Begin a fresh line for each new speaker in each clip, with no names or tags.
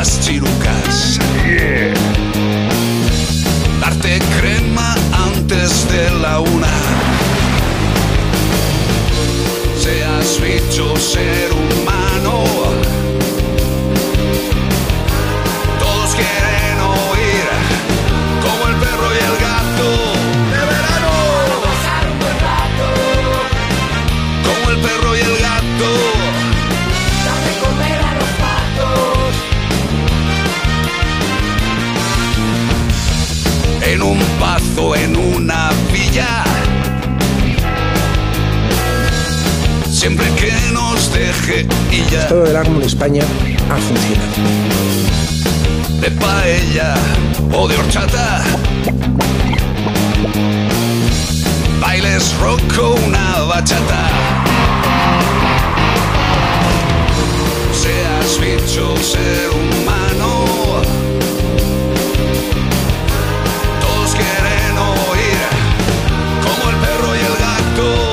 las chirucas.
Yeah.
Darte crema antes de la 1. Seas bicho, ser humano. Todos quieren oír como el perro y el gato. De verano. Pasar un buen rato. Como el perro y el gato. Dame comer a los patos. En un pazo, en una villa. Siempre que nos deje y ya.
Todo el árbol en España ha funcionado.
De paella o de horchata. Bailes rock o una bachata. Seas bicho, ser humano. Todos quieren oír como el perro y el gato.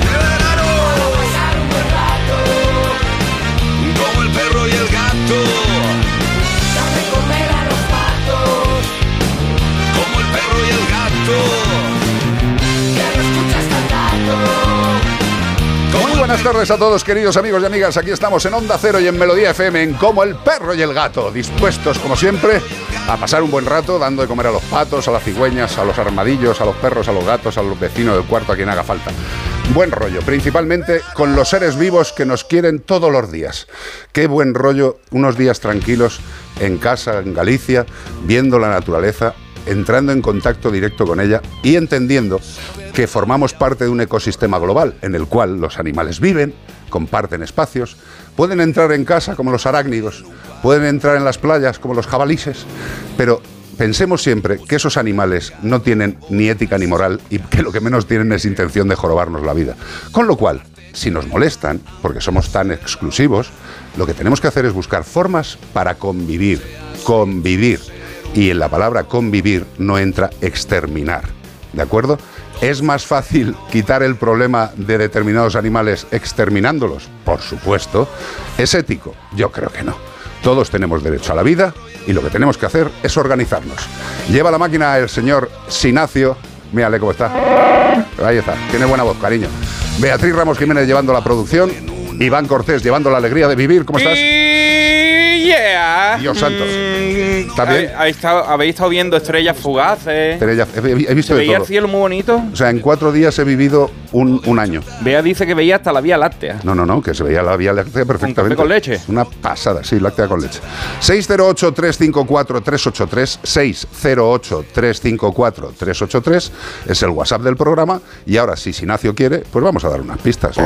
Como el perro y el gato. Dame comer a los patos. Como el perro y el gato. Que lo escuchas cantando.
Muy buenas tardes a todos, queridos amigos y amigas. Aquí estamos en Onda Cero y en Melodía FM en Como el perro y el gato. Dispuestos, como siempre, a pasar un buen rato dando de comer a los patos, a las cigüeñas, a los armadillos, a los perros, a los gatos, a los vecinos del cuarto, a quien haga falta. Buen rollo, principalmente con los seres vivos que nos quieren todos los días. Qué buen rollo, unos días tranquilos en casa, en Galicia, viendo la naturaleza, entrando en contacto directo con ella y entendiendo que formamos parte de un ecosistema global en el cual los animales viven, comparten espacios, pueden entrar en casa como los arácnidos, pueden entrar en las playas como los jabalíes, pero pensemos siempre que esos animales no tienen ni ética ni moral y que lo que menos tienen es intención de jorobarnos la vida. Con lo cual, si nos molestan, porque somos tan exclusivos, lo que tenemos que hacer es buscar formas para convivir. Convivir. Y en la palabra convivir no entra exterminar. ¿De acuerdo? ¿Es más fácil quitar el problema de determinados animales exterminándolos? Por supuesto. ¿Es ético? Yo creo que no. Todos tenemos derecho a la vida y lo que tenemos que hacer es organizarnos. Lleva la máquina el señor Sinacio. Mírale cómo está. Ahí está. Tiene buena voz, cariño. Beatriz Ramos Jiménez llevando la producción. Iván Cortés llevando la alegría de vivir. ¿Cómo estás?
Yeah.
Dios santo. ¿Está bien?
Habéis estado viendo estrellas fugaces.
He visto de
veía
todo.
el cielo muy bonito.
O sea, en 4 días he vivido un año.
Bea dice que veía hasta la Vía Láctea.
No, que se veía la Vía Láctea perfectamente.
¿Con café con leche?
Una pasada, sí, láctea con leche. 608-354-383, 608-354-383 es el WhatsApp del programa. Y ahora, si Sinacio quiere, pues vamos a dar unas pistas.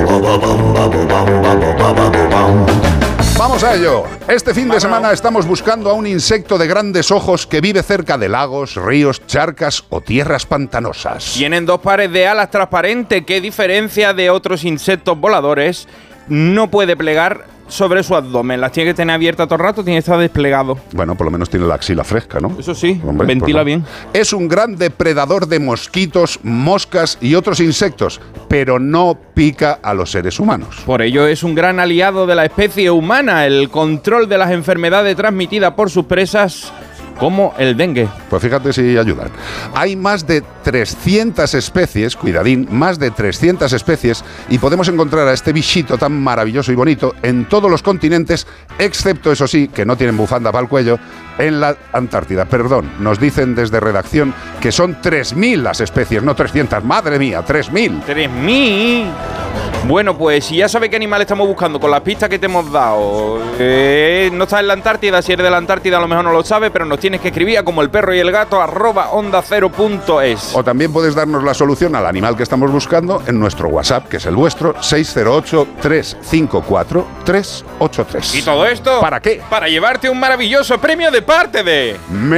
Vamos a ello. Este fin de semana estamos buscando a un insecto de grandes ojos que vive cerca de lagos, ríos, charcas o tierras pantanosas.
Tienen 2 pares de alas transparentes que, diferencia de otros insectos voladores, no puede plegar sobre su abdomen. Las tiene que tener abiertas todo el rato, tiene que estar desplegado.
Bueno, por lo menos tiene la axila fresca, ¿no?
Eso sí,
Hombre,
ventila
pues
bien.
Es un gran depredador de mosquitos, moscas y otros insectos, pero no pica a los seres humanos.
Por ello es un gran aliado de la especie humana. El control de las enfermedades transmitidas por sus presas, como el dengue.
Pues fíjate si ayudan. Hay más de 300 especies, cuidadín, más de 300 especies, y podemos encontrar a este bichito tan maravilloso y bonito en todos los continentes, excepto, eso sí, que no tienen bufanda para el cuello, en la Antártida. Perdón, nos dicen desde redacción que son 3.000 las especies, no 300. Madre mía, 3.000.
3.000. Bueno, pues si ya sabes qué animal estamos buscando con las pistas que te hemos dado, no estás en la Antártida, si eres de la Antártida a lo mejor no lo sabes, pero nos tienes que escribir a como el perro y el gato @ondacero.es.
O también puedes darnos la solución al animal que estamos buscando en nuestro WhatsApp, que es el vuestro, 608-354-383.
¿Y todo esto?
¿Para qué?
Para llevarte un maravilloso premio de parte de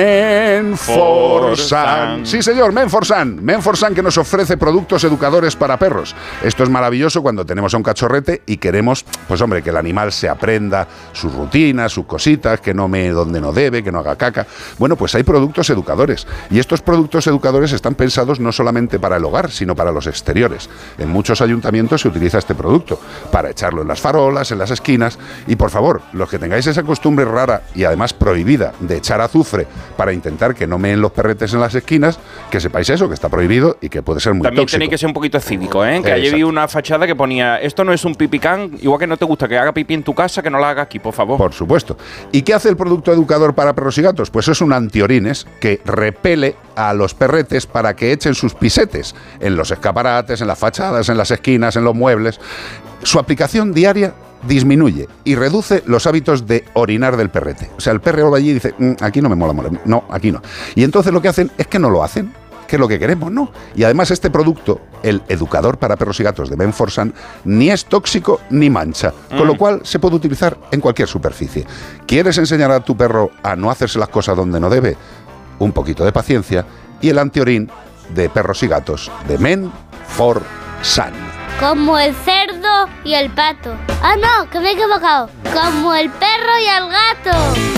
Menforsan. Sí, señor, Menforsan. Menforsan, que nos ofrece productos educadores para perros. Esto es maravilloso cuando tenemos a un cachorrete y queremos, pues hombre, que el animal se aprenda sus rutinas, sus cositas, que no mee donde no debe, que no haga caca. Bueno, pues hay productos educadores. Y estos productos educadores están pensados no solamente para el hogar, sino para los exteriores. En muchos ayuntamientos se utiliza este producto para echarlo en las farolas, en las esquinas. Y por favor, los que tengáis esa costumbre rara y además prohibida de echar azufre para intentar que no meen los perretes en las esquinas, que sepáis eso, que está prohibido y que puede ser muy
También
tóxico.
tenéis que ser un poquito cívico, ¿eh? Que ayer vi una fachada que ponía: esto no es un pipicán, igual que no te gusta que haga pipí en tu casa, que no la haga aquí, por favor.
Por supuesto. ¿Y qué hace el producto educador para perros y gatos? Pues es un antiorines que repele a los perretes para que echen sus pisetes en los escaparates, en las fachadas, en las esquinas, en los muebles. Su aplicación diaria disminuye y reduce los hábitos de orinar del perrete. O sea, el perro va allí y dice, aquí no me mola, no, aquí no. Y entonces lo que hacen es que no lo hacen, que es lo que queremos, ¿no? Y además este producto, el educador para perros y gatos de Menforsan, ni es tóxico ni mancha, con lo cual se puede utilizar en cualquier superficie. ¿Quieres enseñar a tu perro a no hacerse las cosas donde no debe? Un poquito de paciencia y el antiorín de perros y gatos de Menforsan.
Como el cerdo y el pato. Ah, no, que me he equivocado. Como el perro y el gato.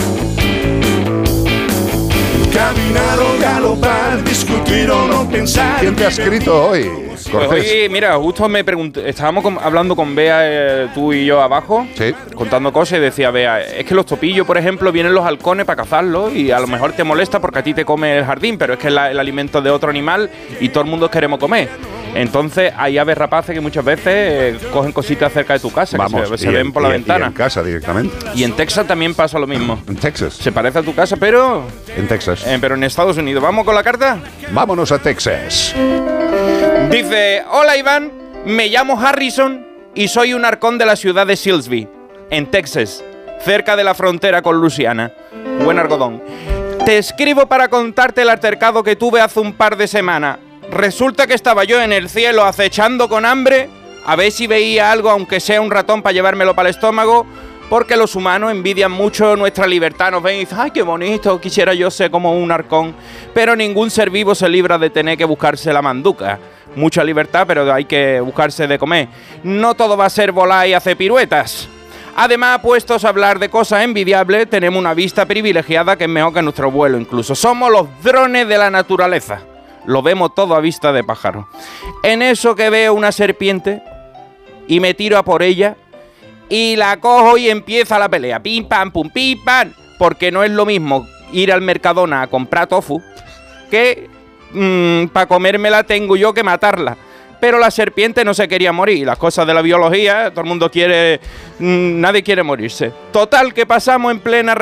Caminar o galopar, discutir o no pensar.
¿Quién te ha escrito hoy,
Pues
Cortés?
hoy, mira, justo me pregunté, estábamos hablando con Bea, tú y yo abajo,
Sí.
contando cosas, y decía Bea, es que los topillos, por ejemplo, vienen los halcones para cazarlos y a lo mejor te molesta porque a ti te come el jardín, pero es que es el alimento de otro animal y todo el mundo queremos comer. Entonces hay aves rapaces que muchas veces cogen cositas cerca de tu casa,
Vamos,
que se ven por la ventana.
Y en casa directamente.
Y en Texas también pasa lo mismo.
En Texas.
Se parece a tu casa, pero
En
Estados Unidos. ¿Vamos con la carta?
Vámonos a Texas.
Dice: hola Iván, me llamo Harrison y soy un halcón de la ciudad de Silsbee, en Texas, cerca de la frontera con Luisiana. Buen algodón. Te escribo para contarte el altercado que tuve hace un par de semanas. Resulta que estaba yo en el cielo acechando con hambre, a ver si veía algo, aunque sea un ratón, para llevármelo para el estómago, porque los humanos envidian mucho nuestra libertad. Nos ven y dicen, ay, qué bonito, quisiera yo ser como un halcón. Pero ningún ser vivo se libra de tener que buscarse la manduca. Mucha libertad, pero hay que buscarse de comer. No todo va a ser volar y hacer piruetas. Además, puestos a hablar de cosas envidiables, tenemos una vista privilegiada que es mejor que nuestro vuelo incluso. Somos los drones de la naturaleza. Lo vemos todo a vista de pájaro. En eso que veo una serpiente y me tiro a por ella y la cojo y empieza la pelea. Pim, pam, pum, pim, pam. Porque no es lo mismo ir al Mercadona a comprar tofu que para comérmela tengo yo que matarla. Pero la serpiente no se quería morir. Las cosas de la biología, todo el mundo quiere... nadie quiere morirse. Total, que pasamos en plena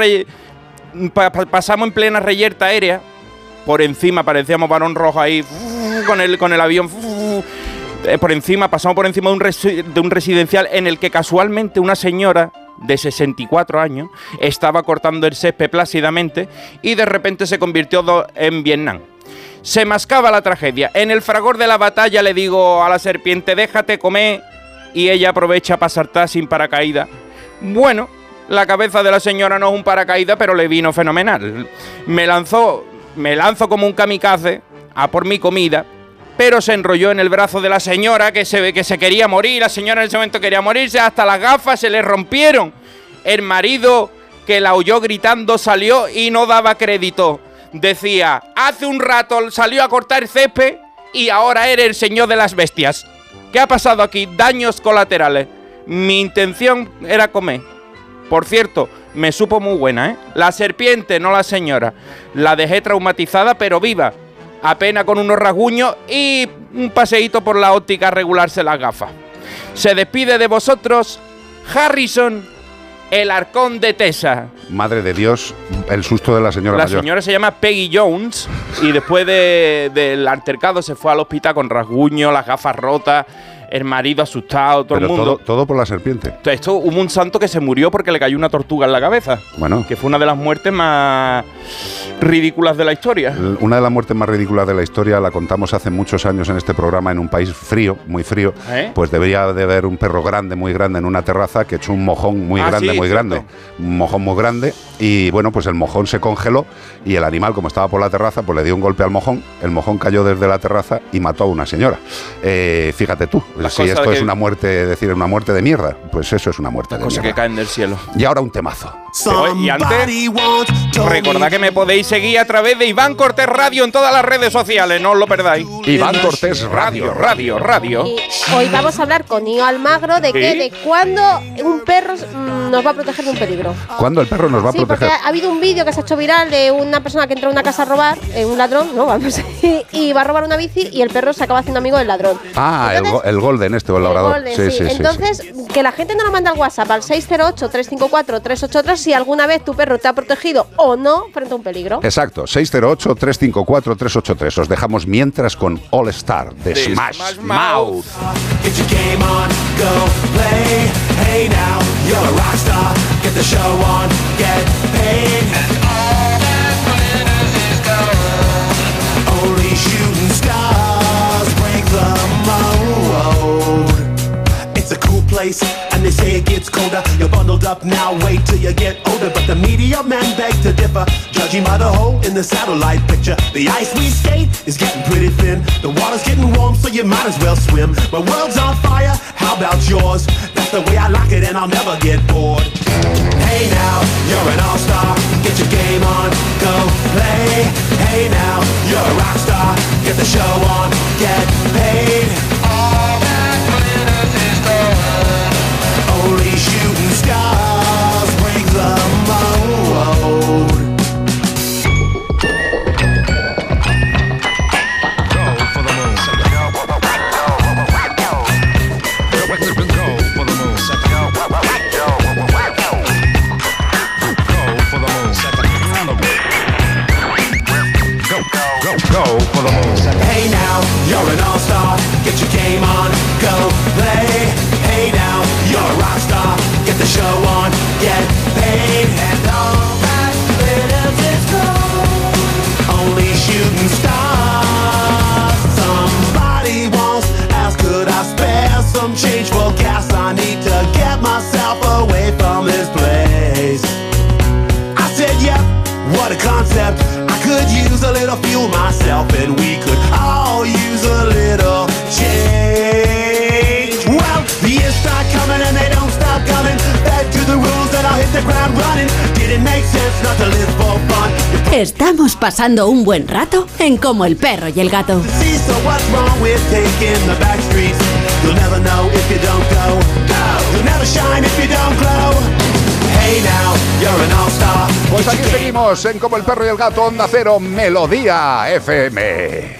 reyerta aérea. Por encima, parecíamos Barón Rojo ahí, con el avión. Pasamos por encima de un residencial en el que casualmente una señora de 64 años estaba cortando el césped plácidamente y de repente se convirtió en Vietnam. Se mascaba la tragedia. En el fragor de la batalla le digo a la serpiente, déjate comer, y ella aprovecha para saltar sin paracaídas. Bueno, la cabeza de la señora no es un paracaídas, pero le vino fenomenal. Me lanzo como un kamikaze a por mi comida, pero se enrolló en el brazo de la señora que se quería morir. La señora en ese momento quería morirse, hasta las gafas se le rompieron. El marido, que la oyó gritando, salió y no daba crédito. Decía, hace un rato salió a cortar el césped y ahora eres el señor de las bestias. ¿Qué ha pasado aquí? Daños colaterales. Mi intención era comer. Por cierto, me supo muy buena, ¿eh? La serpiente, no la señora. La dejé traumatizada, pero viva. Apenas con unos rasguños y un paseíto por la óptica a regularse las gafas. Se despide de vosotros, Harrison, el halcón de Texas.
Madre de Dios, el susto de la señora mayor.
La señora se llama Peggy Jones y después del altercado se fue al hospital con rasguños, las gafas rotas, el marido asustado, todo el mundo.
Todo por la serpiente.
Esto, hubo un santo que se murió porque le cayó una tortuga en la cabeza.
Bueno.
Que fue una de las muertes más ridículas de la historia.
Una de las muertes más ridículas de la historia la contamos hace muchos años en este programa en un país frío, muy frío. Pues debería de haber un perro grande, muy grande en una terraza que echó un mojón muy grande, muy grande. Un mojón muy grande y bueno, pues el mojón se congeló y el animal, como estaba por la terraza, pues le dio un golpe al mojón. El mojón cayó desde la terraza y mató a una señora. Fíjate tú, si esto es una muerte, decir, una muerte de mierda, pues eso es una muerte de mierda.
Cosas que caen del cielo.
Y ahora un temazo.
Y antes, recordad que me podéis seguir a través de Iván Cortés Radio en todas las redes sociales, no os lo perdáis.
Iván Cortés Radio.
Y hoy vamos a hablar con Ío Almagro de cuándo un perro nos va a proteger de un peligro.
¿Cuándo el perro nos va a proteger?
Porque ha habido un vídeo que se ha hecho viral de una persona que entró a una casa a robar, un ladrón, ¿no? Vamos, y va a robar una bici y el perro se acaba haciendo amigo del ladrón.
Ah, entonces, el Golden o el labrador.
Golden, sí. Entonces, que la gente no nos manda al WhatsApp al 608-354-383 si alguna vez tu perro te ha protegido o no frente a un peligro.
Exacto, 608-354-383. Os dejamos mientras con All Star de Smash Mouth.
Get your game on, go play. Hey now, you're a rock star. Get the show on, get paid. And all that glitters is gold. Only shooting stars break the mold. It's a cool place, and they say it gets colder. You're bundled up now, wait till you get older. But the media men beg to differ, judging by the hole in the satellite picture. The ice we skate is getting pretty thin. The water's getting warm, so you might as well swim. My world's on fire, how about yours? That's the way I like it, and I'll never get bored. Hey now, you're an all-star. Get your game on, go play. Hey now, you're a rock star. Get the show on, get paid. All that glitters is gold. Only shooting stars break the mold. Hey now, you're an all-star. Get your game on, go play. Hey now, you're a rock star. Get the show on, get paid. And all that glitters is gold. Only shooting stars. Somebody once asked, could I spare some change for gas? I need to get myself away from this place. I said, yep, what a concept. I could use a little fuel myself, and we could all use a little change. Well, the years start coming and they don't stop coming. Back to the rules and I'll hit the ground running. Didn't make sense not to live for fun.
Estamos pasando un buen rato en Como el Perro y el Gato.
See, so what's wrong with taking the back streets? You'll never know if you don't go. You'll never shine if you don't glow. Hey now, you're an all-star.
Pues aquí seguimos en Como el Perro y el Gato, Onda Cero, Melodía FM.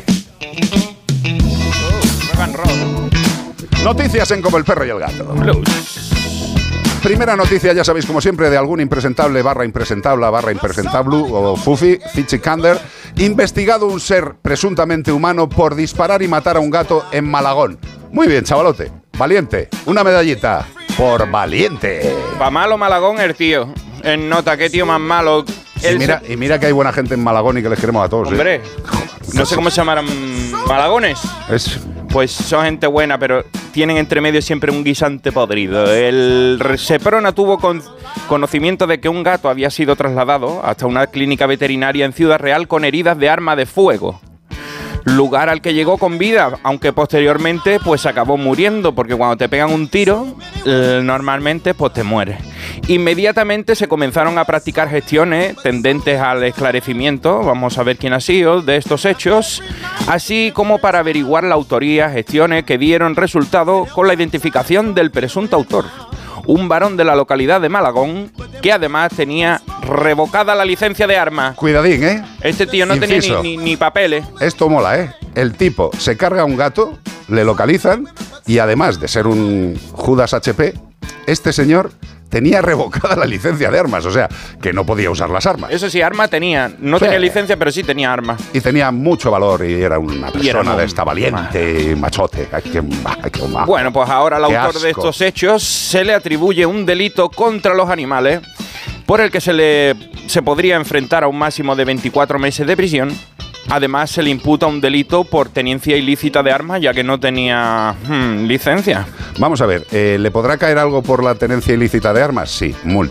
Noticias en Como el Perro y el Gato. Primera noticia, ya sabéis, como siempre, de algún impresentable / impresentable / impresentable o Fufi, Fichikander, investigado un ser presuntamente humano por disparar y matar a un gato en Malagón. Muy bien, chavalote. Valiente. Una medallita por valiente.
Pa' malo Malagón el tío. En nota, qué tío más malo.
Y mira que hay buena gente en Malagón y que les queremos a todos.
Hombre, no sé cómo se llamarán Malagones. Pues son gente buena, pero tienen entre medio siempre un guisante podrido. El Seprona tuvo conocimiento de que un gato había sido trasladado hasta una clínica veterinaria en Ciudad Real con heridas de arma de fuego. Lugar al que llegó con vida, aunque posteriormente pues acabó muriendo, porque cuando te pegan un tiro, normalmente pues te mueres. Inmediatamente se comenzaron a practicar gestiones tendentes al esclarecimiento, vamos a ver quién ha sido, de estos hechos, así como para averiguar la autoría, gestiones que dieron resultado con la identificación del presunto autor. Un varón de la localidad de Malagón, que además tenía revocada la licencia de armas.
Cuidadín, ¿eh?
Este tío no
Inciso.
tenía ni papeles.
Esto mola, ¿eh? El tipo se carga a un gato, le localizan y además de ser un Judas HP, este señor tenía revocada la licencia de armas, o sea, que no podía usar las armas.
Eso sí, arma tenía. No tenía licencia, pero sí tenía armas.
Y tenía mucho valor y era una persona de esta valiente, machote.
Bueno, pues ahora al
Qué
autor de
asco.
estos hechos se le atribuye un delito contra los animales por el que se podría enfrentar a un máximo de 24 meses de prisión. Además, se le imputa un delito por tenencia ilícita de armas, ya que no tenía licencia.
Vamos a ver, ¿le podrá caer algo por la tenencia ilícita de armas? Sí, multa.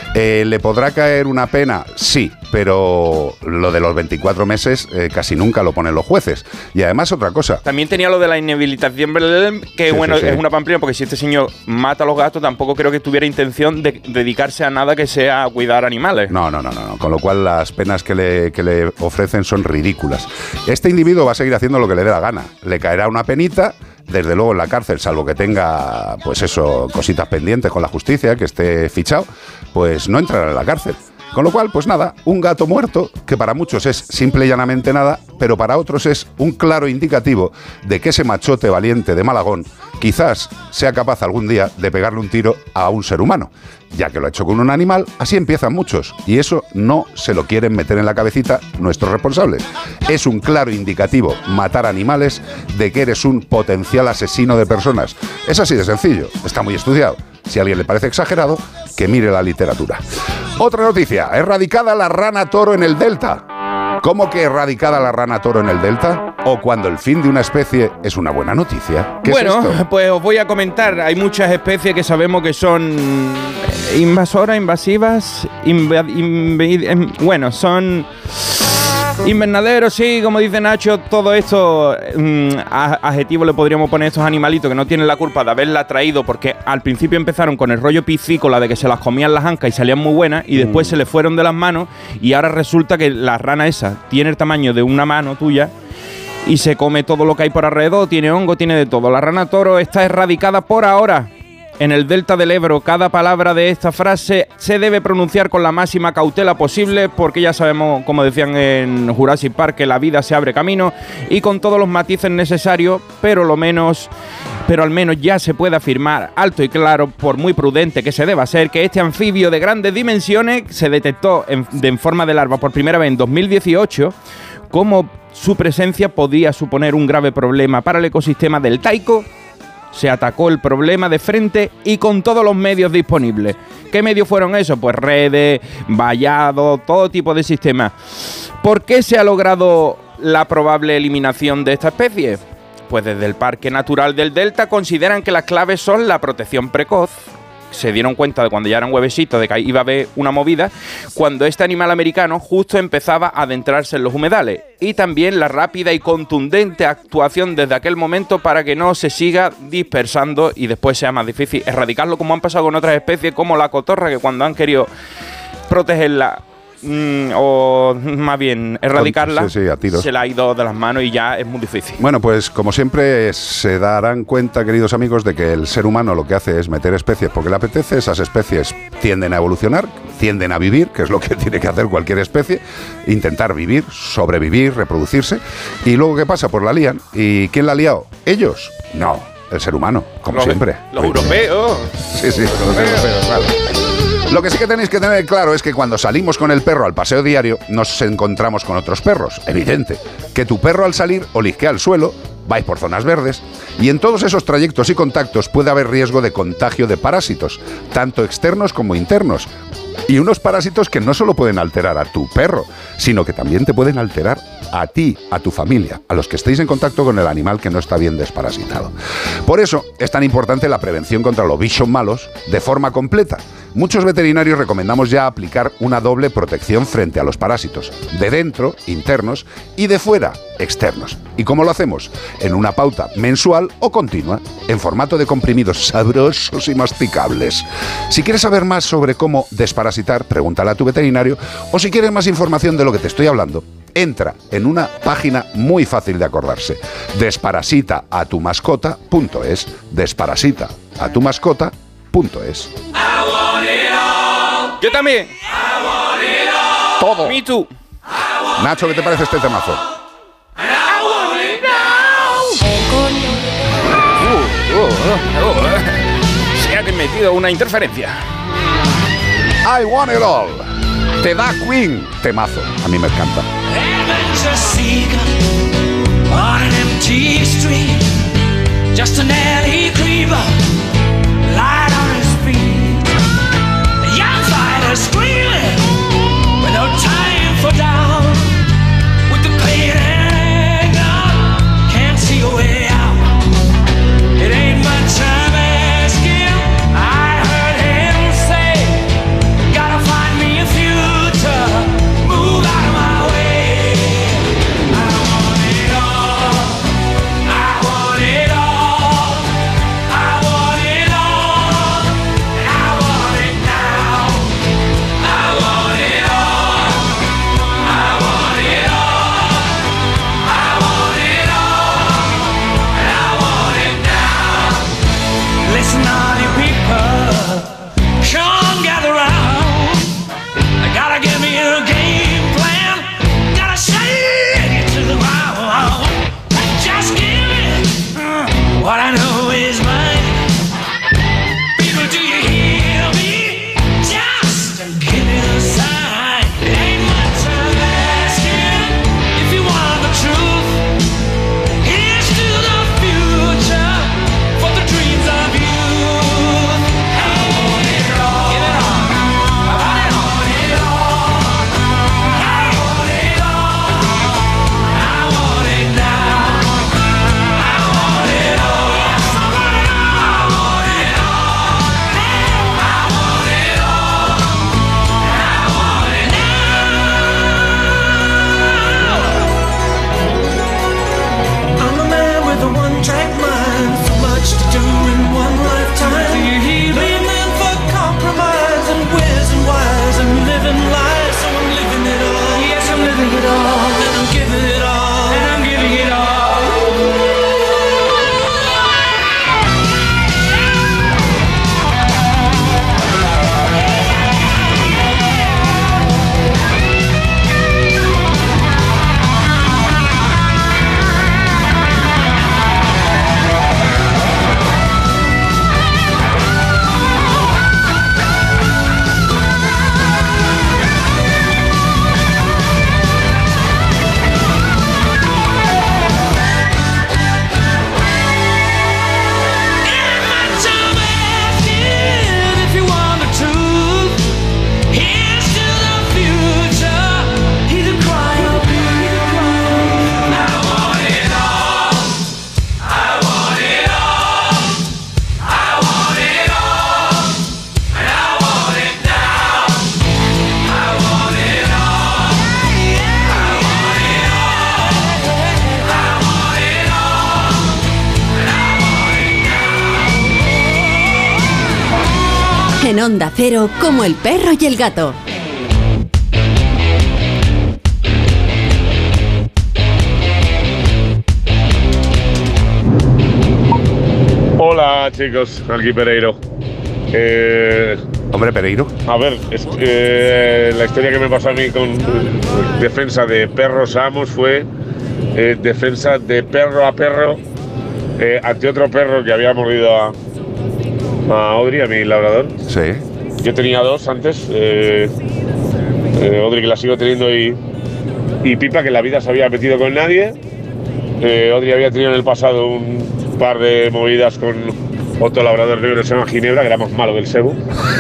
¿Le podrá caer una pena? Sí, pero lo de los 24 meses casi nunca lo ponen los jueces. Y además otra cosa.
También tenía lo de la inhabilitación, que sí. Es una pamplina, porque si este señor mata a los gatos, tampoco creo que tuviera intención de dedicarse a nada que sea a cuidar animales.
No. Con lo cual las penas que le ofrecen son ridículas. Este individuo va a seguir haciendo lo que le dé la gana. Le caerá una penita, desde luego en la cárcel, salvo que tenga, pues eso, cositas pendientes con la justicia, que esté fichado, pues no entrará en la cárcel. Con lo cual, pues nada, un gato muerto, que para muchos es simple y llanamente nada, pero para otros es un claro indicativo de que ese machote valiente de Malagón quizás sea capaz algún día de pegarle un tiro a un ser humano. Ya que lo ha hecho con un animal, así empiezan muchos, y eso no se lo quieren meter en la cabecita nuestros responsables. Es un claro indicativo, matar animales, de que eres un potencial asesino de personas. Es así de sencillo, está muy estudiado. Si a alguien le parece exagerado, que mire la literatura. Otra noticia, erradicada la rana toro en el Delta. ¿Cómo que erradicada la rana toro en el Delta? ¿O cuando el fin de una especie es una buena noticia? ¿Qué
bueno,
es esto?
Pues os voy a comentar. Hay muchas especies que sabemos que son invasoras, invasivas, son invernaderos, sí, como dice Nacho, todo esto adjetivo le podríamos poner a estos animalitos que no tienen la culpa de haberla traído, porque al principio empezaron con el rollo piscícola de que se las comían las ancas y salían muy buenas, y después se les fueron de las manos, y ahora resulta que la rana esa tiene el tamaño de una mano tuya y se come todo lo que hay por alrededor, tiene hongo, tiene de todo. La rana toro está erradicada por ahora en el Delta del Ebro. Cada palabra de esta frase se debe pronunciar con la máxima cautela posible, porque ya sabemos, como decían en Jurassic Park, que la vida se abre camino, y con todos los matices necesarios, pero al menos ya se puede afirmar alto y claro, por muy prudente que se deba ser, que este anfibio de grandes dimensiones se detectó en forma de larva por primera vez en 2018, como su presencia podía suponer un grave problema para el ecosistema del Taico. Se atacó el problema de frente y con todos los medios disponibles. ¿Qué medios fueron esos? Pues redes, vallados, todo tipo de sistemas. ¿Por qué se ha logrado la probable eliminación de esta especie? Pues desde el Parque Natural del Delta consideran que las claves son la protección precoz. Se dieron cuenta de cuando ya eran huevecitos de que iba a haber una movida, cuando este animal americano justo empezaba a adentrarse en los humedales, y también la rápida y contundente actuación desde aquel momento para que no se siga dispersando y después sea más difícil erradicarlo, como han pasado con otras especies como la cotorra, que cuando han querido protegerla o más bien erradicarla,
a tiros,
se la ha ido de las manos y ya es muy difícil.
Bueno, pues como siempre se darán cuenta, queridos amigos, de que el ser humano lo que hace es meter especies porque le apetece. Esas especies tienden a evolucionar, tienden a vivir, que es lo que tiene que hacer cualquier especie, intentar vivir, sobrevivir, reproducirse, y luego ¿qué pasa? Pues la lían. ¿Y quién la ha liado? ¿Ellos? No, el ser humano, como siempre.
Los europeos.
Sí, los europeos, claro. Lo que sí que tenéis que tener claro es que cuando salimos con el perro al paseo diario nos encontramos con otros perros. Evidente que tu perro al salir olisquea el suelo, vais por zonas verdes, y en todos esos trayectos y contactos puede haber riesgo de contagio de parásitos, tanto externos como internos. Y unos parásitos que no solo pueden alterar a tu perro, sino que también te pueden alterar a ti, a tu familia, a los que estéis en contacto con el animal que no está bien desparasitado. Por eso es tan importante la prevención contra los bichos malos de forma completa. Muchos veterinarios recomendamos ya aplicar una doble protección frente a los parásitos, de dentro, internos, y de fuera, externos. ¿Y cómo lo hacemos? En una pauta mensual o continua, en formato de comprimidos sabrosos y masticables. Si quieres saber más sobre cómo desparasitar, pregúntale a tu veterinario, o si quieres más información de lo que te estoy hablando, entra en una página muy fácil de acordarse: desparasitaatumascota.es. Desparasitaatumascota.es.
Yo también.
Todo.
Me too.
Nacho, ¿qué te parece este temazo?
Se ha metido una interferencia.
I want it all. Te da Queen. Temazo. A mí me encanta.
On an empty street, just an alley creeper, light on his feet. The young fighter screaming, with no time for down. With the pain hanging out, can't see a way out. It ain't much I'm asking. I heard him say, gotta
En Onda Cero, como el perro y el gato.
Hola chicos, aquí Pereiro.
Hombre, Pereiro.
A ver, la historia que me pasó a mí con defensa de perros amos fue defensa de perro a perro ante otro perro que había mordido a Audrey, a mi labrador.
Sí.
Yo tenía dos antes, Audrey que la sigo teniendo y Pipa que en la vida se había metido con nadie. Audrey había tenido en el pasado un par de movidas con otro labrador negro que se llama Ginebra, que era más malo que el Sebu.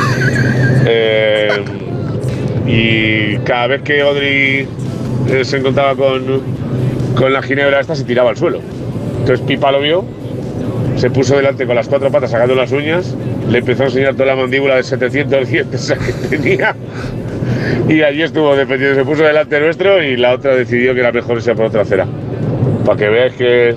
Y cada vez que Audrey se encontraba con la Ginebra esta, se tiraba al suelo. Entonces Pipa lo vio, se puso delante con las cuatro patas sacando las uñas, le empezó a enseñar toda la mandíbula de 700 dientes que tenía, y allí estuvo defendiendo. Se puso delante nuestro y la otra decidió que era mejor irse por otra acera. Para que veáis que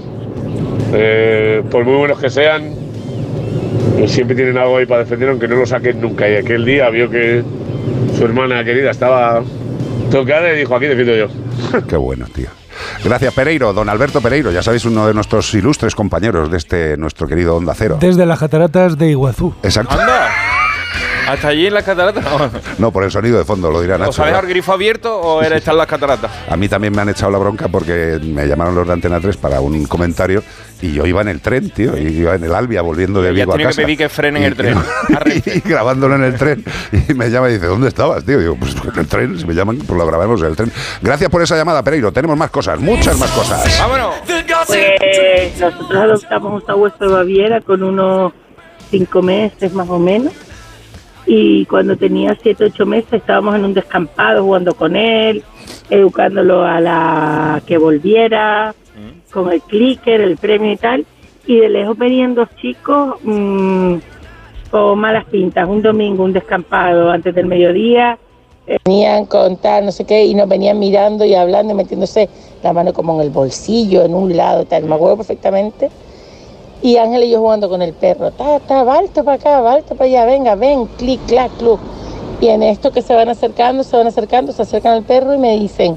por muy buenos que sean, siempre tienen algo ahí para defender, aunque no lo saquen nunca. Y aquel día vio que su hermana querida estaba tocada y dijo: aquí defiendo yo.
Qué bueno, tío. Gracias, Pereiro. Don Alberto Pereiro, ya sabéis, uno de nuestros ilustres compañeros de nuestro querido Onda Cero.
Desde las cataratas de Iguazú.
Exacto.
¡Anda! ¿Hasta allí en las cataratas?
No, por el sonido de fondo, lo dirá Nacho.
¿O sabes al grifo abierto o era estar en las cataratas?
A mí también me han echado la bronca porque me llamaron los de Antena 3 para un comentario y yo iba en el tren, tío, y iba en el Albia volviendo de Vigo a casa.
Ya tenía que pedir que frenen el tren.
Y grabándolo en el tren. Y me llama y dice: ¿dónde estabas, tío? Digo: pues en el tren. Si me llaman, pues lo grabamos en el tren. Gracias por esa llamada, Pereiro. Tenemos más cosas, muchas más cosas.
¡Vámonos!
Pues nosotros adoptamos un sabueso de Baviera con unos 5 meses más o menos. Y cuando tenía 7, 8 meses estábamos en un descampado jugando con él, educándolo a la que volviera, con el clicker, el premio y tal. Y de lejos venían dos chicos con malas pintas. Un domingo, un descampado antes del mediodía. Venían con tal, no sé qué, y nos venían mirando y hablando y metiéndose la mano como en el bolsillo, en un lado, tal. Me acuerdo perfectamente. Y Ángel y yo jugando con el perro, balto para acá, balto para allá, venga, ven, clic, clac, club. Y en esto que se van acercando, se acercan al perro y me dicen,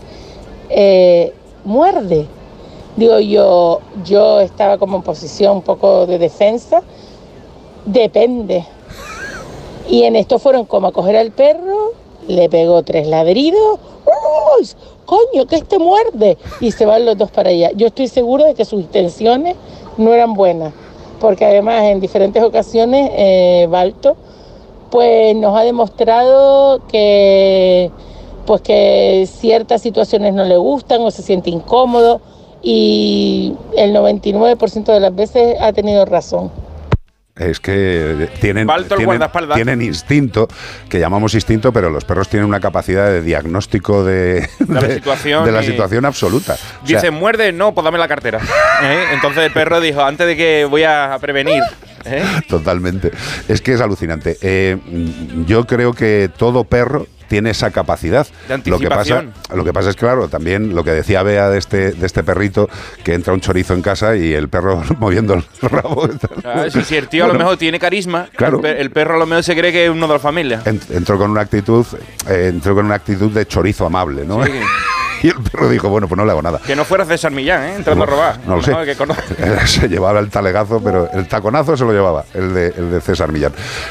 muerde. Digo, yo estaba como en posición un poco de defensa, depende. Y en esto fueron como a coger al perro, le pegó 3 ladridos, ¡uy! ¡Coño, que este muerde! Y se van los dos para allá. Yo estoy seguro de que sus intenciones no eran buenas, porque además en diferentes ocasiones Balto pues nos ha demostrado que ciertas situaciones no le gustan o se siente incómodo, y el 99% de las veces ha tenido razón.
Es que tienen instinto, que llamamos instinto, pero los perros tienen una capacidad de diagnóstico de la situación absoluta.
Dice, muerde, no, pues dame la cartera. Entonces el perro dijo, antes de que voy a prevenir.
Totalmente. Es que es alucinante. Yo creo que todo perro tiene esa capacidad.
De anticipación.
Lo que pasa es, claro, también lo que decía Bea de este perrito, que entra un chorizo en casa y el perro moviendo el rabo.
Claro, si el tío a lo mejor tiene carisma,
claro,
el perro a lo mejor se cree que es uno de la familia.
Entró con una actitud de chorizo amable, ¿no?
Sí.
Y el perro dijo, bueno, pues no le hago nada.
Que no fuera César Millán, entrando a robar.
No lo sé. Se llevaba el talegazo, pero el taconazo se lo llevaba, el de César Millán.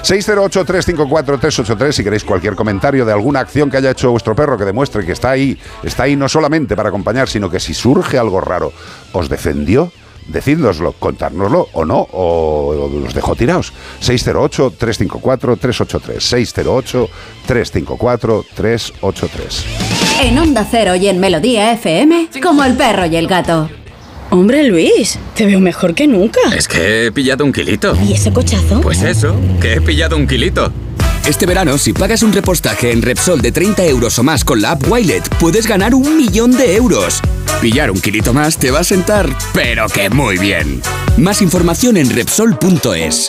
608-354-383, si queréis cualquier comentario de alguna acción que haya hecho vuestro perro que demuestre que está ahí no solamente para acompañar, sino que si surge algo raro, os defendió. Decídnoslo, contárnoslo o no, o los dejó tirados. 608-354-383. 608-354-383.
En Onda Cero y en Melodía FM, como el perro y el gato.
Hombre, Luis, te veo mejor que nunca.
Es que he pillado 1 kilito.
¿Y ese cochazo?
Pues eso, que he pillado 1 kilito. Este verano, si pagas un repostaje en Repsol de 30 euros o más con la app Wilet, puedes ganar 1 millón de euros. Pillar 1 kilito más te va a sentar, pero que muy bien. Más información en Repsol.es.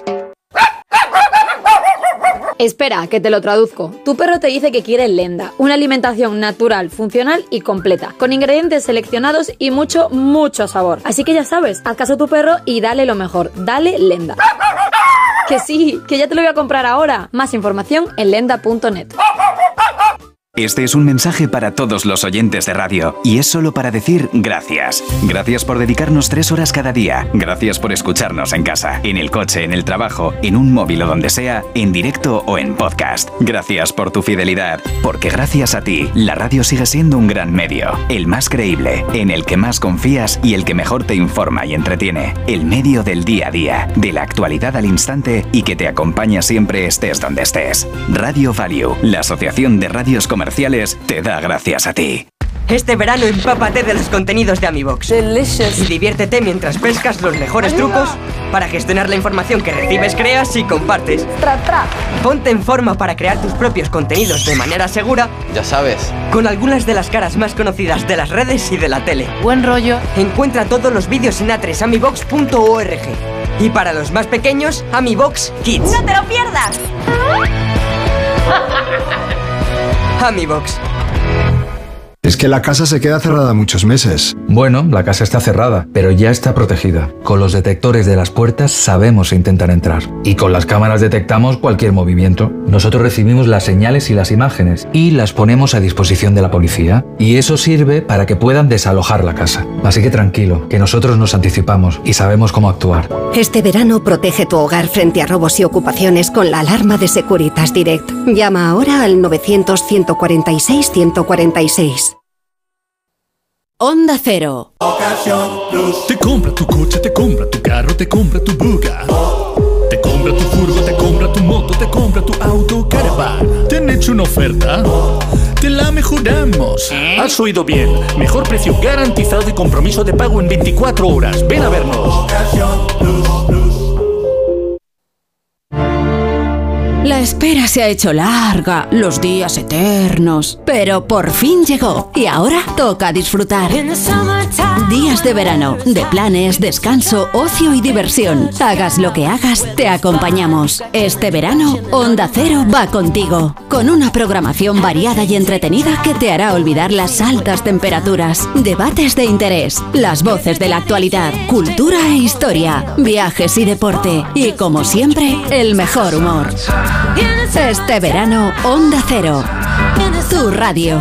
Espera, que te lo traduzco. Tu perro te dice que quiere Lenda, una alimentación natural, funcional y completa, con ingredientes seleccionados y mucho, mucho sabor. Así que ya sabes, haz caso a tu perro y dale lo mejor. Dale Lenda. Que sí, que ya te lo voy a comprar ahora. Más información en lenda.net.
Este es un mensaje para todos los oyentes de radio y es solo para decir gracias. Gracias por dedicarnos 3 horas cada día. Gracias por escucharnos en casa, en el coche, en el trabajo, en un móvil o donde sea, en directo o en podcast. Gracias por tu fidelidad, porque gracias a ti, la radio sigue siendo un gran medio. El más creíble, en el que más confías y el que mejor te informa y entretiene. El medio del día a día, de la actualidad al instante y que te acompaña siempre estés donde estés. Radio Value, la asociación de radios comerciales, te da gracias a ti.
Este verano empápate de los contenidos de AmiBox. Delicious. Y diviértete mientras pescas los mejores trucos para gestionar la información que recibes, creas y compartes. Ponte en forma para crear tus propios contenidos de manera segura. Ya sabes. Con algunas de las caras más conocidas de las redes y de la tele. Buen rollo. Encuentra todos los vídeos en atresamibox.org. Y para los más pequeños, AmiBox Kids.
¡No te lo pierdas!
AmiBox.
Es que la casa se queda cerrada muchos meses.
Bueno, la casa está cerrada, pero ya está protegida. Con los detectores de las puertas sabemos intentar entrar. Y con las cámaras detectamos cualquier movimiento. Nosotros recibimos las señales y las imágenes y las ponemos a disposición de la policía. Y eso sirve para que puedan desalojar la casa. Así que tranquilo, que nosotros nos anticipamos y sabemos cómo actuar.
Este verano protege tu hogar frente a robos y ocupaciones con la alarma de Securitas Direct. Llama ahora al 900-146-146.
Onda Cero.
Te compra tu coche, te compra tu carro, te compra tu buga. Te compra tu furgo, te compra tu moto, te compra tu auto, caravan. ¿Te han hecho una oferta? Te la mejoramos. Has oído bien. Mejor precio garantizado y compromiso de pago en 24 horas. Ven a vernos.
La espera se ha hecho larga, los días eternos, pero por fin llegó y ahora toca disfrutar. Días de verano, de planes, descanso, ocio y diversión. Hagas lo que hagas, te acompañamos. Este verano, Onda Cero va contigo, con una programación variada y entretenida que te hará olvidar las altas temperaturas, debates de interés, las voces de la actualidad, cultura e historia, viajes y deporte y, como siempre, el mejor humor. Este verano, Onda Cero, tu radio.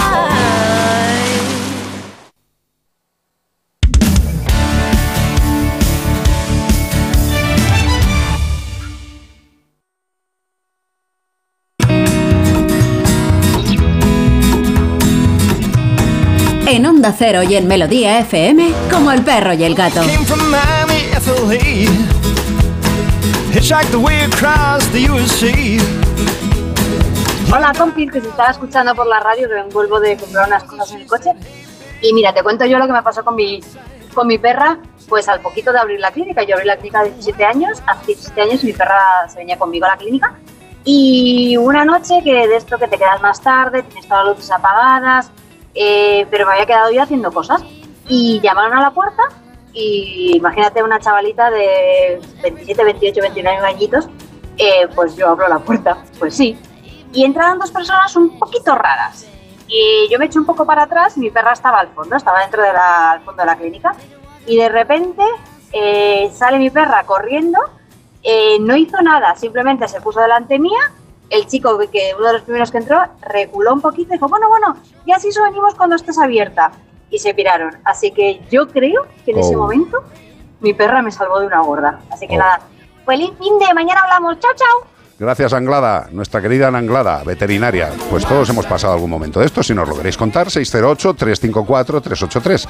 En Onda Cero y en Melodía FM, como el perro y el gato.
Hola compis, que se estaba escuchando por la radio, que vuelvo de comprar unas cosas en el coche. Y mira, te cuento yo lo que me pasó con mi perra, pues al poquito de abrir la clínica. Yo abrí la clínica a 17 años, hace 17 años mi perra se venía conmigo a la clínica. Y una noche que de esto que te quedas más tarde, tienes todas las luces apagadas, pero me había quedado yo haciendo cosas. Y llamaron a la puerta y imagínate una chavalita de 27, 28, 29 añitos, pues yo abro la puerta, pues sí. Y entraron dos personas un poquito raras. Y yo me eché un poco para atrás y mi perra estaba al fondo, estaba dentro al fondo de la clínica. Y de repente sale mi perra corriendo, no hizo nada, simplemente se puso delante mía. El chico, que uno de los primeros que entró, reculó un poquito y dijo, bueno, y así venimos cuando estés abierta. Y se piraron. Así que yo creo que en ese momento mi perra me salvó de una gorda. Así que nada, feliz fin de mañana hablamos. Chao, chao.
Gracias, Anglada, nuestra querida Anglada, veterinaria. Pues todos hemos pasado algún momento de esto. Si nos lo queréis contar, 608-354-383.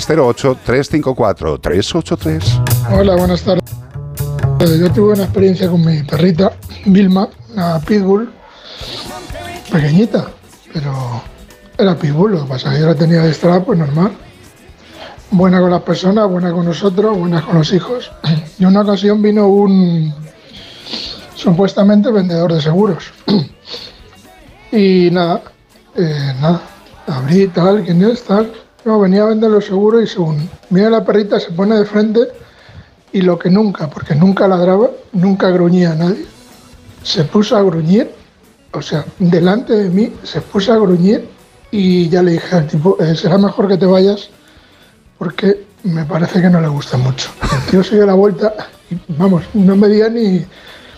608-354-383.
Hola, buenas tardes. Yo tuve una experiencia con mi perrita, Vilma, una pitbull, pequeñita, pero era pitbull. Lo que pasa es que yo la tenía adiestrada, pues normal. Buena con las personas, buena con nosotros, buena con los hijos. Y en una ocasión vino un supuestamente vendedor de seguros. Y nada, abrí tal, ¿quién es? Tal. No, venía a vender los seguros y según mira la perrita se pone de frente y lo que nunca, porque nunca ladraba, nunca gruñía a nadie, se puso a gruñir, o sea, delante de mí se puso a gruñir y ya le dije al tipo, será mejor que te vayas porque me parece que no le gusta mucho. El tío se dio la vuelta y vamos, no me dio ni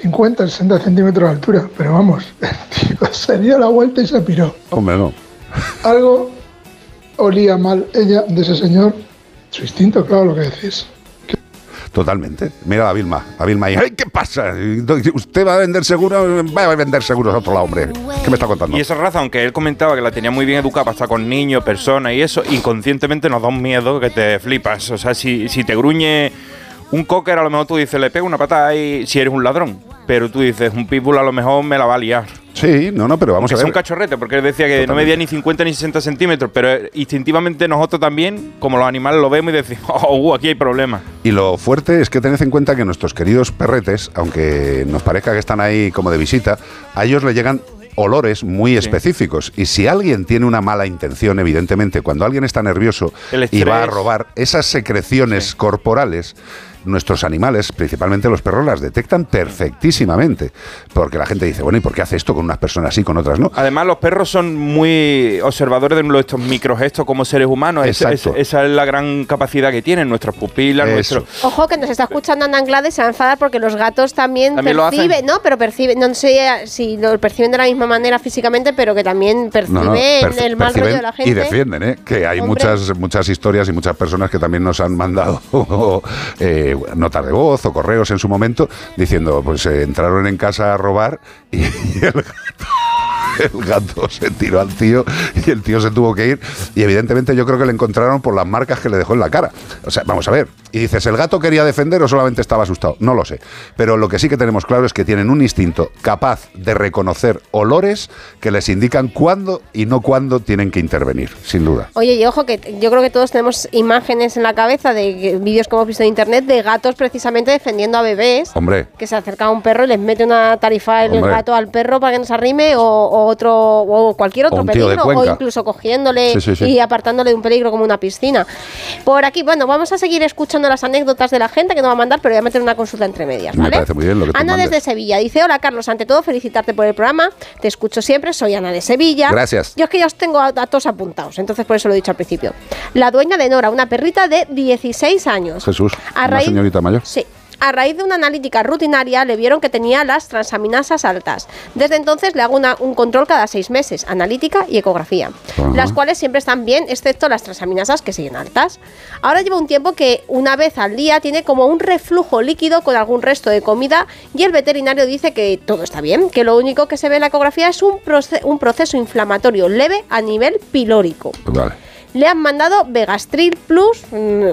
50, 60 centímetros de altura, pero vamos, el tío se dio la vuelta y se piró.
Hombre, no.
Algo olía mal ella de ese señor, su instinto, claro, lo que decís.
Totalmente. Mira a Vilma y ¡ay, qué pasa! ¿Usted va a vender seguros? Va a vender seguros a otro lado, hombre. ¿Qué me está contando?
Y esa raza, aunque él comentaba que la tenía muy bien educada para estar con niños, personas y eso, inconscientemente nos da un miedo que te flipas. O sea, si te gruñe un cocker, a lo mejor tú dices, le pego una patada y si eres un ladrón. Pero tú dices, un pitbull a lo mejor me la va a liar.
Sí, no, pero vamos a ver.
Es un cachorrete, porque él decía que no medía ni 50 ni 60 centímetros, pero instintivamente nosotros también, como los animales, lo vemos y decimos, aquí hay problemas.
Y lo fuerte es que tened en cuenta que nuestros queridos perretes, aunque nos parezca que están ahí como de visita, a ellos le llegan olores muy específicos. Y si alguien tiene una mala intención, evidentemente, cuando alguien está nervioso y va a robar, esas secreciones corporales, nuestros animales, principalmente los perros, las detectan perfectísimamente. Porque la gente dice, bueno, ¿y por qué hace esto con unas personas sí, con otras no?
Además, los perros son muy observadores de estos microgestos como seres humanos. Esa es la gran capacidad que tienen nuestras pupilas.
Ojo, que nos está escuchando Ana Anglades, se va a enfadar porque los gatos también perciben, ¿no? Pero perciben, no sé si lo perciben de la misma manera físicamente, pero que también perciben el mal rollo de la gente.
Y defienden, que hay muchas historias y muchas personas que también nos han mandado notas de voz o correos en su momento diciendo, pues entraron en casa a robar y el gato se tiró al tío y el tío se tuvo que ir, y evidentemente yo creo que le encontraron por las marcas que le dejó en la cara. O sea, vamos a ver, y dices, ¿el gato quería defender o solamente estaba asustado? No lo sé, pero lo que sí que tenemos claro es que tienen un instinto capaz de reconocer olores que les indican cuándo y no cuándo tienen que intervenir, sin duda.
Oye, y ojo, que yo creo que todos tenemos imágenes en la cabeza de vídeos que hemos visto en internet de gatos precisamente defendiendo a bebés.
Hombre.
Que se acerca a un perro y les mete una tarifa el gato al perro para que no se arrime, o cualquier otro peligro, o incluso cogiéndole y apartándole de un peligro como una piscina. Por aquí, bueno, vamos a seguir escuchando las anécdotas de la gente que nos va a mandar, pero voy a meter una consulta entre medias, ¿vale?
Me parece muy bien lo que tú
Ana
mandes.
desde Sevilla dice, hola Carlos, ante todo felicitarte por el programa, te escucho siempre, soy Ana de Sevilla.
Gracias.
Yo es que ya os tengo a todos apuntados, entonces por eso lo he dicho al principio. La dueña de Nora, una perrita de 16 años.
Jesús, una señorita mayor.
Sí. A raíz de una analítica rutinaria le vieron que tenía las transaminasas altas. Desde entonces le hago un control cada 6 meses, analítica y ecografía, las cuales siempre están bien, excepto las transaminasas que siguen altas. Ahora lleva un tiempo que una vez al día tiene como un reflujo líquido con algún resto de comida y el veterinario dice que todo está bien, que lo único que se ve en la ecografía es un proceso inflamatorio leve a nivel pilórico.
Vale.
Le han mandado Vegastril Plus,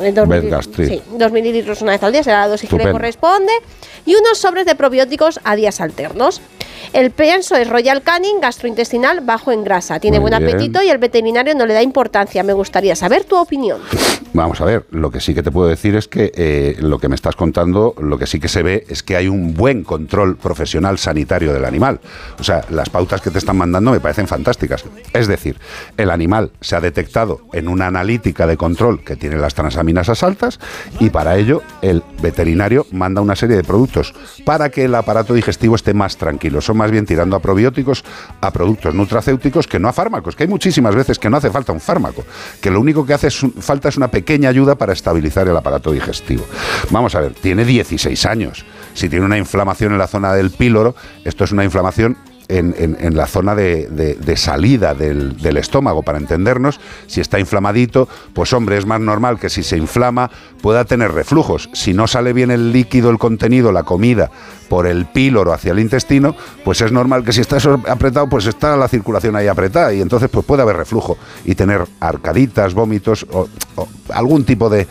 2 mililitros una vez al día, será la dosis que le corresponde, y unos sobres de probióticos a días alternos. El pienso es Royal Canin, gastrointestinal, bajo en grasa. Tiene buen apetito y el veterinario no le da importancia. Me gustaría saber tu opinión.
Vamos a ver, lo que sí que te puedo decir es que lo que me estás contando, lo que sí que se ve es que hay un buen control profesional sanitario del animal. O sea, las pautas que te están mandando me parecen fantásticas. Es decir, el animal se ha detectado en una analítica de control que tiene las transaminasas altas y para ello el veterinario manda una serie de productos para que el aparato digestivo esté más tranquilo. Son más bien tirando a probióticos, a productos nutracéuticos que no a fármacos, que hay muchísimas veces que no hace falta un fármaco, que lo único que hace falta es una pequeña ayuda para estabilizar el aparato digestivo. Vamos a ver, tiene 16 años. Si tiene una inflamación en la zona del píloro, esto es una inflamación en la zona de salida del estómago, para entendernos. Si está inflamadito, pues hombre, es más normal que si se inflama pueda tener reflujos. Si no sale bien el líquido, el contenido, la comida, por el píloro hacia el intestino, pues es normal que si está apretado, pues está la circulación ahí apretada y entonces pues puede haber reflujo y tener arcaditas, vómitos o algún tipo de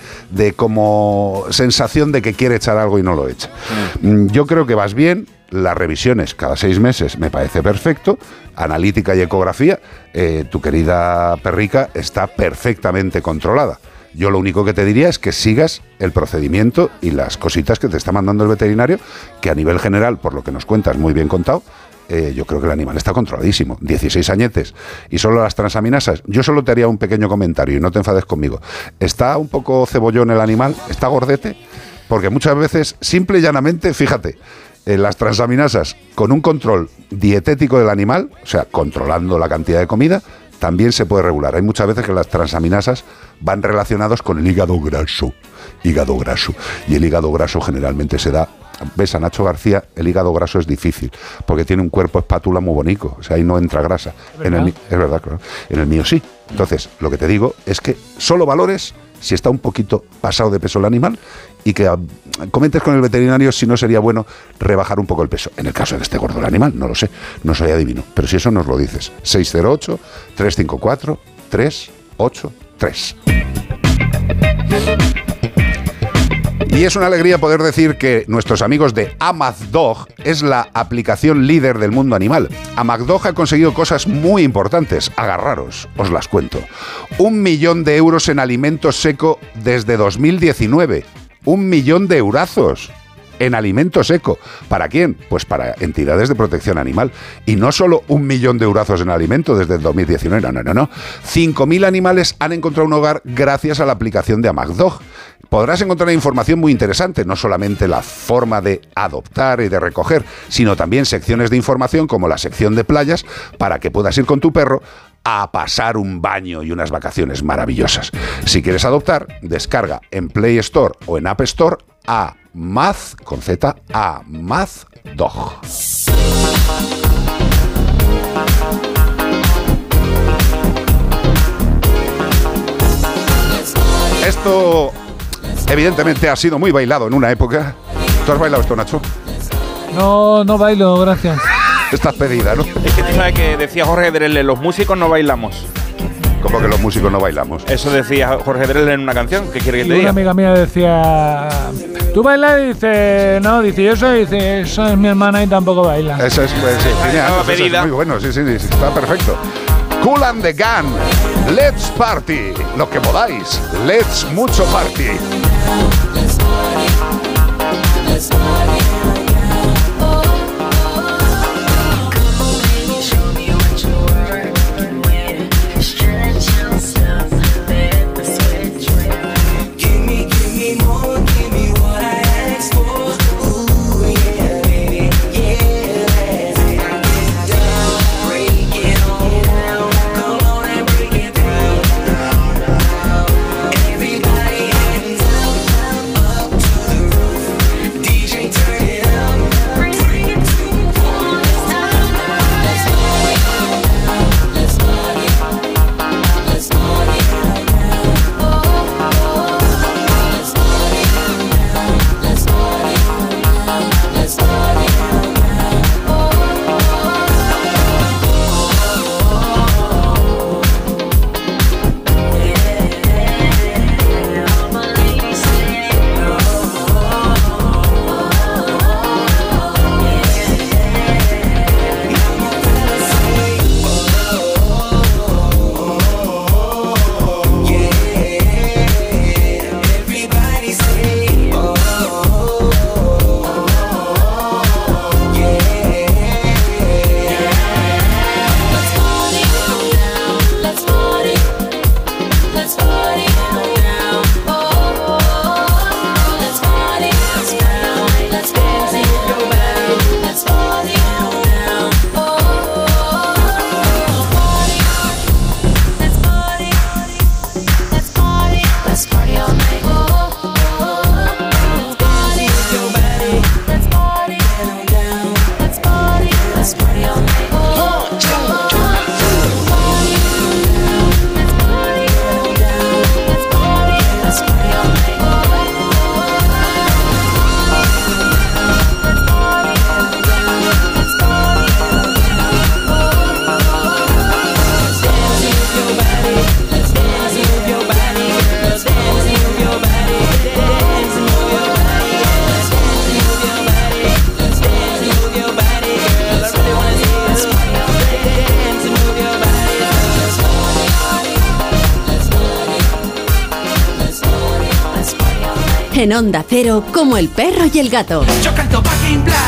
como sensación de que quiere echar algo y no lo echa. Yo creo que vas bien. Las revisiones cada 6 meses me parece perfecto. Analítica y ecografía, tu querida perrica está perfectamente controlada. Yo lo único que te diría es que sigas el procedimiento y las cositas que te está mandando el veterinario, que a nivel general, por lo que nos cuentas, muy bien contado, yo creo que el animal está controladísimo. 16 añetes y solo las transaminasas. Yo solo te haría un pequeño comentario y no te enfades conmigo. ¿Está un poco cebollón el animal? ¿Está gordete? Porque muchas veces, simple y llanamente, fíjate, las transaminasas con un control dietético del animal, o sea, controlando la cantidad de comida, también se puede regular. Hay muchas veces que las transaminasas van relacionados con el hígado graso. Y el hígado graso generalmente se da ves a Nacho García, el hígado graso es difícil, porque tiene un cuerpo espátula muy bonito, o sea, ahí no entra grasa. Es verdad, claro. En el mío sí. Entonces, lo que te digo es que solo valores si está un poquito pasado de peso el animal y que comentes con el veterinario si no sería bueno rebajar un poco el peso. En el caso de que esté gordo el animal, no lo sé, no soy adivino, pero si eso nos lo dices. 608-354-383. Y es una alegría poder decir que nuestros amigos de AmazDog es la aplicación líder del mundo animal. AmazDog ha conseguido cosas muy importantes. Agarraros, os las cuento. 1 millón de euros en alimento seco desde 2019. 1 millón de eurazos en alimento seco. ¿Para quién? Pues para entidades de protección animal. Y no solo 1 millón de eurazos en alimento desde el 2019, no. 5.000 animales han encontrado un hogar gracias a la aplicación de AmazDog. Podrás encontrar información muy interesante, no solamente la forma de adoptar y de recoger, sino también secciones de información como la sección de playas para que puedas ir con tu perro a pasar un baño y unas vacaciones maravillosas. Si quieres adoptar, descarga en Play Store o en App Store AmazDog. Esto evidentemente ha sido muy bailado en una época. ¿Tú has bailado esto, Nacho?
No bailo, gracias.
Estás pedida, ¿no?
Es que tú sabes que decía Jorge Drexler, los músicos no bailamos.
¿Cómo que los músicos no bailamos?
Eso decía Jorge Drexler en una canción. ¿Qué quiere que te diga?
Una amiga mía decía, ¿tú bailas? Y dice, no, dice, yo soy, dice, eso es mi hermana y tampoco baila.
Eso es, pues, sí, eso es muy bueno, sí, está perfecto. Kool and the Gang, let's party, lo que podáis, let's mucho party.
En Onda Cero, como el perro y el gato.
Yo canto Back in Black.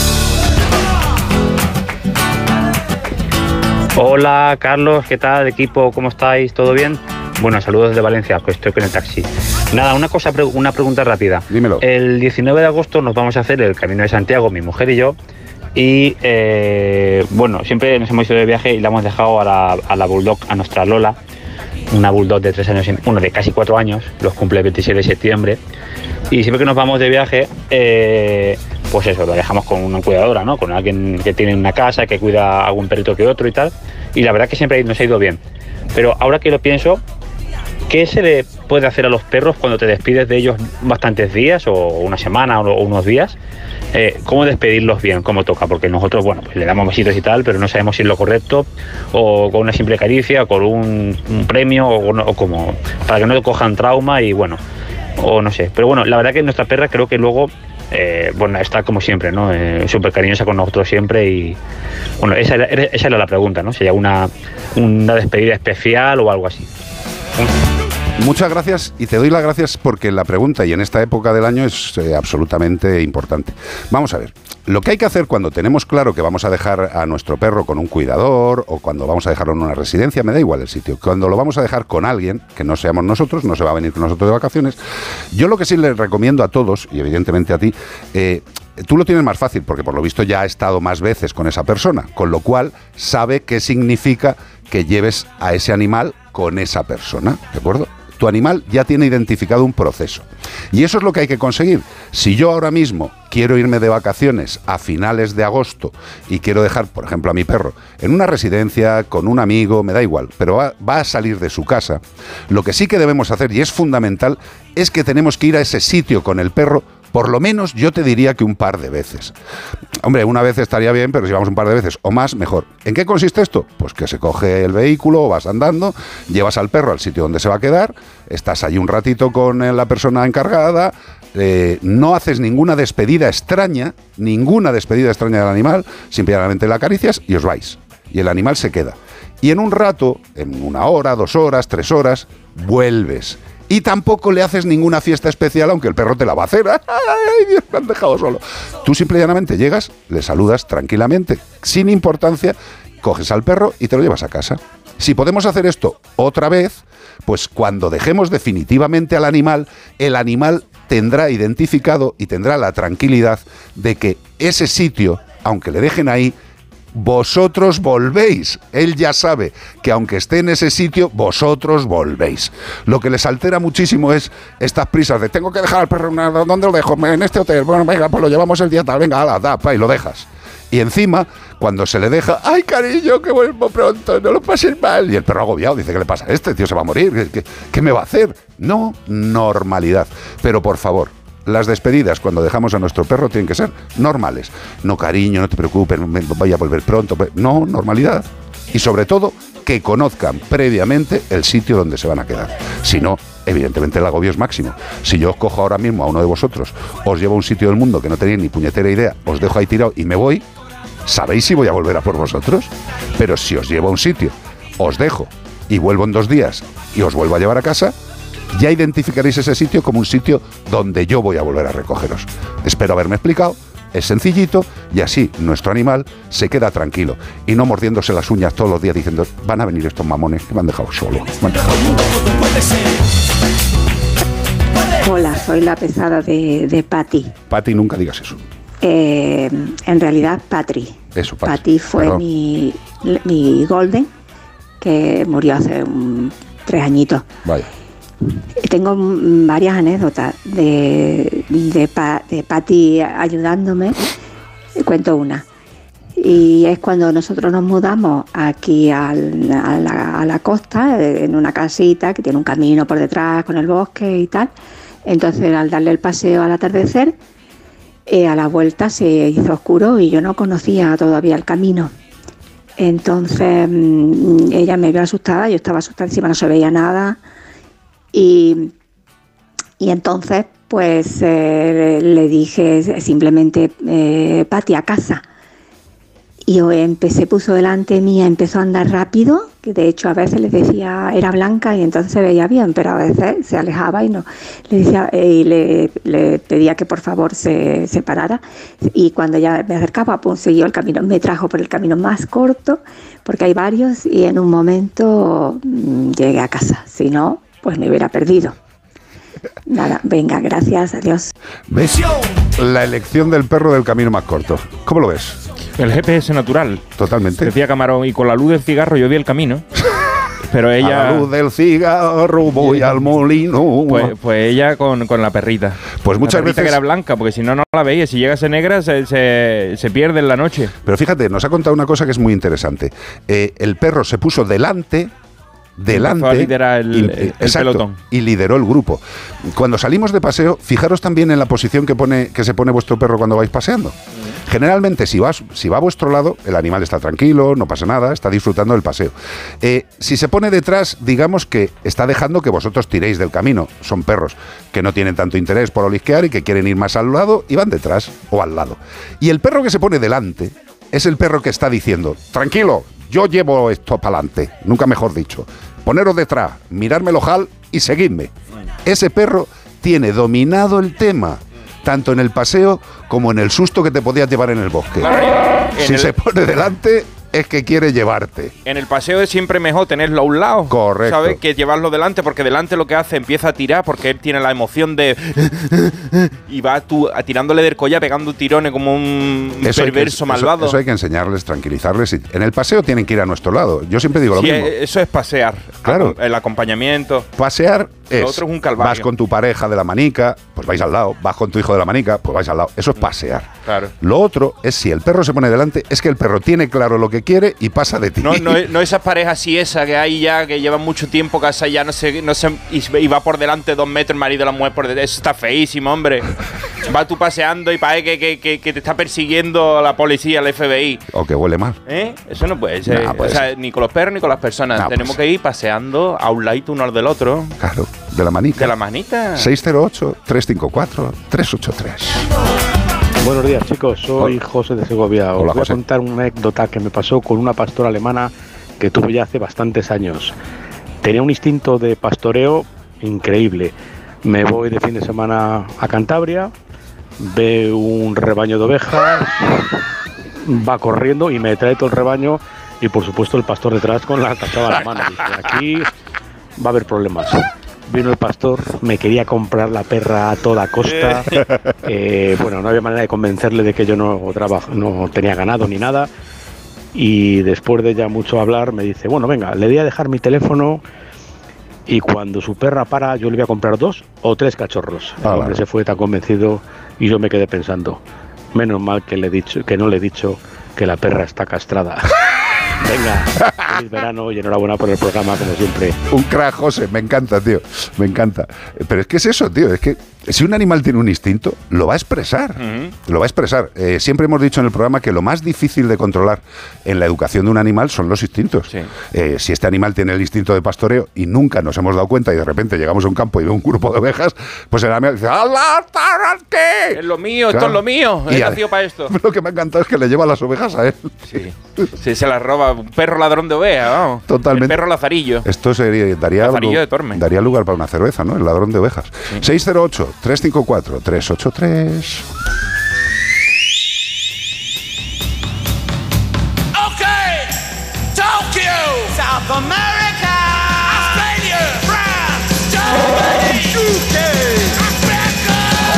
Hola Carlos, ¿qué tal equipo? ¿Cómo estáis? ¿Todo bien? Bueno, saludos desde Valencia, pues estoy con el taxi. Nada, una pregunta rápida.
Dímelo.
El 19 de agosto nos vamos a hacer el Camino de Santiago, mi mujer y yo. Y bueno, siempre nos hemos ido de viaje y la hemos dejado a la Bulldog, a nuestra Lola. Una Bulldog de 3 años, uno de casi 4 años, los cumple el 27 de septiembre. Y siempre que nos vamos de viaje, pues eso, lo dejamos con una cuidadora, ¿no? Con alguien que tiene una casa, que cuida a algún perrito que otro y tal. Y la verdad que siempre nos ha ido bien. Pero ahora que lo pienso, ¿qué se le puede hacer a los perros cuando te despides de ellos bastantes días, o una semana o unos días? ¿Cómo despedirlos bien? ¿Cómo toca? Porque nosotros, bueno, pues le damos besitos y tal, pero no sabemos si es lo correcto, o con una simple caricia, o con un premio, o como, para que no le cojan trauma y bueno, o no sé. Pero bueno, la verdad que nuestra perra creo que luego, bueno, está como siempre, ¿no? Súper cariñosa con nosotros siempre y, bueno, esa era la pregunta, ¿no? Si hay una despedida especial o algo así.
Muchas gracias, y te doy las gracias porque la pregunta, y en esta época del año, es absolutamente importante. Vamos a ver, lo que hay que hacer cuando tenemos claro que vamos a dejar a nuestro perro con un cuidador, o cuando vamos a dejarlo en una residencia, me da igual el sitio, cuando lo vamos a dejar con alguien, que no seamos nosotros, no se va a venir con nosotros de vacaciones, yo lo que sí les recomiendo a todos, y evidentemente a ti, tú lo tienes más fácil, porque por lo visto ya ha estado más veces con esa persona, con lo cual sabe qué significa que lleves a ese animal con esa persona, ¿de acuerdo? Tu animal ya tiene identificado un proceso. Y eso es lo que hay que conseguir. Si yo ahora mismo quiero irme de vacaciones a finales de agosto y quiero dejar, por ejemplo, a mi perro en una residencia, con un amigo, me da igual, pero va a salir de su casa, lo que sí que debemos hacer, y es fundamental, es que tenemos que ir a ese sitio con el perro, por lo menos yo te diría que un par de veces. Hombre, una vez estaría bien, pero si vamos un par de veces o más, mejor. ¿En qué consiste esto? Pues que se coge el vehículo, vas andando, llevas al perro al sitio donde se va a quedar, estás allí un ratito con la persona encargada, no haces ninguna despedida extraña del animal, simplemente le acaricias y os vais. Y el animal se queda. Y en un rato, en 1 hora, 2 horas, 3 horas, vuelves. Y tampoco le haces ninguna fiesta especial, aunque el perro te la va a hacer. ¡Ay, Dios, me han dejado solo! Tú simple y llanamente llegas, le saludas tranquilamente, sin importancia, coges al perro y te lo llevas a casa. Si podemos hacer esto otra vez, pues cuando dejemos definitivamente al animal, el animal tendrá identificado y tendrá la tranquilidad de que ese sitio, aunque le dejen ahí, vosotros volvéis. Él ya sabe que aunque esté en ese sitio, vosotros volvéis. Lo que les altera muchísimo es estas prisas de tengo que dejar al perro, ¿dónde lo dejo? En este hotel. Bueno, venga, pues lo llevamos el día tal, venga, ala, da, pa, y lo dejas. Y encima, cuando se le deja, ¡ay, cariño, que vuelvo pronto, no lo pases mal! Y el perro agobiado dice, ¿qué le pasa a este? Tío, se va a morir, ¿qué me va a hacer? No, normalidad. Pero por favor, las despedidas cuando dejamos a nuestro perro tienen que ser normales. No, cariño, no te preocupes, vaya a volver pronto. No, normalidad. Y sobre todo, que conozcan previamente el sitio donde se van a quedar. Si no, evidentemente el agobio es máximo. Si yo os cojo ahora mismo a uno de vosotros, os llevo a un sitio del mundo que no tenéis ni puñetera idea, os dejo ahí tirado y me voy, ¿sabéis si voy a volver a por vosotros? Pero si os llevo a un sitio, os dejo y vuelvo en 2 días y os vuelvo a llevar a casa, ya identificaréis ese sitio como un sitio donde yo voy a volver a recogeros. Espero haberme explicado. Es sencillito y así nuestro animal se queda tranquilo y no mordiéndose las uñas todos los días diciendo van a venir estos mamones que me han dejado solo.
Hola, soy la pesada de Patty.
Patty, nunca digas eso.
En realidad, Patri.
Eso,
Patty fue mi Golden, que murió hace 3 añitos.
Vaya.
Tengo varias anécdotas de Patty ayudándome. Cuento una. Y es cuando nosotros nos mudamos aquí a la costa, en una casita que tiene un camino por detrás con el bosque y tal. Entonces, al darle el paseo al atardecer, a la vuelta se hizo oscuro y yo no conocía todavía el camino. Entonces, ella me vio asustada, yo estaba asustada, encima no se veía nada. Y entonces, pues, le dije simplemente, Patty, a casa. Y yo puso delante mía, empezó a andar rápido, que de hecho a veces le decía, era blanca y entonces se veía bien, pero a veces se alejaba y no. Le decía, y le pedía que por favor se parara. Y cuando ya me acercaba, pues siguió el camino, me trajo por el camino más corto, porque hay varios, y en un momento llegué a casa. Si no, pues me hubiera perdido. Nada, venga, gracias, adiós.
¿Ves? La elección del perro del camino más corto. ¿Cómo lo ves?
El GPS natural.
Totalmente.
Decía Camarón, y con la luz del cigarro yo vi el camino. Pero ella...
A la luz del cigarro voy al molino.
Pues ella con la perrita.
Pues muchas
la perrita
veces...
que era blanca, porque si no, no la veía. Si llegase negra, se pierde en la noche.
Pero fíjate, nos ha contado una cosa que es muy interesante. El perro se puso delante
Empezó a liderar el pelotón.
Y lideró el grupo. Cuando salimos de paseo, fijaros también en la posición que se pone vuestro perro cuando vais paseando. Generalmente, si va a vuestro lado, el animal está tranquilo, no pasa nada, está disfrutando del paseo. Si se pone detrás, digamos que está dejando que vosotros tiréis del camino. Son perros que no tienen tanto interés por olisquear y que quieren ir más al lado y van detrás o al lado. Y el perro que se pone delante es el perro que está diciendo, tranquilo, yo llevo esto para adelante, nunca mejor dicho. Poneros detrás, mirarme el ojal y seguidme. Ese perro tiene dominado el tema, tanto en el paseo como en el susto que te podías llevar en el bosque. Si se pone delante, es que quiere llevarte.
En el paseo es siempre mejor tenerlo a un lado.
Correcto.
¿Sabes? Que llevarlo delante, porque delante lo que hace, empieza a tirar, porque él tiene la emoción de... y va tú tirándole del collar, pegando tirones como un perverso malvado.
Eso hay que enseñarles, tranquilizarles. En el paseo tienen que ir a nuestro lado. Yo siempre digo lo mismo.
Eso es pasear.
Claro.
El acompañamiento.
Pasear
Lo otro es un calvario.
Vas con tu pareja de la manica, pues vais al lado. Vas con tu hijo de la manica, pues vais al lado. Eso es pasear.
Claro.
Lo otro es, si el perro se pone delante, es que el perro tiene claro lo que quiere y pasa de ti.
No esas parejas así que hay ya, que llevan mucho tiempo casa ya y va por delante 2 metros el marido y la mujer por detrás. Eso está feísimo, hombre. Va tú paseando y parece que te está persiguiendo la policía, el FBI.
O que huele mal.
Eso no puede ser. O sea, ni con los perros ni con las personas. Tenemos que ir paseando a un ladito uno al del otro.
Claro, de la manita.
De la manita.
608-354-383.
Buenos días, chicos. Soy José de Segovia. Os voy a contar una anécdota que me pasó con una pastora alemana que tuve ya hace bastantes años. Tenía un instinto de pastoreo increíble. Me voy de fin de semana a Cantabria, veo un rebaño de ovejas, va corriendo y me trae todo el rebaño y por supuesto el pastor detrás con la cachava en la mano. Dice, aquí va a haber problemas. Vino el pastor, me quería comprar la perra a toda costa. Bueno, no había manera de convencerle de que yo no tenía ganado ni nada. Y después de ya mucho hablar, me dice, bueno, venga, le voy a dejar mi teléfono y cuando su perra para, yo le voy a comprar 2 o 3 cachorros. El hombre se fue tan convencido y yo me quedé pensando, menos mal que no le he dicho que la perra está castrada. Venga, feliz verano y enhorabuena por el programa, como siempre.
Un crack, José, me encanta, tío, me encanta. Pero es que es eso, tío, es que si un animal tiene un instinto, lo va a expresar, lo va a expresar. Siempre hemos dicho en el programa que lo más difícil de controlar en la educación de un animal son los instintos. Sí. Si este animal tiene el instinto de pastoreo y nunca nos hemos dado cuenta y de repente llegamos a un campo y ve un grupo de ovejas, pues el animal dice, ¿qué?
Es lo mío, claro. Esto es lo mío, he nacido para esto.
Lo que me ha encantado es que le lleva las ovejas a él.
Sí, se las roba, un perro ladrón de ovejas, vamos.
Totalmente.
El perro lazarillo.
Esto daría lugar para una cerveza, ¿no? El ladrón de ovejas. Sí. 608-354-383.
South America, Australia, France, Germany, UK, Africa.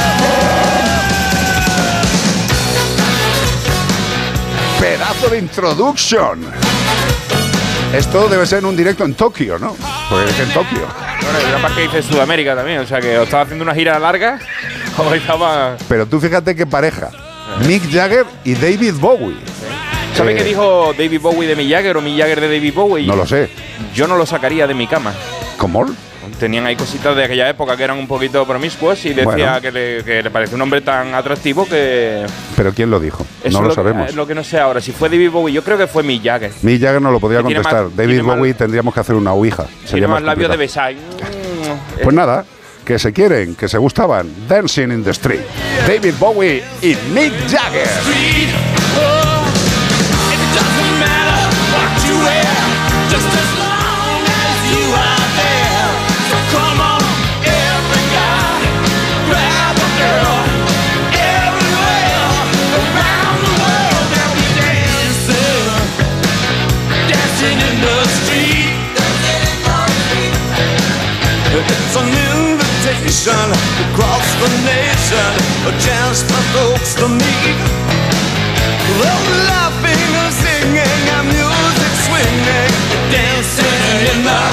Pedazo de introduction. Esto debe ser en un directo en Tokio, ¿no? Porque es en Tokio.
Bueno, hay una parte que dice Sudamérica también, o sea que estaba haciendo una gira larga o estaba...
Pero tú fíjate qué pareja. Mick Jagger y David Bowie.
¿Sabe qué dijo David Bowie de Mick Jagger o Mick Jagger de David Bowie?
No lo sé.
Yo no lo sacaría de mi cama.
¿Cómo?
Tenían ahí cositas de aquella época que eran un poquito promiscuos y decía que le parecía un hombre tan atractivo que...
¿Pero quién lo dijo?
Eso
no lo sabemos.
Es lo que no sé ahora. Si fue David Bowie, yo creo que fue Mick Jagger.
Mick Jagger no lo podía contestar. David Bowie tendríamos que hacer una ouija.
Tiene más labios de besar.
Pues nada, que se quieren, que se gustaban. Dancing in the Street. David Bowie y Mick Jagger.
It's an invitation across the nation, a chance for folks to meet. Laughing and singing and music swinging, dancing in the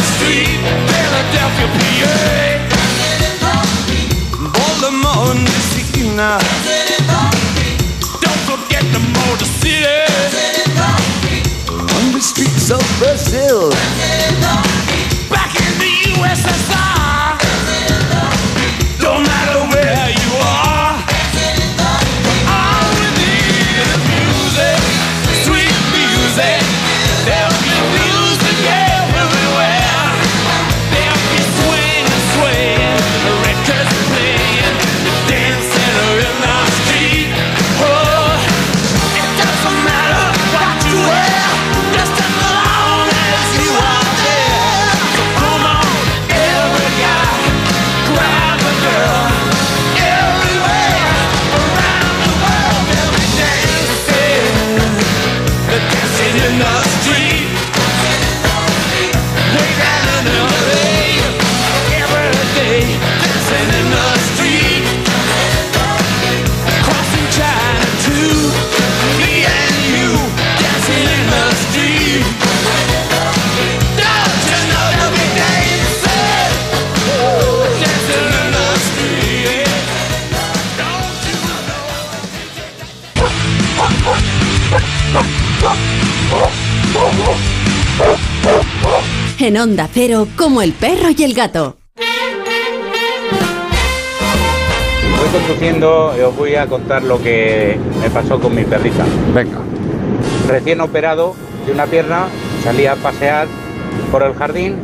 now. Don't forget the Motor City. On the streets of Brazil. Back in the USSR. Don't matter where you are. All we need is music, sweet music. There'll be music everywhere. There'll be swing and swaying, records playing, dancing in the street. Oh, it doesn't matter what you wear, just as long as you are there. So come on, every guy, grab a girl. Everywhere around the world, they'll be dancing. They're dancing in the street. Way down in LA, every day, dancing in the street. Crossing China too, me and you, dancing in the street. Don't you know they'll be dancing, dancing in the street.
En Onda Cero, como el perro y el gato.
Voy conduciendo y os voy a contar lo que me pasó con mi perrita.
Venga.
Recién operado de una pierna, salí a pasear por el jardín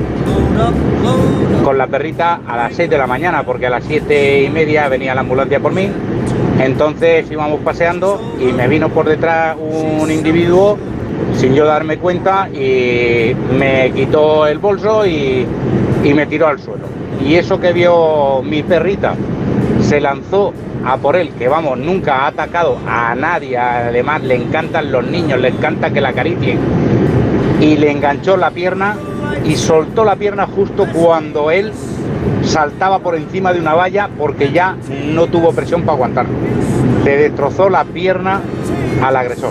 con la perrita a las 6 de la mañana, porque a las 7:30 venía la ambulancia por mí. Entonces íbamos paseando y me vino por detrás un individuo sin yo darme cuenta y me quitó el bolso y me tiró al suelo. Y eso que vio mi perrita, se lanzó a por él, que vamos, nunca ha atacado a nadie, además le encantan los niños, le encanta que la acaricien, y le enganchó la pierna y soltó la pierna justo cuando él saltaba por encima de una valla porque ya no tuvo presión para aguantarlo. Le destrozó la pierna al agresor.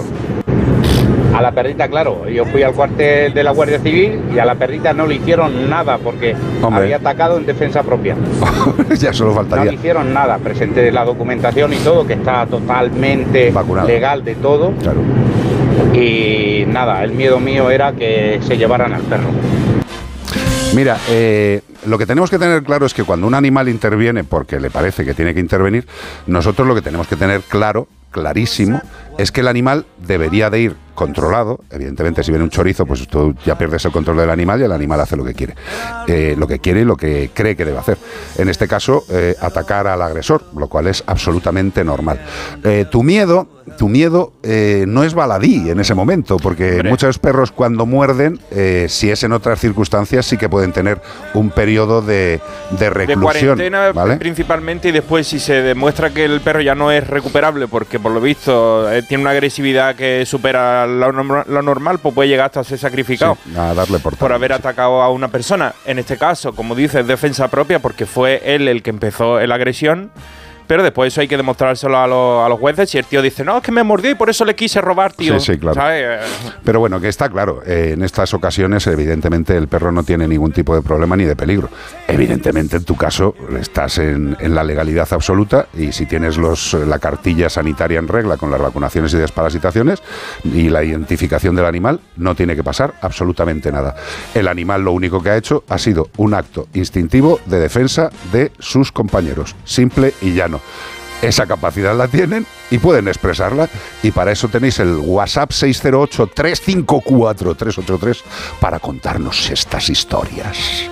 A la perrita, claro, yo fui al cuartel de la Guardia Civil y a la perrita no le hicieron nada porque había atacado en defensa propia.
Ya solo faltaría.
No le hicieron nada, presenté la documentación y todo, que está totalmente vacunado, legal de todo.
Claro.
Y nada, el miedo mío era que se llevaran al perro.
Mira, lo que tenemos que tener claro es que cuando un animal interviene porque le parece que tiene que intervenir, nosotros lo que tenemos que tener clarísimo, es que el animal debería de ir controlado. Evidentemente, si viene un chorizo, pues tú ya pierdes el control del animal y el animal hace lo que quiere y lo que cree que debe hacer. En este caso, atacar al agresor, lo cual es absolutamente normal. Tu miedo no es baladí en ese momento, porque muchos perros cuando muerden, si es en otras circunstancias, sí que pueden tener un periodo de reclusión.
De cuarentena, ¿vale? Principalmente, y después si se demuestra que el perro ya no es recuperable, porque por lo visto tiene una agresividad que supera lo normal, pues puede llegar hasta ser sacrificado,
sí, a darle
por haber atacado a una persona. En este caso, como dices, defensa propia, porque fue él el que empezó la agresión. Pero después eso hay que demostrárselo a los jueces. Si el tío dice, no, es que me mordió y por eso le quise robar, tío.
Sí, claro.
¿Sabes?
Pero bueno, que está claro, en estas ocasiones, evidentemente, el perro no tiene ningún tipo de problema ni de peligro. Evidentemente, en tu caso, estás en la legalidad absoluta y si tienes la cartilla sanitaria en regla con las vacunaciones y desparasitaciones y la identificación del animal, no tiene que pasar absolutamente nada. El animal lo único que ha hecho ha sido un acto instintivo de defensa de sus compañeros. Simple y llano. Esa capacidad la tienen y pueden expresarla, y para eso tenéis el WhatsApp 608-354-383 para contarnos estas historias.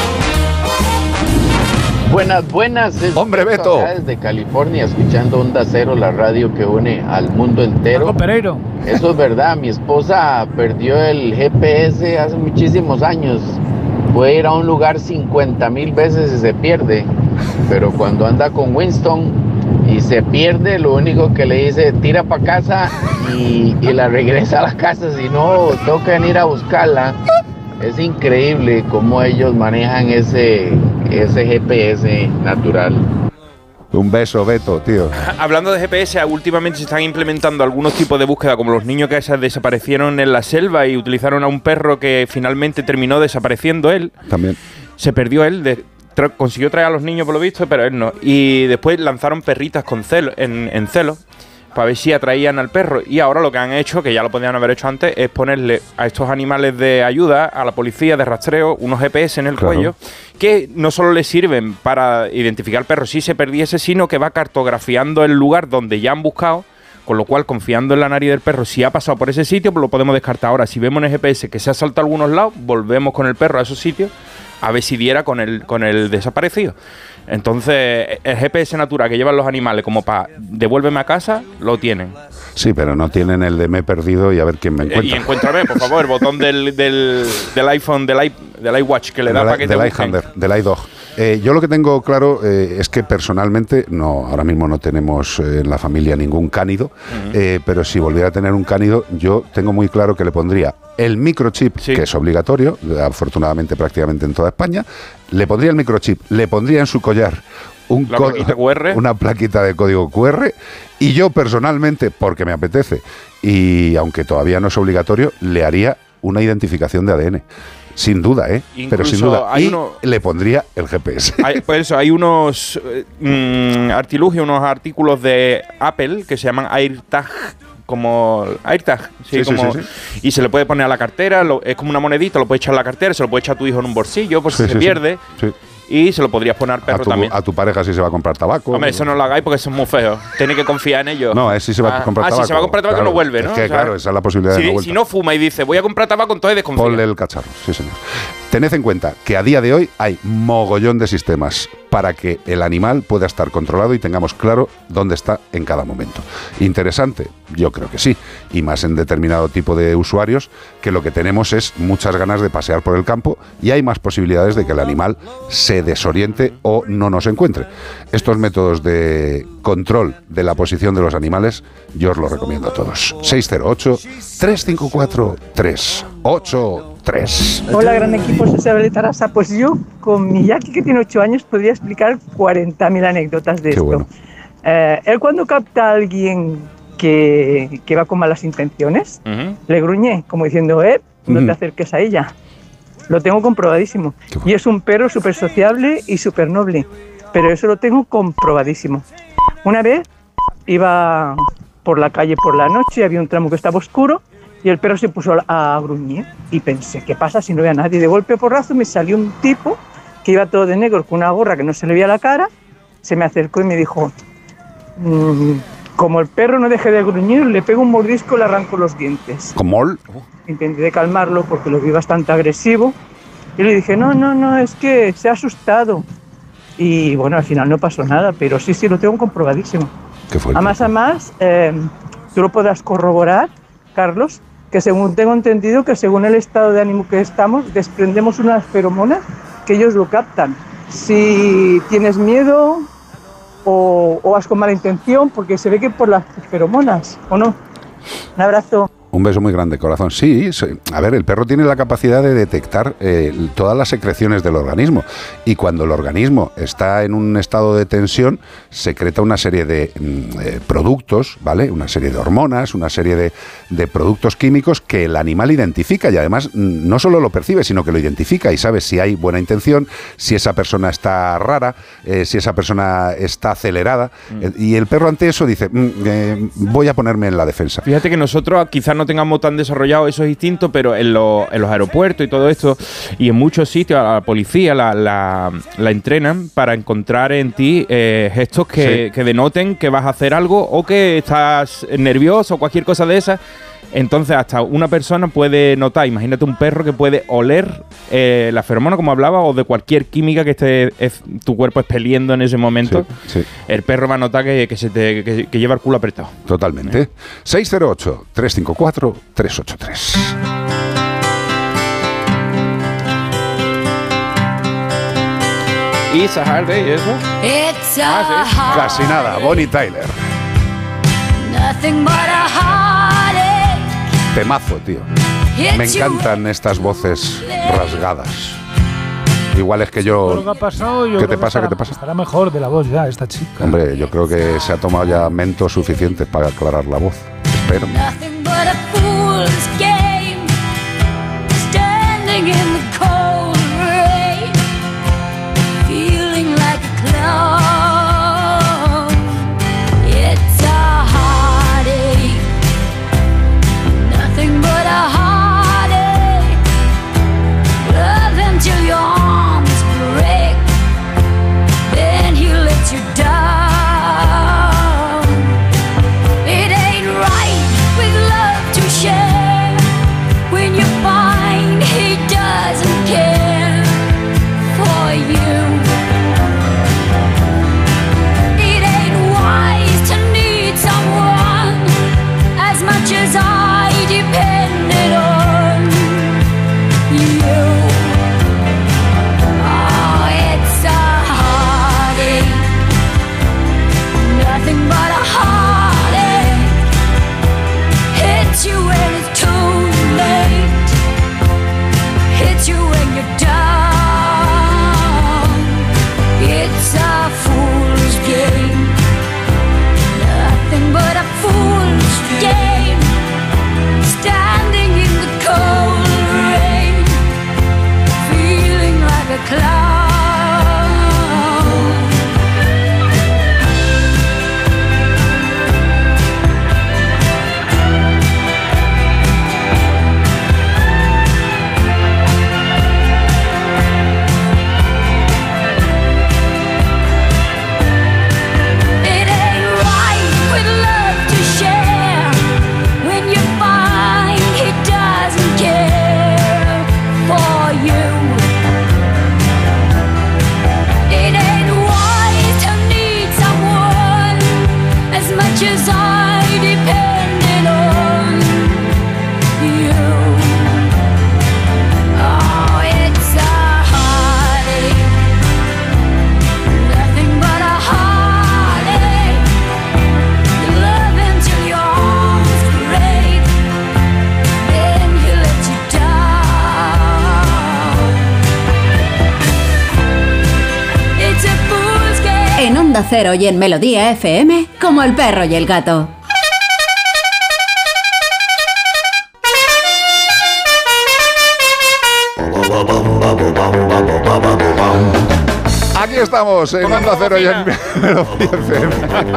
Buenas.
Hombre, Beto.
Desde California, escuchando Onda Cero, la radio que une al mundo entero. Eso es verdad, mi esposa perdió el GPS hace muchísimos años. Puede ir a un lugar 50,000 veces y se pierde, pero cuando anda con Winston y se pierde, lo único que le dice, tira para casa y la regresa a la casa, si no, tocan ir a buscarla. Es increíble cómo ellos manejan ese GPS natural.
Un beso, Beto, tío.
Hablando de GPS, últimamente se están implementando algunos tipos de búsqueda, como los niños que desaparecieron en la selva y utilizaron a un perro que finalmente terminó desapareciendo él.
También.
Se perdió él. consiguió traer a los niños por lo visto, pero él no. Y después lanzaron perritas con celo, en celo, para ver si atraían al perro. Y ahora lo que han hecho, que ya lo podían haber hecho antes, es ponerle a estos animales de ayuda, a la policía de rastreo, unos GPS en el cuello, que no solo les sirven para identificar al perro si se perdiese, sino que va cartografiando el lugar donde ya han buscado, con lo cual, confiando en la nariz del perro, si ha pasado por ese sitio, pues lo podemos descartar. Ahora, si vemos en el GPS que se ha saltado a algunos lados, volvemos con el perro a esos sitios a ver si diera con el desaparecido. Entonces, el GPS natural que llevan los animales como para devuélveme a casa, lo tienen.
Sí, pero no tienen el de me he perdido y a ver quién me encuentra.
Y encuéntrame, por favor, el botón del iPhone, del iWatch que le da para que te busquen.
Del iDog. Yo lo que tengo claro es que personalmente, ahora mismo no tenemos en la familia ningún cánido, pero si volviera a tener un cánido, yo tengo muy claro que le pondría el microchip, que es obligatorio, afortunadamente prácticamente en toda España, le pondría el microchip, le pondría en su collar una plaquita de código QR, y yo personalmente, porque me apetece, y aunque todavía no es obligatorio, le haría una identificación de ADN. Sin duda, pero sin duda. Le pondría el GPS.
Hay unos artilugios, unos artículos de Apple que se llaman AirTag, como AirTag, sí. Y se le puede poner a la cartera, es como una monedita, lo puedes echar a la cartera, se lo puede echar a tu hijo en un bolsillo, por si se pierde. Sí. Y se lo podrías poner al perro también.
A tu pareja si se va a comprar tabaco.
Hombre, eso no lo hagáis porque son muy feos. Tenéis que confiar en ellos.
No, es si se va a comprar tabaco.
Si se va a comprar tabaco, claro, no vuelve, ¿no?
Es que, claro, esa es la posibilidad de no vuelta.
Si no fuma y dice, voy a comprar tabaco, entonces desconfía.
Ponle el cacharro, sí señor. Tened en cuenta que a día de hoy hay mogollón de sistemas para que el animal pueda estar controlado y tengamos claro dónde está en cada momento. ¿Interesante? Yo creo que sí. Y más en determinado tipo de usuarios, que lo que tenemos es muchas ganas de pasear por el campo y hay más posibilidades de que el animal se desoriente o no nos encuentre. Estos métodos de control de la posición de los animales yo os los recomiendo a todos. 608-354-383.
Hola, gran equipo, soy Isabel de Tarrasa. Pues yo, con mi Jackie, que tiene 8 años, podría explicar 40.000 anécdotas de esto. Bueno. Él cuando capta a alguien que va con malas intenciones, le gruñe, como diciendo, no te acerques a ella. Lo tengo comprobadísimo. Bueno. Y es un perro súper sociable y súper noble, pero eso lo tengo comprobadísimo. Una vez iba por la calle por la noche, había un tramo que estaba oscuro, y el perro se puso a gruñir y pensé, ¿qué pasa si no ve a nadie? De golpe porrazo me salió un tipo que iba todo de negro con una gorra que no se le veía la cara, se me acercó y me dijo, como el perro no deje de gruñir, le pego un mordisco y le arranco los dientes.
¿Cómo?
Intenté calmarlo porque lo vi bastante agresivo y le dije, no, es que se ha asustado. Y bueno, al final no pasó nada, pero sí, lo tengo comprobadísimo.
¿Qué fue?
Además, tú lo podrás corroborar, Carlos, que según tengo entendido, que según el estado de ánimo que estamos, desprendemos unas feromonas que ellos lo captan. Si tienes miedo o vas con mala intención, porque se ve que por las feromonas, ¿o no? Un abrazo.
Un beso muy grande, corazón. Sí, a ver, el perro tiene la capacidad de detectar todas las secreciones del organismo, y cuando el organismo está en un estado de tensión, secreta una serie de productos, ¿vale? Una serie de hormonas, una serie de productos químicos que el animal identifica, y además no solo lo percibe, sino que lo identifica y sabe si hay buena intención, si esa persona está rara, si esa persona está acelerada, y el perro ante eso dice, voy a ponerme en la defensa.
Fíjate que nosotros quizás no tengamos tan desarrollado esos instintos, pero en los aeropuertos y todo esto, y en muchos sitios a la policía la entrenan para encontrar en ti gestos que denoten que vas a hacer algo o que estás nervioso o cualquier cosa de esa. Entonces hasta una persona puede notar, imagínate un perro que puede oler la feromona, como hablaba, o de cualquier química que tu cuerpo expeliendo en ese momento. Sí. El perro va a notar que lleva el culo apretado.
Totalmente. 608-354-383.
¿Y Sahar de eso?
Sí. Casi nada, Bonnie Tyler. Temazo, tío. Me encantan estas voces rasgadas. Igual es que yo...
Lo que ha pasado,
¿Qué te pasa? ¿Qué te pasa?
Estará mejor de la voz ya esta chica.
Hombre, yo creo que se ha tomado ya mentos suficientes para aclarar la voz. Espero.
Onda Cero y en Melodía FM como El Perro y el Gato.
Aquí estamos en Onda Cero y en Melodía FM.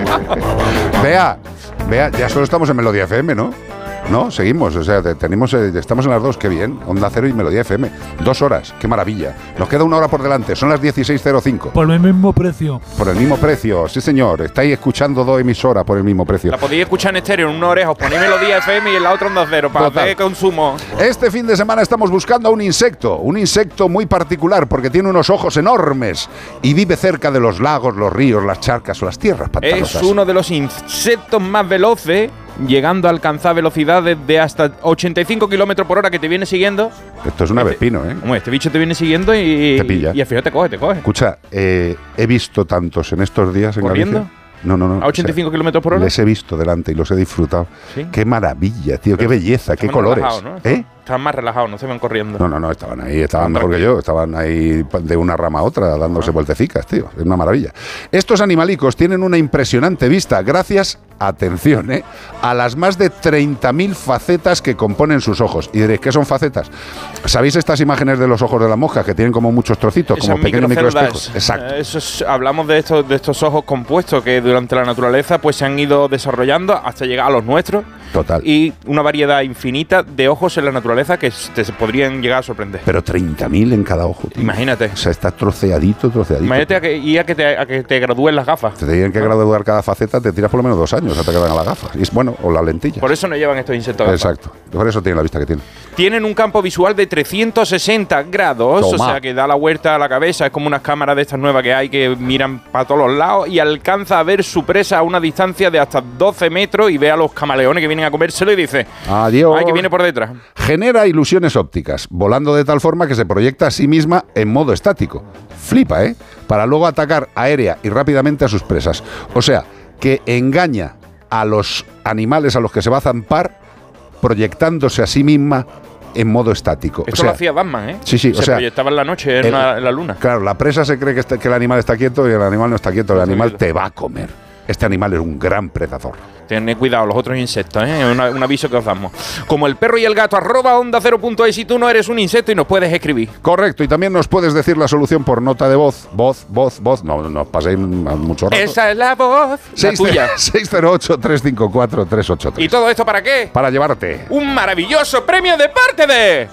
Vea, ya solo estamos en Melodía FM, ¿no? No, seguimos, o sea, estamos en las dos, qué bien, Onda Cero y Melodía FM, 2 horas, qué maravilla. Nos queda 1 hora por delante, son las 16:05.
Por el mismo precio.
Por el mismo precio, sí señor, estáis escuchando 2 emisoras por el mismo precio.
La podéis escuchar en estéreo, en una oreja, os ponéis Melodía FM y en la otra Onda Cero, para hacer consumo.
Este fin de semana estamos buscando a un insecto muy particular, porque tiene unos ojos enormes y vive cerca de los lagos, los ríos, las charcas o las tierras pantanosas.
Es uno de los insectos más veloces, llegando a alcanzar velocidades de hasta 85 kilómetros por hora, que te viene siguiendo.
Esto es un avespino, ¿eh?
Este bicho te viene siguiendo y
te pilla.
Y al final te coge.
Escucha, he visto tantos en estos días en
¿corriendo?
Galicia. No.
¿A 85 kilómetros por hora?
Les he visto delante y los he disfrutado. ¿Sí? Qué maravilla, tío, qué belleza, qué colores.
¿No? Estaban más relajados, no se ven corriendo.
No, estaban ahí, estaban mejor que yo. Estaban ahí de una rama a otra, dándose vueltecicas, tío. Es una maravilla. Estos animalicos tienen una impresionante vista, gracias, atención, a las más de 30.000 facetas que componen sus ojos. Y diréis, ¿qué son facetas? ¿Sabéis estas imágenes de los ojos de las moscas que tienen como muchos trocitos, como pequeños microespejos? Exacto.
Hablamos de estos ojos compuestos que durante la naturaleza pues se han ido desarrollando hasta llegar a los nuestros.
Total.
Y una variedad infinita de ojos en la naturaleza que te podrían llegar a sorprender.
Pero 30.000 en cada ojo, tío.
Imagínate.
O sea, está troceadito.
Imagínate a que te gradúen las gafas.
Te tienen que graduar cada faceta, te tiras por lo menos 2 años hasta que dan a las gafas. Y bueno, o las lentillas.
Por eso no llevan estos insectos gafas.
Exacto. Por eso tienen la vista que tienen.
Tienen un campo visual de 360 grados.
Toma.
O sea, que da la vuelta a la cabeza. Es como unas cámaras de estas nuevas que hay que miran para todos los lados y alcanza a ver su presa a una distancia de hasta 12 metros y ve a los camaleones que vienen a comérselo y dice:
adiós.
Ay, que viene por detrás.
Genera ilusiones ópticas, volando de tal forma que se proyecta a sí misma en modo estático. Flipa, ¿eh? Para luego atacar aérea y rápidamente a sus presas. O sea, que engaña a los animales a los que se va a zampar proyectándose a sí misma en modo estático.
Esto lo hacía Batman, ¿eh?
Sí,
se proyectaba en la noche, en la luna.
Claro, la presa se cree que el animal está quieto y el animal no está quieto. El animal te va a comer. Este animal es un gran predador.
Tened cuidado, los otros insectos, ¿eh? Un aviso que os damos. Como El Perro y el Gato, @onda0.es si tú no eres un insecto y nos puedes escribir.
Correcto, y también nos puedes decir la solución por nota de voz. Voz. No os paséis mucho rato.
Esa es la voz, la tuya.
608-354-383.
¿Y todo esto para qué?
Para llevarte
un maravilloso premio de parte de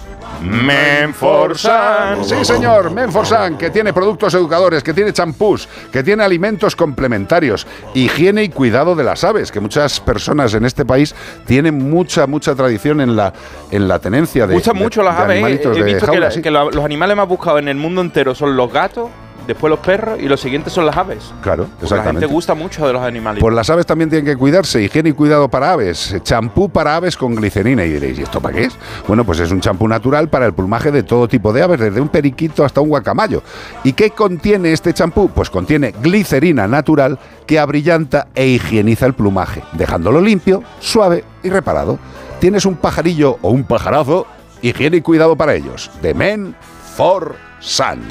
Menforsan.
Sí, señor, Menforsan, que tiene productos educadores, que tiene champús, que tiene alimentos complementarios, higiene y cuidado de las aves, que muchas personas en este país tienen mucha tradición en la tenencia de
gustan mucho las aves. He visto
jaula,
que los animales más buscados en el mundo entero son los gatos, después los perros y los siguientes son las aves.
Claro, exactamente.
La gente gusta mucho de los animales.
Pues las aves también tienen que cuidarse, higiene y cuidado para aves, champú para aves con glicerina. Y diréis, ¿y esto para qué es? Bueno, pues es un champú natural para el plumaje de todo tipo de aves, desde un periquito hasta un guacamayo. ¿Y qué contiene este champú? Pues contiene glicerina natural que abrillanta e higieniza el plumaje, dejándolo limpio, suave y reparado. ¿Tienes un pajarillo o un pajarazo? Higiene y cuidado para ellos. De Menforsan.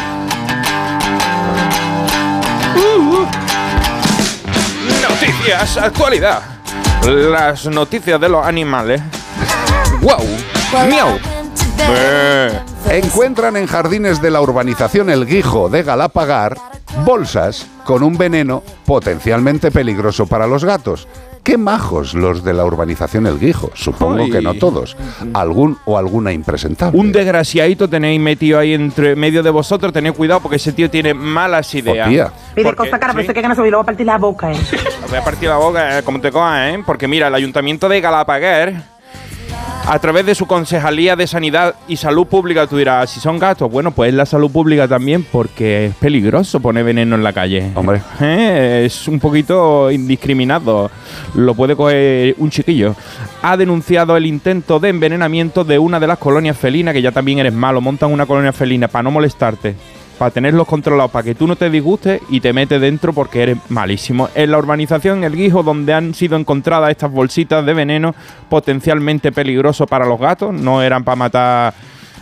Noticias, actualidad. Las noticias de los animales. ¡Wow! ¡Miau!
Encuentran en jardines de la urbanización El Guijo de Galapagar bolsas con un veneno potencialmente peligroso para los gatos. ¡Qué majos los de la urbanización El Guijo! Supongo que no todos. Algún o alguna impresentable.
Un desgraciadito tenéis metido ahí entre medio de vosotros. Tened cuidado porque ese tío tiene malas ideas.
Pide costa cara, pero sé que no se lo voy a partir la boca,
Voy a partir la boca, como te cojas, Porque mira, el Ayuntamiento de Galapagar, a través de su Concejalía de Sanidad y Salud Pública, tú dirás, si son gatos, bueno, pues es la salud pública también, porque es peligroso poner veneno en la calle.
Hombre.
Es un poquito indiscriminado. Lo puede coger un chiquillo. Ha denunciado el intento de envenenamiento de una de las colonias felinas, que ya también eres malo. Montan una colonia felina para no molestarte, para tenerlos controlados, para que tú no te disgustes y te metes dentro porque eres malísimo. En la urbanización El Guijo, donde han sido encontradas estas bolsitas de veneno potencialmente peligroso para los gatos, no eran para matar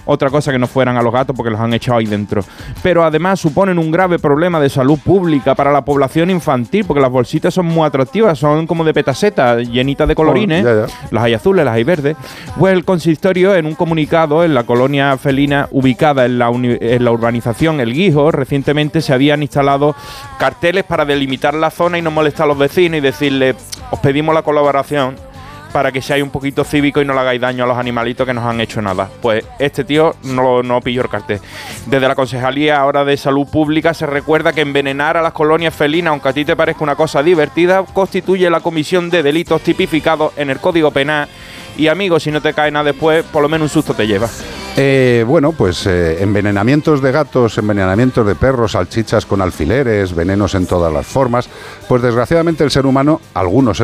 otra cosa que no fueran a los gatos porque los han echado ahí dentro. Pero además suponen un grave problema de salud pública para la población infantil, porque las bolsitas son muy atractivas, son como de petaseta, llenitas de colorines, las hay azules, las hay verdes. Pues el consistorio, en un comunicado, en la colonia felina ubicada en la urbanización El Guijo, recientemente se habían instalado carteles para delimitar la zona y no molestar a los vecinos y decirle, os pedimos la colaboración para que seáis un poquito cívico y no le hagáis daño a los animalitos que nos han hecho nada. Pues este tío no pilló el cartel. Desde la Concejalía ahora de Salud Pública se recuerda que envenenar a las colonias felinas, aunque a ti te parezca una cosa divertida, constituye la comisión de delitos tipificados en el Código Penal. Y amigos, si no te cae nada después, por lo menos un susto te lleva.
Bueno, pues envenenamientos de gatos, envenenamientos de perros, salchichas con alfileres, venenos en todas las formas. Pues desgraciadamente el ser humano, algunos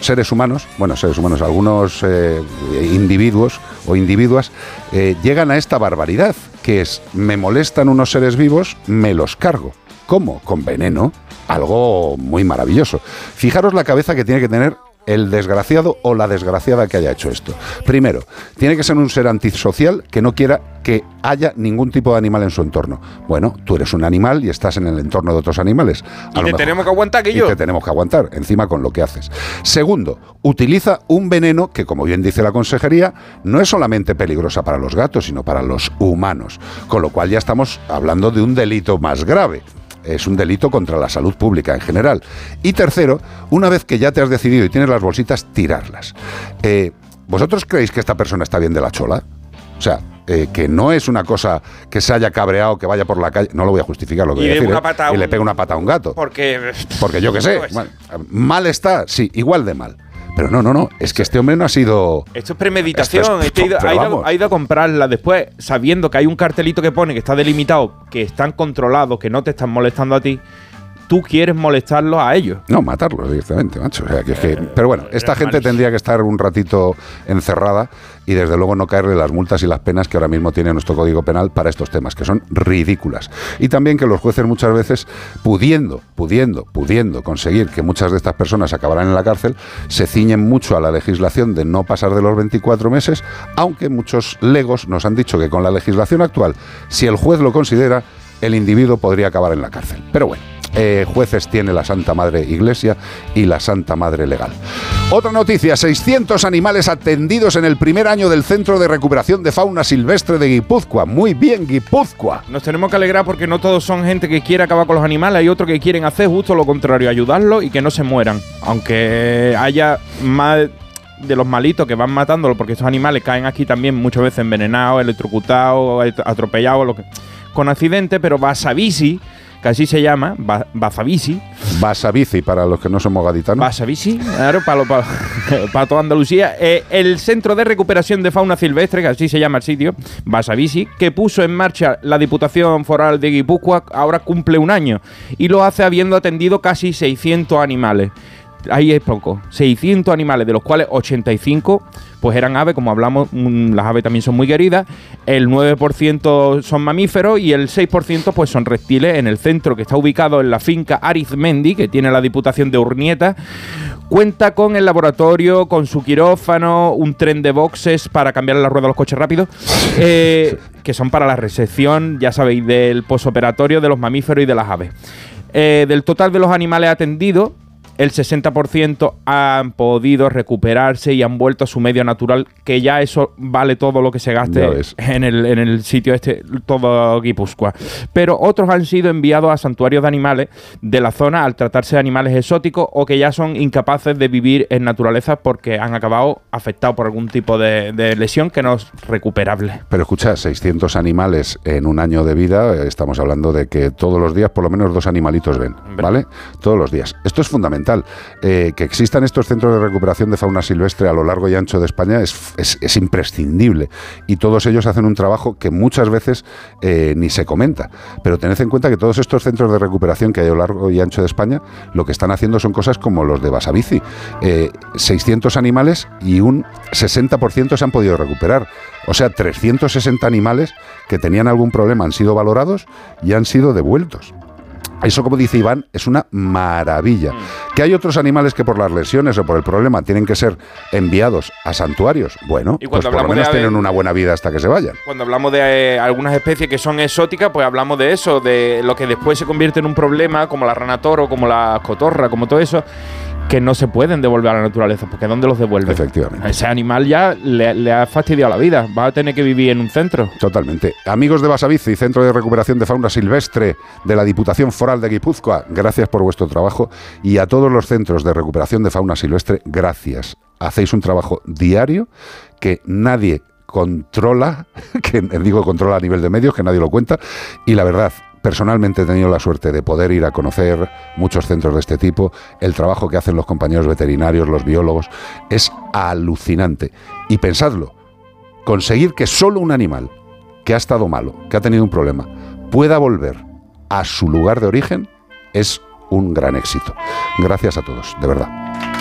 individuos o individuas llegan a esta barbaridad, que es, me molestan unos seres vivos, me los cargo. ¿Cómo? Con veneno. Algo muy maravilloso. Fijaros la cabeza que tiene que tener el desgraciado o la desgraciada que haya hecho esto. Primero, tiene que ser un ser antisocial que no quiera que haya ningún tipo de animal en su entorno. Bueno, tú eres un animal y estás en el entorno de otros animales.
Tenemos que aguantar, Guillo.
Y te tenemos que aguantar, encima con lo que haces. Segundo, utiliza un veneno que, como bien dice la consejería, no es solamente peligrosa para los gatos, sino para los humanos. Con lo cual ya estamos hablando de un delito más grave. Es un delito contra la salud pública en general. Y tercero, una vez que ya te has decidido y tienes las bolsitas, tirarlas. ¿Vosotros creéis que esta persona está bien de la chola? O sea, que no es una cosa que se haya cabreado, que vaya por la calle, no lo voy a justificar lo que voy a decir, y le pega una pata a un gato. Porque yo qué sé, bueno, mal está, sí, igual de mal. Pero no, es que este hombre no ha sido...
Esto es premeditación, ha ido a comprarla después, sabiendo que hay un cartelito que pone que está delimitado, que están controlados, que no te están molestando a ti. Tú quieres molestarlos a ellos.
No, matarlos directamente, macho. O sea, pero bueno, esta gente tendría que estar un ratito encerrada y desde luego no caerle las multas y las penas que ahora mismo tiene nuestro Código Penal para estos temas, que son ridículas. Y también que los jueces muchas veces, pudiendo conseguir que muchas de estas personas acabaran en la cárcel, se ciñen mucho a la legislación de no pasar de los 24 meses, aunque muchos legos nos han dicho que con la legislación actual, si el juez lo considera, el individuo podría acabar en la cárcel. Pero bueno, jueces tiene la Santa Madre Iglesia y la Santa Madre Legal. Otra noticia, 600 animales atendidos en el primer año del Centro de Recuperación de Fauna Silvestre de Guipúzcoa. Muy bien, Guipúzcoa.
Nos tenemos que alegrar porque no todos son gente que quiere acabar con los animales, hay otros que quieren hacer justo lo contrario, ayudarlos y que no se mueran. Aunque haya más de los malitos que van matándolos, porque estos animales caen aquí también muchas veces envenenados, electrocutados, atropellados, con accidente, pero Basabici, que así se llama, Basabici.
Basabici, para los que no somos gaditanos.
Basabici, claro, para toda Andalucía. El Centro de Recuperación de Fauna Silvestre, que así se llama el sitio, Basabici, que puso en marcha la Diputación Foral de Guipúzcoa, ahora cumple un año, y lo hace habiendo atendido casi 600 animales. Ahí es poco, 600 animales, de los cuales 85 pues eran aves, como hablamos, las aves también son muy queridas, el 9% son mamíferos y el 6% pues son reptiles. En el centro, que está ubicado en la finca Arizmendi, que tiene la Diputación de Urnieta, cuenta con el laboratorio, con su quirófano, un tren de boxes para cambiar la rueda a los coches rápidos, que son para la recepción, ya sabéis, del posoperatorio de los mamíferos y de las aves. Del total de los animales atendidos, el 60% han podido recuperarse y han vuelto a su medio natural, que ya eso vale todo lo que se gaste en el sitio todo Guipúzcoa. Pero otros han sido enviados a santuarios de animales de la zona al tratarse de animales exóticos o que ya son incapaces de vivir en naturaleza porque han acabado afectados por algún tipo de lesión que no es recuperable.
Pero escucha, 600 animales en un año de vida, estamos hablando de que todos los días por lo menos 2 animalitos ven, ¿vale? Todos los días. Esto es fundamental. Que existan estos centros de recuperación de fauna silvestre a lo largo y ancho de España es imprescindible, y todos ellos hacen un trabajo que muchas veces ni se comenta, pero tened en cuenta que todos estos centros de recuperación que hay a lo largo y ancho de España lo que están haciendo son cosas como los de Basabici. 600 animales y un 60% se han podido recuperar, o sea, 360 animales que tenían algún problema han sido valorados y han sido devueltos. Eso, como dice Iván, es una maravilla. ¿Que hay otros animales que por las lesiones o por el problema tienen que ser enviados a santuarios? Bueno, pues por lo menos tienen una buena vida hasta que se vayan.
Cuando hablamos de algunas especies que son exóticas, pues hablamos de eso, de lo que después se convierte en un problema, como la rana toro, como la cotorra, como todo eso, que no se pueden devolver a la naturaleza, porque ¿dónde los devuelve?
Efectivamente.
A ese animal ya le ha fastidiado la vida, va a tener que vivir en un centro.
Totalmente. Amigos de Basabici, Centro de Recuperación de Fauna Silvestre de la Diputación Foral de Guipúzcoa, gracias por vuestro trabajo, y a todos los centros de recuperación de fauna silvestre, gracias. Hacéis un trabajo diario que nadie controla, que digo controla a nivel de medios, que nadie lo cuenta, y la verdad, personalmente he tenido la suerte de poder ir a conocer muchos centros de este tipo. El trabajo que hacen los compañeros veterinarios, los biólogos, es alucinante. Y pensadlo, conseguir que solo un animal que ha estado malo, que ha tenido un problema, pueda volver a su lugar de origen, es un gran éxito. Gracias a todos, de verdad.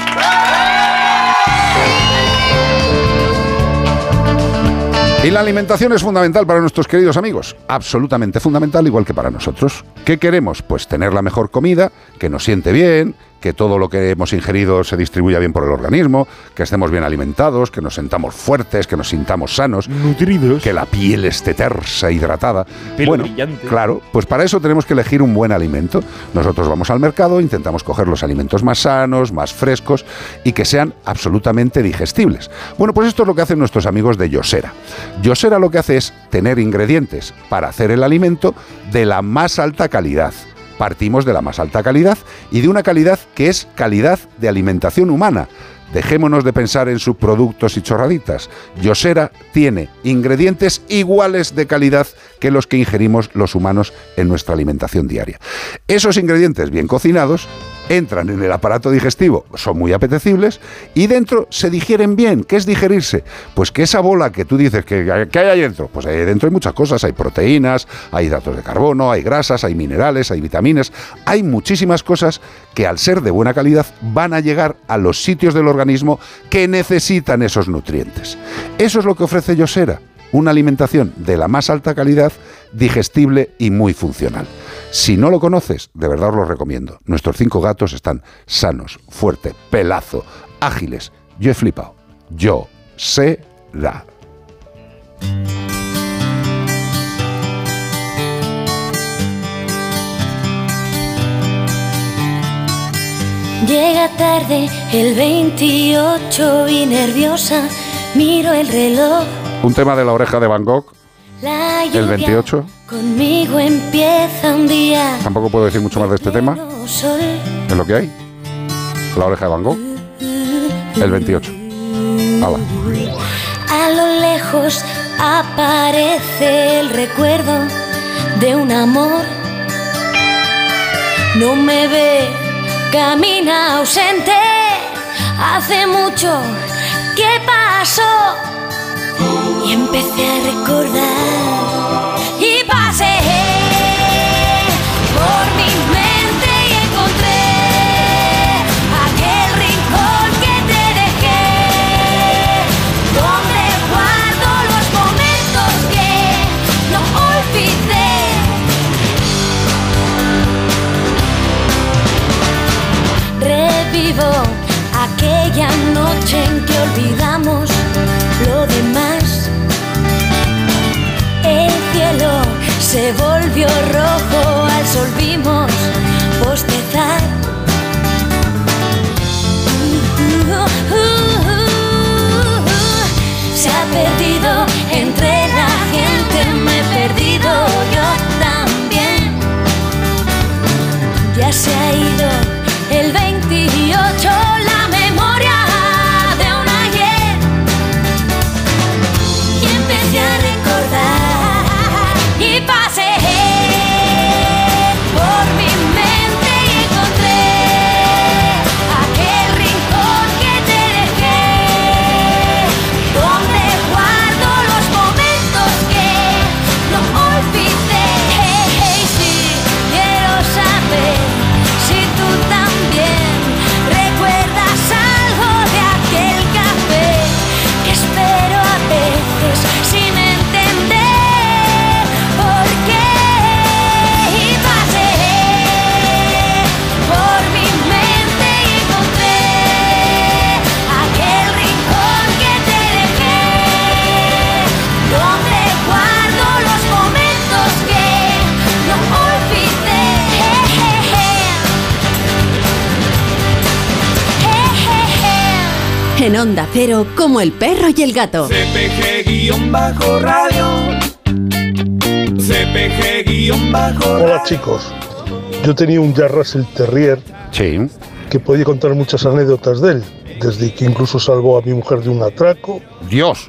Y la alimentación es fundamental para nuestros queridos amigos, absolutamente fundamental, igual que para nosotros. ¿Qué queremos? Pues tener la mejor comida, que nos siente bien, que todo lo que hemos ingerido se distribuya bien por el organismo, que estemos bien alimentados, que nos sentamos fuertes, que nos sintamos sanos, nutridos, que la piel esté tersa, hidratada. Bueno, brillante. Claro, pues para eso tenemos que elegir un buen alimento. Nosotros vamos al mercado, intentamos coger los alimentos más sanos, más frescos y que sean absolutamente digestibles. Bueno, pues esto es lo que hacen nuestros amigos de Yosera. Yosera lo que hace es tener ingredientes para hacer el alimento de la más alta calidad. Partimos de la más alta calidad y de una calidad que es calidad de alimentación humana. Dejémonos de pensar en subproductos y chorraditas. Yosera tiene ingredientes iguales de calidad que los que ingerimos los humanos en nuestra alimentación diaria. Esos ingredientes bien cocinados entran en el aparato digestivo, son muy apetecibles y dentro se digieren bien. ¿Qué es digerirse? Pues que esa bola que tú dices, ¿qué hay ahí dentro? Pues ahí dentro hay muchas cosas, hay proteínas, hay hidratos de carbono, hay grasas, hay minerales, hay vitaminas, hay muchísimas cosas que al ser de buena calidad van a llegar a los sitios del organismo que necesitan esos nutrientes. Eso es lo que ofrece Yosera, una alimentación de la más alta calidad, digestible y muy funcional. Si no lo conoces, de verdad os lo recomiendo. Nuestros 5 gatos están sanos, fuerte, pelazo, ágiles. Yo he flipado. Yosera.
Llega tarde el 28 y nerviosa miro el reloj.
Un tema de La Oreja de Van Gogh, el 28.
Conmigo empieza un día.
Tampoco puedo decir mucho más de este tema. Es lo que hay. La Oreja de Van Gogh, el 28. ¡Hala!
A lo lejos aparece el recuerdo de un amor. No me ve, camina ausente. Hace mucho que pasó. Y empecé a recordar y pasé por mi mente y encontré aquel rincón que te dejé, donde guardo los momentos que no olvidé. Revivo aquella noche en que olvidamos lo demás. El cielo se volvió rojo, al sol vimos bostezar. Se ha perdido entre la gente, me he perdido yo también. Ya se ha ido el 28, la memoria de un ayer. Y empecé a recordar y pasé por mi mente y
En Onda Cero, como el perro y el gato.
CPG-radio. CPG-radio.
Hola chicos, yo tenía un Jack Russell Terrier que podía contar muchas anécdotas de él, desde que incluso salvó a mi mujer de un atraco,
Dios,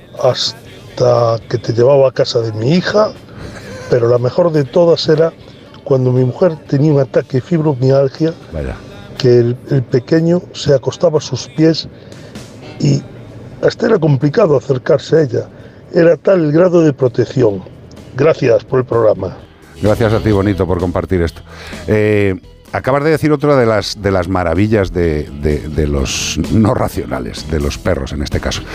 hasta que te llevaba a casa de mi hija, pero la mejor de todas era cuando mi mujer tenía un ataque de fibromialgia, que el pequeño se acostaba a sus pies y hasta era complicado acercarse a ella. Era tal el grado de protección. Gracias por el programa.
Gracias a ti, bonito, por compartir esto. Acabas de decir otra de las maravillas de los no racionales, de los perros en este caso.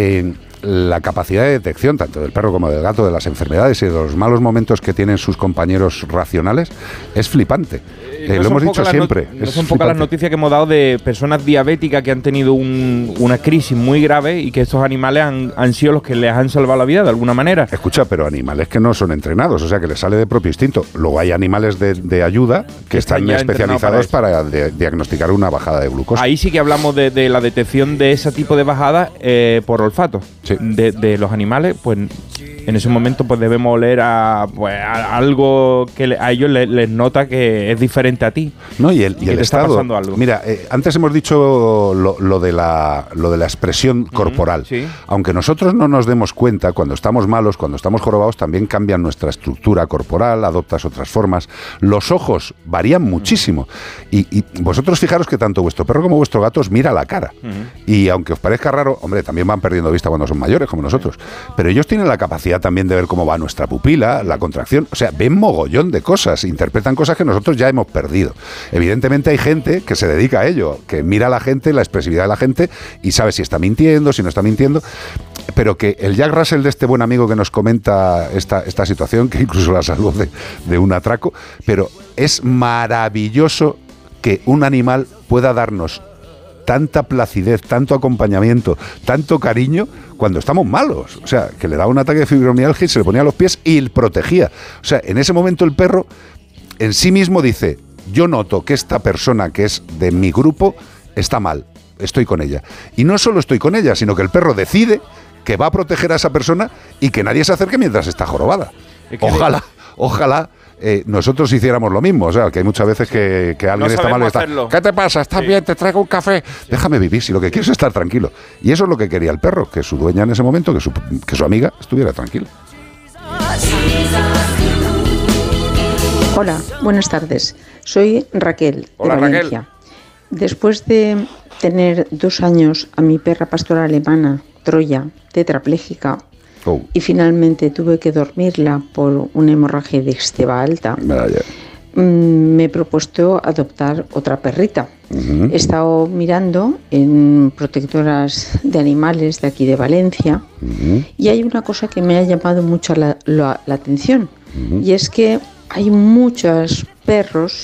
La capacidad de detección, tanto del perro como del gato, de las enfermedades y de los malos momentos que tienen sus compañeros racionales, es flipante. Lo hemos dicho siempre.
No son pocas las noticias que hemos dado de personas diabéticas que han tenido una crisis muy grave y que estos animales han sido los que les han salvado la vida de alguna manera.
Escucha, pero animales que no son entrenados, o sea, que les sale de propio instinto. Luego hay animales de ayuda que están especializados para diagnosticar una bajada de glucosa.
Ahí sí que hablamos de la detección de ese tipo de bajada por olfato. Sí. De los animales, pues en ese momento pues debemos oler a algo que a ellos les nota que es diferente a ti.
No, y el
estado.
Está pasando algo. Mira, antes hemos dicho lo de la expresión corporal. Sí. Aunque nosotros no nos demos cuenta, cuando estamos malos, cuando estamos jorobados, también cambian nuestra estructura corporal, adoptas otras formas. Los ojos varían muchísimo. Y vosotros fijaros que tanto vuestro perro como vuestro gato os mira la cara. Y aunque os parezca raro, hombre, también van perdiendo vista cuando son mayores, como nosotros. Pero ellos tienen la capacidad también de ver cómo va nuestra pupila, la contracción. O sea, ven mogollón de cosas, interpretan cosas que nosotros ya hemos perdido. Evidentemente hay gente que se dedica a ello, que mira a la gente, la expresividad de la gente y sabe si está mintiendo, si no está mintiendo. Pero que el Jack Russell de este buen amigo que nos comenta esta situación, que incluso la salvó de un atraco, pero es maravilloso que un animal pueda darnos tanta placidez, tanto acompañamiento, tanto cariño cuando estamos malos. O sea, que le daba un ataque de fibromialgia y se le ponía a los pies y protegía. O sea, en ese momento el perro en sí mismo dice: yo noto que esta persona que es de mi grupo está mal, estoy con ella. Y no solo estoy con ella, sino que el perro decide que va a proteger a esa persona y que nadie se acerque mientras está jorobada. Ojalá nosotros hiciéramos lo mismo. O sea, que hay muchas veces que alguien está mal y está: ¿qué te pasa? ¿Estás bien? ¿Te traigo un café? Déjame vivir, si lo que quiero es estar tranquilo. Y eso es lo que quería el perro, que su dueña en ese momento, que su amiga estuviera tranquila.
Hola, buenas tardes. Soy Raquel,
Hola,
de Valencia.
Raquel.
Después de tener 2 años a mi perra pastora alemana, Troya, tetrapléjica, y finalmente tuve que dormirla por una hemorragia de exteba alta, me he propuesto adoptar otra perrita. He estado mirando en protectoras de animales de aquí de Valencia y hay una cosa que me ha llamado mucho la atención, y es que hay muchos perras,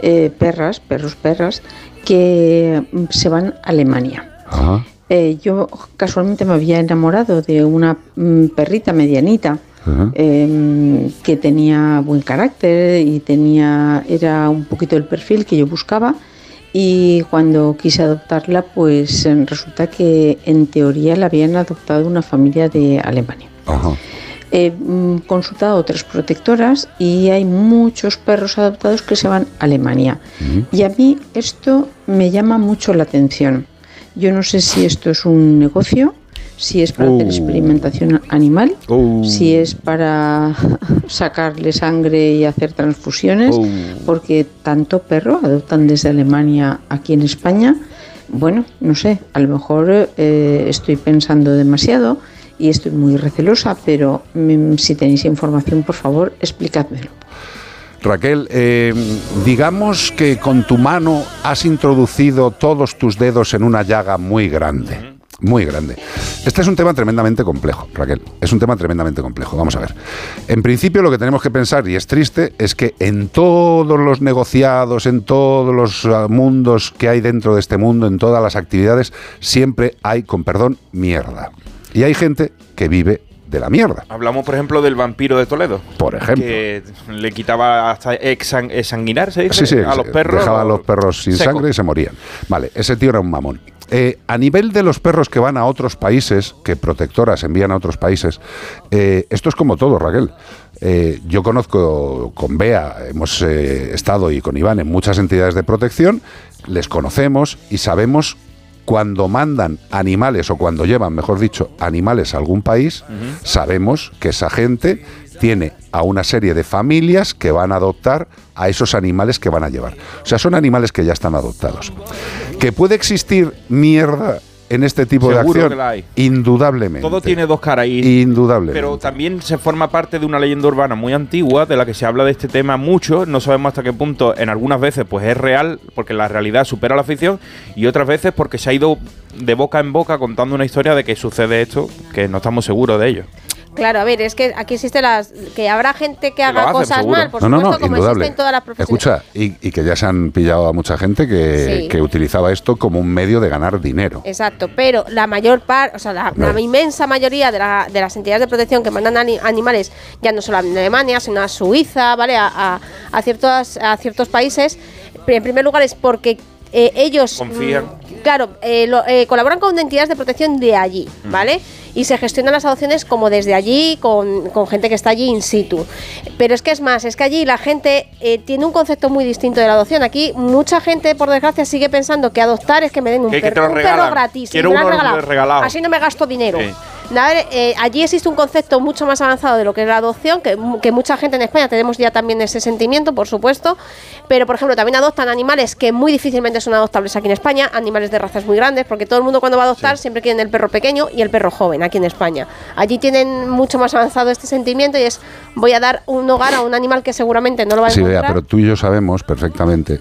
que se van a Alemania. Yo casualmente me había enamorado de una perrita medianita que tenía buen carácter y era un poquito el perfil que yo buscaba, y cuando quise adoptarla, pues resulta que en teoría la habían adoptado una familia de Alemania. He consultado otras protectoras y hay muchos perros adoptados que se van a Alemania. Y a mí esto me llama mucho la atención. Yo no sé si esto es un negocio, si es para hacer experimentación animal, si es para sacarle sangre y hacer transfusiones, porque tanto perro adoptan desde Alemania aquí en España. Bueno, no sé, a lo mejor estoy pensando demasiado y estoy muy recelosa, pero si tenéis información, por favor, explicádmelo.
Raquel, digamos que con tu mano has introducido todos tus dedos en una llaga muy grande. Muy grande. Este es un tema tremendamente complejo, Raquel. Es un tema tremendamente complejo. Vamos a ver. En principio, lo que tenemos que pensar, y es triste, es que en todos los negociados, en todos los mundos que hay dentro de este mundo, en todas las actividades, siempre hay, con perdón, mierda. Y hay gente que vive de la mierda.
Hablamos, por ejemplo, del vampiro de Toledo.
Por ejemplo.
Que le quitaba hasta exsanguinar, se dice,
sí,
a los perros.
Dejaba a los perros sin sangre y se morían. Vale, ese tío era un mamón. A nivel de los perros que van a otros países, que protectoras envían a otros países, esto es como todo, Raquel. Yo conozco con Bea, hemos estado y con Iván en muchas entidades de protección, les conocemos y sabemos cuando mandan animales o cuando llevan, mejor dicho, animales a algún país, sabemos que esa gente tiene a una serie de familias que van a adoptar a esos animales que van a llevar. O sea, son animales que ya están adoptados. ¿Que puede existir mierda en este tipo
Seguro
de acción?
que la hay.
Indudablemente.
Todo tiene dos caras.
Indudablemente.
Pero también se forma parte de una leyenda urbana muy antigua, de la que se habla de este tema mucho. No sabemos hasta qué punto, en algunas veces, pues es real, porque la realidad supera la ficción, y otras veces porque se ha ido de boca en boca contando una historia de que sucede esto, que no estamos seguros de ello.
Claro, a ver, es que aquí existe que habrá gente que haga
hacen,
cosas
seguro.
mal, por supuesto, como existe en todas las profesiones.
Escucha, y que ya se han pillado a mucha gente que utilizaba esto como un medio de ganar dinero.
Exacto, pero la mayor parte, o sea, la inmensa mayoría de las entidades de protección que mandan animales, ya no solo a Alemania, sino a Suiza, ¿vale? A ciertos países, en primer lugar es porque ellos
confían.
Colaboran con entidades de protección de allí, ¿vale? Y se gestionan las adopciones como desde allí, con gente que está allí in situ. Pero es que allí la gente tiene un concepto muy distinto de la adopción. Aquí mucha gente, por desgracia, sigue pensando que adoptar es que me den un perro gratis.
Quiero uno regalado.
Así no me gasto dinero.
Sí.
Allí existe un concepto mucho más avanzado de lo que es la adopción, que mucha gente en España tenemos ya también ese sentimiento, por supuesto, pero por ejemplo también adoptan animales que muy difícilmente son adoptables aquí en España, animales de razas muy grandes, porque todo el mundo cuando va a adoptar siempre quieren el perro pequeño y el perro joven aquí en España. Allí tienen mucho más avanzado este sentimiento y es, voy a dar un hogar a un animal que seguramente no lo va a encontrar.
Sí, pero tú y yo sabemos perfectamente,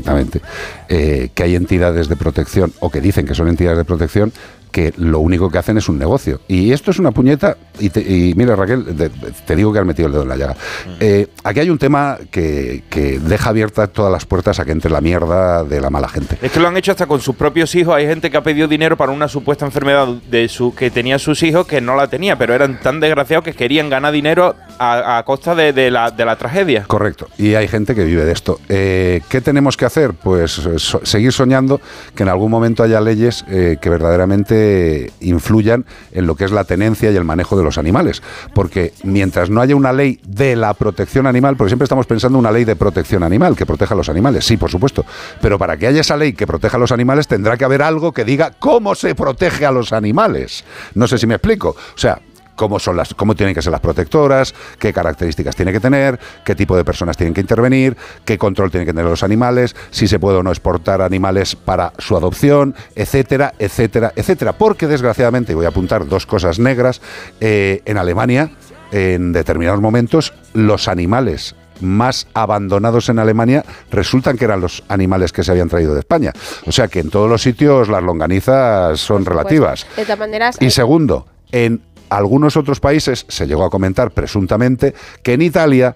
que hay entidades de protección, o que dicen que son entidades de protección, que lo único que hacen es un negocio. Y esto es una puñeta, y mira, Raquel, te digo que has metido el dedo en la llaga. Aquí hay un tema que deja abiertas todas las puertas a que entre la mierda de la mala gente.
Es que lo han hecho hasta con sus propios hijos. Hay gente que ha pedido dinero para una supuesta enfermedad que tenían sus hijos, que no la tenía, pero eran tan desgraciados que querían ganar dinero a costa de la tragedia.
Correcto. Y hay gente que vive de esto. ¿Qué tenemos que hacer? Pues seguir soñando que en algún momento haya leyes que verdaderamente influyan en lo que es la tenencia y el manejo de los animales, porque mientras no haya una ley de la protección animal, porque siempre estamos pensando en una ley de protección animal que proteja a los animales, sí, por supuesto, pero para que haya esa ley que proteja a los animales tendrá que haber algo que diga cómo se protege a los animales. No sé si me explico. O sea, cómo tienen que ser las protectoras, qué características tiene que tener, qué tipo de personas tienen que intervenir, qué control tienen que tener los animales, si se puede o no exportar animales para su adopción, etcétera, etcétera, etcétera. Porque desgraciadamente, y voy a apuntar dos cosas negras, en Alemania, en determinados momentos, los animales más abandonados en Alemania resultan que eran los animales que se habían traído de España. O sea que en todos los sitios las longanizas son relativas.
De todas maneras,
y segundo, en algunos otros países se llegó a comentar presuntamente que en Italia,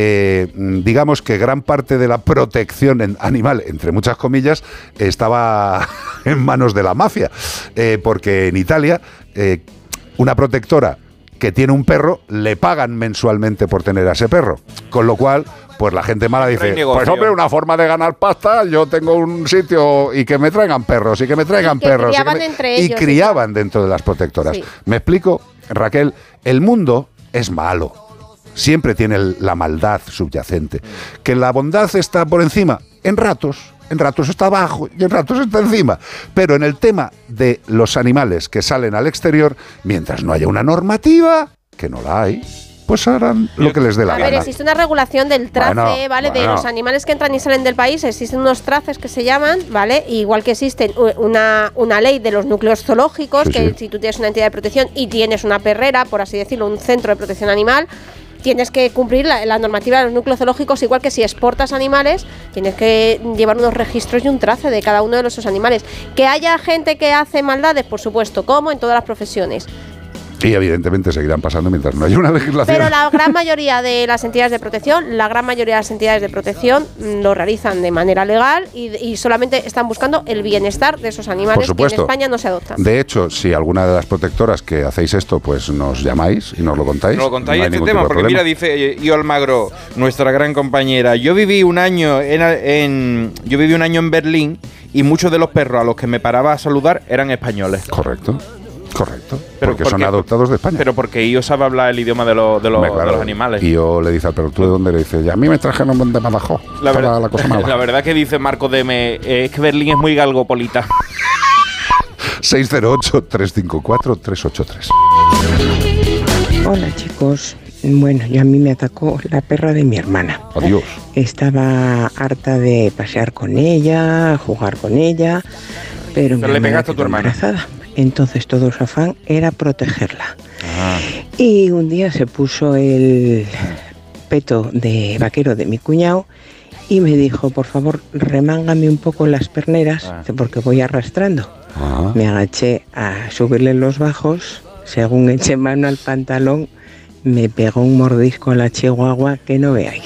digamos que gran parte de la protección animal, entre muchas comillas, estaba en manos de la mafia, porque en Italia una protectora que tiene un perro le pagan mensualmente por tener a ese perro, con lo cual pues la gente mala dice, pues hombre, una forma de ganar pasta, yo tengo un sitio y que me traigan perros, y que me traigan perros. Y criaban dentro de las protectoras. Sí. ¿Me explico, Raquel? El mundo es malo. Siempre tiene la maldad subyacente. Que la bondad está por encima, en ratos está abajo y en ratos está encima. Pero en el tema de los animales que salen al exterior, mientras no haya una normativa, que no la hay, pues harán lo que les dé la gana.
A ver, existe una regulación del trace, ¿vale? De los animales que entran y salen del país, existen unos traces que se llaman, ¿vale? Igual que existe una ley de los núcleos zoológicos, si tú tienes una entidad de protección y tienes una perrera, por así decirlo, un centro de protección animal, tienes que cumplir la normativa de los núcleos zoológicos, igual que si exportas animales, tienes que llevar unos registros y un trace de cada uno de esos animales. Que haya gente que hace maldades, por supuesto, como en todas las profesiones.
Y evidentemente seguirán pasando mientras no haya una legislación.
Pero la gran mayoría de las entidades de protección, lo realizan de manera legal y solamente están buscando el bienestar de esos animales que en España no se adoptan.
De hecho, si alguna de las protectoras que hacéis esto, pues nos llamáis y nos lo contáis.
Nos lo contáis este tema, porque mira, dice Io Almagro, nuestra gran compañera, yo viví un año en Berlín y muchos de los perros a los que me paraba a saludar eran españoles.
Correcto. Porque son adoptados de España.
Pero porque Io sabe hablar el idioma de los animales.
Y yo le dice al perro, ¿tú de dónde? Le dice, ya a mí me trajeron de Badajoz.
La
cosa mala.
La verdad que dice Marco Deme, es que Berlín es muy galgopolita.
608-354-383.
Hola chicos. Bueno, y a mí me atacó la perra de mi hermana.
Adiós.
Estaba harta de pasear con ella, jugar con ella, pero
le pegaste a tu hermana.
Embarazada. Entonces todo su afán era protegerla. Y un día se puso el peto de vaquero de mi cuñado y me dijo, por favor, remángame un poco las perneras, porque voy arrastrando. Me agaché a subirle los bajos, según eché mano al pantalón, me pegó un mordisco a la chihuahua que no veáis.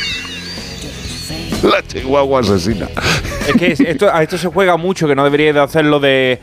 La chihuahua asesina.
Es que a esto se juega mucho, que no debería de hacerlo de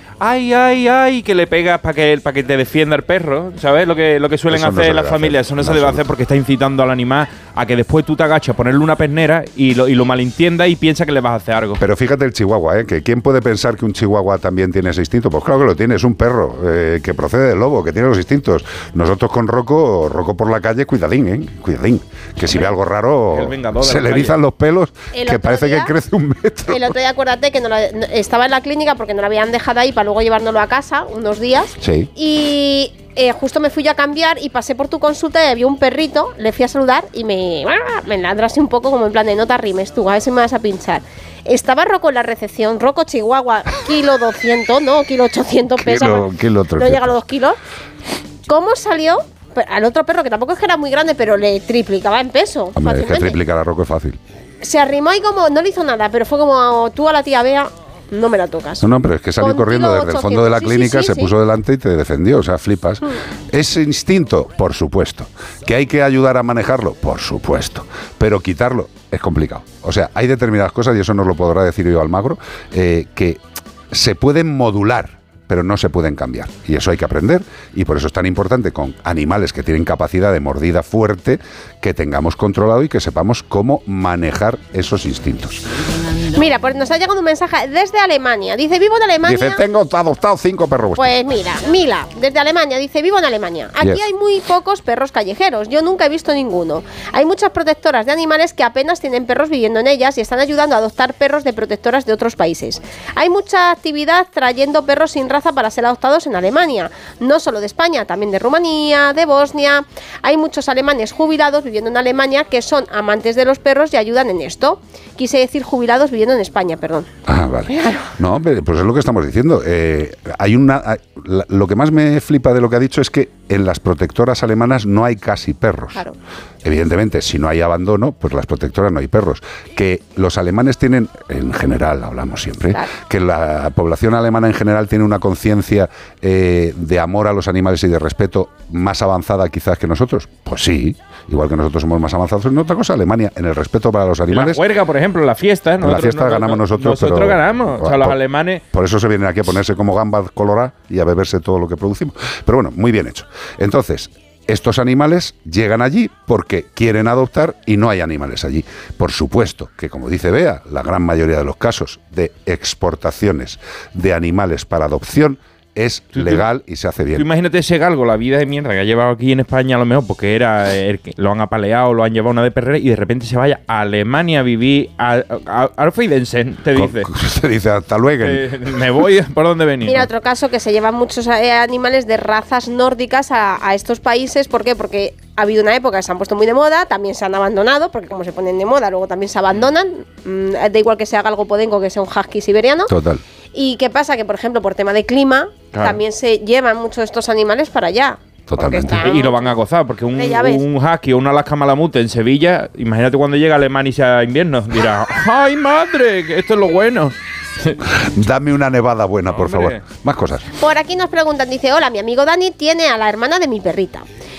ay, que le pegas para que te defienda el perro, ¿sabes? Lo que suelen hacer las familias, eso no se debe hacer porque está incitando al animal a que después tú te agaches a ponerle una pernera y lo malentienda y piensa que le vas a hacer algo.
Pero fíjate el chihuahua, que ¿quién puede pensar que un chihuahua también tiene ese instinto? Pues claro que lo tiene, es un perro que procede del lobo, que tiene los instintos. Nosotros con Rocco por la calle, cuidadín, que si ve algo raro se le erizan los pelos, que parece que crece un metro.
El otro día, acuérdate que estaba en la clínica porque no lo habían dejado ahí para luego llevárnoslo a casa unos días.
Sí.
Y justo me fui yo a cambiar y pasé por tu consulta y había un perrito, le fui a saludar y me ladró así un poco como en plan de no te arrimes tú, a ver si me vas a pinchar. Estaba Rocco en la recepción, Rocco Chihuahua, kilo 200, no, kilo 800 pesa.
No
llega a los 2 kilos. ¿Cómo salió? Al otro perro, que tampoco es que era muy grande, pero le triplicaba en peso.
Hombre, es que triplicar a Rocco es fácil.
Se arrimó y como no le hizo nada, pero fue como tú a la tía Bea, no me la tocas.
No, pero es que salió corriendo desde el fondo de la clínica, se puso delante y te defendió, o sea, flipas. Ese instinto, por supuesto. ¿Que hay que ayudar a manejarlo? Por supuesto. Pero quitarlo es complicado. O sea, hay determinadas cosas, y eso nos lo podrá decir yo Almagro, que se pueden modular, pero no se pueden cambiar. Y eso hay que aprender, y por eso es tan importante con animales que tienen capacidad de mordida fuerte, que tengamos controlado y que sepamos cómo manejar esos instintos.
Mira, pues nos ha llegado un mensaje desde Alemania. Dice, vivo en Alemania.
Dice, tengo adoptado 5 perros.
Pues mira, Mila, desde Alemania, dice, vivo en Alemania. Aquí hay muy pocos perros callejeros. Yo nunca he visto ninguno. Hay muchas protectoras de animales que apenas tienen perros viviendo en ellas y están ayudando a adoptar perros de protectoras de otros países. Hay mucha actividad trayendo perros sin raza para ser adoptados en Alemania. No solo de España, también de Rumanía, de Bosnia. Hay muchos alemanes jubilados viviendo en Alemania que son amantes de los perros y ayudan en esto. Quise decir jubilados viviendo en España, perdón.
Ah, vale. No, pues es lo que estamos diciendo. Lo que más me flipa de lo que ha dicho es que en las protectoras alemanas no hay casi perros.
Claro.
Evidentemente, si no hay abandono, pues las protectoras no hay perros. Que los alemanes tienen, en general, hablamos siempre, claro, que la población alemana en general tiene una conciencia de amor a los animales y de respeto más avanzada quizás que nosotros. Pues sí, igual que nosotros somos más avanzados en otra cosa. Alemania, en el respeto para los animales.
En la huelga, por ejemplo, en la fiesta.
En la fiesta ganamos nosotros.
Nosotros ganamos. O sea, los alemanes.
Por eso se vienen aquí a ponerse como gambas coloradas y a beberse todo lo que producimos. Pero bueno, muy bien hecho. Entonces, estos animales llegan allí porque quieren adoptar y no hay animales allí. Por supuesto que, como dice Bea, la gran mayoría de los casos de exportaciones de animales para adopción es legal y se hace bien.
Tú imagínate ese galgo, la vida de mierda que ha llevado aquí en España a lo mejor porque era lo han apaleado, lo han llevado una de perrera y de repente se vaya a Alemania a vivir a Fidensen, te dice.
Te dice, hasta luego.
Me voy por donde venía.
Mira, otro caso que se llevan muchos animales de razas nórdicas a estos países. ¿Por qué? Porque ha habido una época que se han puesto muy de moda, también se han abandonado, porque como se ponen de moda, luego también se abandonan. Da igual que sea galgo podenco que sea un husky siberiano.
Total.
¿Y qué pasa? Que, por ejemplo, por tema de clima, claro, también se llevan muchos de estos animales para allá.
Totalmente.
Y lo van a gozar, porque un husky o un Alaska Malamute en Sevilla, imagínate cuando llega a Alemania y sea invierno, dirá, ¡ay, madre! Que esto es lo bueno.
Dame una nevada buena, por favor. Más cosas.
Por aquí nos preguntan, dice, hola, mi amigo Dani tiene a la hermana de mi perrita.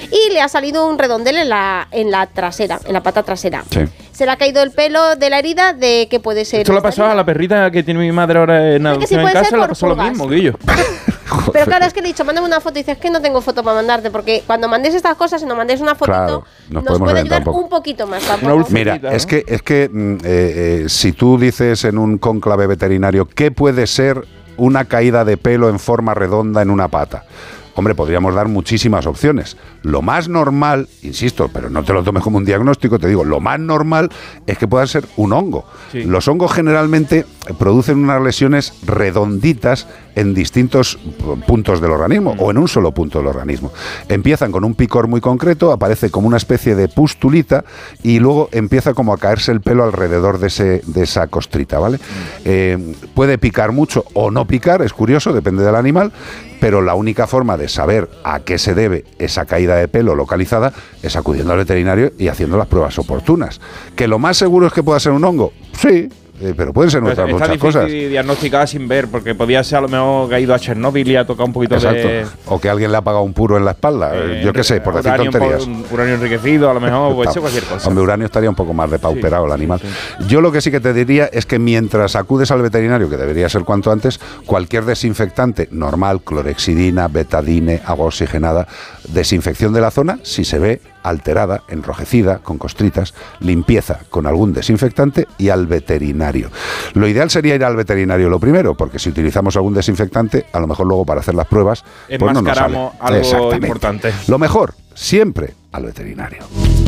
y le ha salido un redondel en la trasera, en la pata trasera.
Sí.
Se le ha caído el pelo de la herida, ¿de qué puede ser?
Esto lo pasó a la perrita que tiene mi madre ahora en adopción en casa, le pasó lo mismo, Guillo.
Pero claro, es que le he dicho, mándame una foto, y dices, es que no tengo foto para mandarte, porque cuando mandéis estas cosas, si nos mandéis una fotito,
Claro, nos
nos
podemos
puede
reventar
ayudar un poquito más. Tampoco.
Mira, es que si tú dices en un cónclave veterinario, ¿qué puede ser una caída de pelo en forma redonda en una pata? Hombre, podríamos dar muchísimas opciones. Lo más normal, insisto, pero no te lo tomes como un diagnóstico, te digo, lo más normal es que pueda ser un hongo.
Sí.
Los hongos generalmente producen unas lesiones redonditas en distintos puntos del organismo o en un solo punto del organismo. Empiezan con un picor muy concreto, aparece como una especie de pustulita y luego empieza como a caerse el pelo alrededor de esa costrita, ¿vale? Puede picar mucho o no picar, es curioso, depende del animal, pero la única forma de saber a qué se debe esa caída de pelo localizada es acudiendo al veterinario y haciendo las pruebas oportunas. ¿Que lo más seguro es que pueda ser un hongo? Sí. Pero pueden ser otras muchas cosas.
Está difícil diagnosticar sin ver, porque podía ser a lo mejor que ha ido a Chernóbil y ha tocado un poquito de...
O que alguien le ha pagado un puro en la espalda, yo qué sé, por decir tonterías.
Uranio enriquecido, a lo mejor, puede ser cualquier cosa.
Hombre, uranio estaría un poco más depauperado el animal. Yo lo que sí que te diría es que mientras acudes al veterinario, que debería ser cuanto antes, cualquier desinfectante normal, clorexidina, betadine, agua oxigenada, desinfección de la zona, si se ve alterada, enrojecida, con costritas, limpieza con algún desinfectante y al veterinario. Lo ideal sería ir al veterinario lo primero, porque si utilizamos algún desinfectante, a lo mejor luego para hacer las pruebas, pues no nos sale.
Algo importante.
Lo mejor, siempre al veterinario.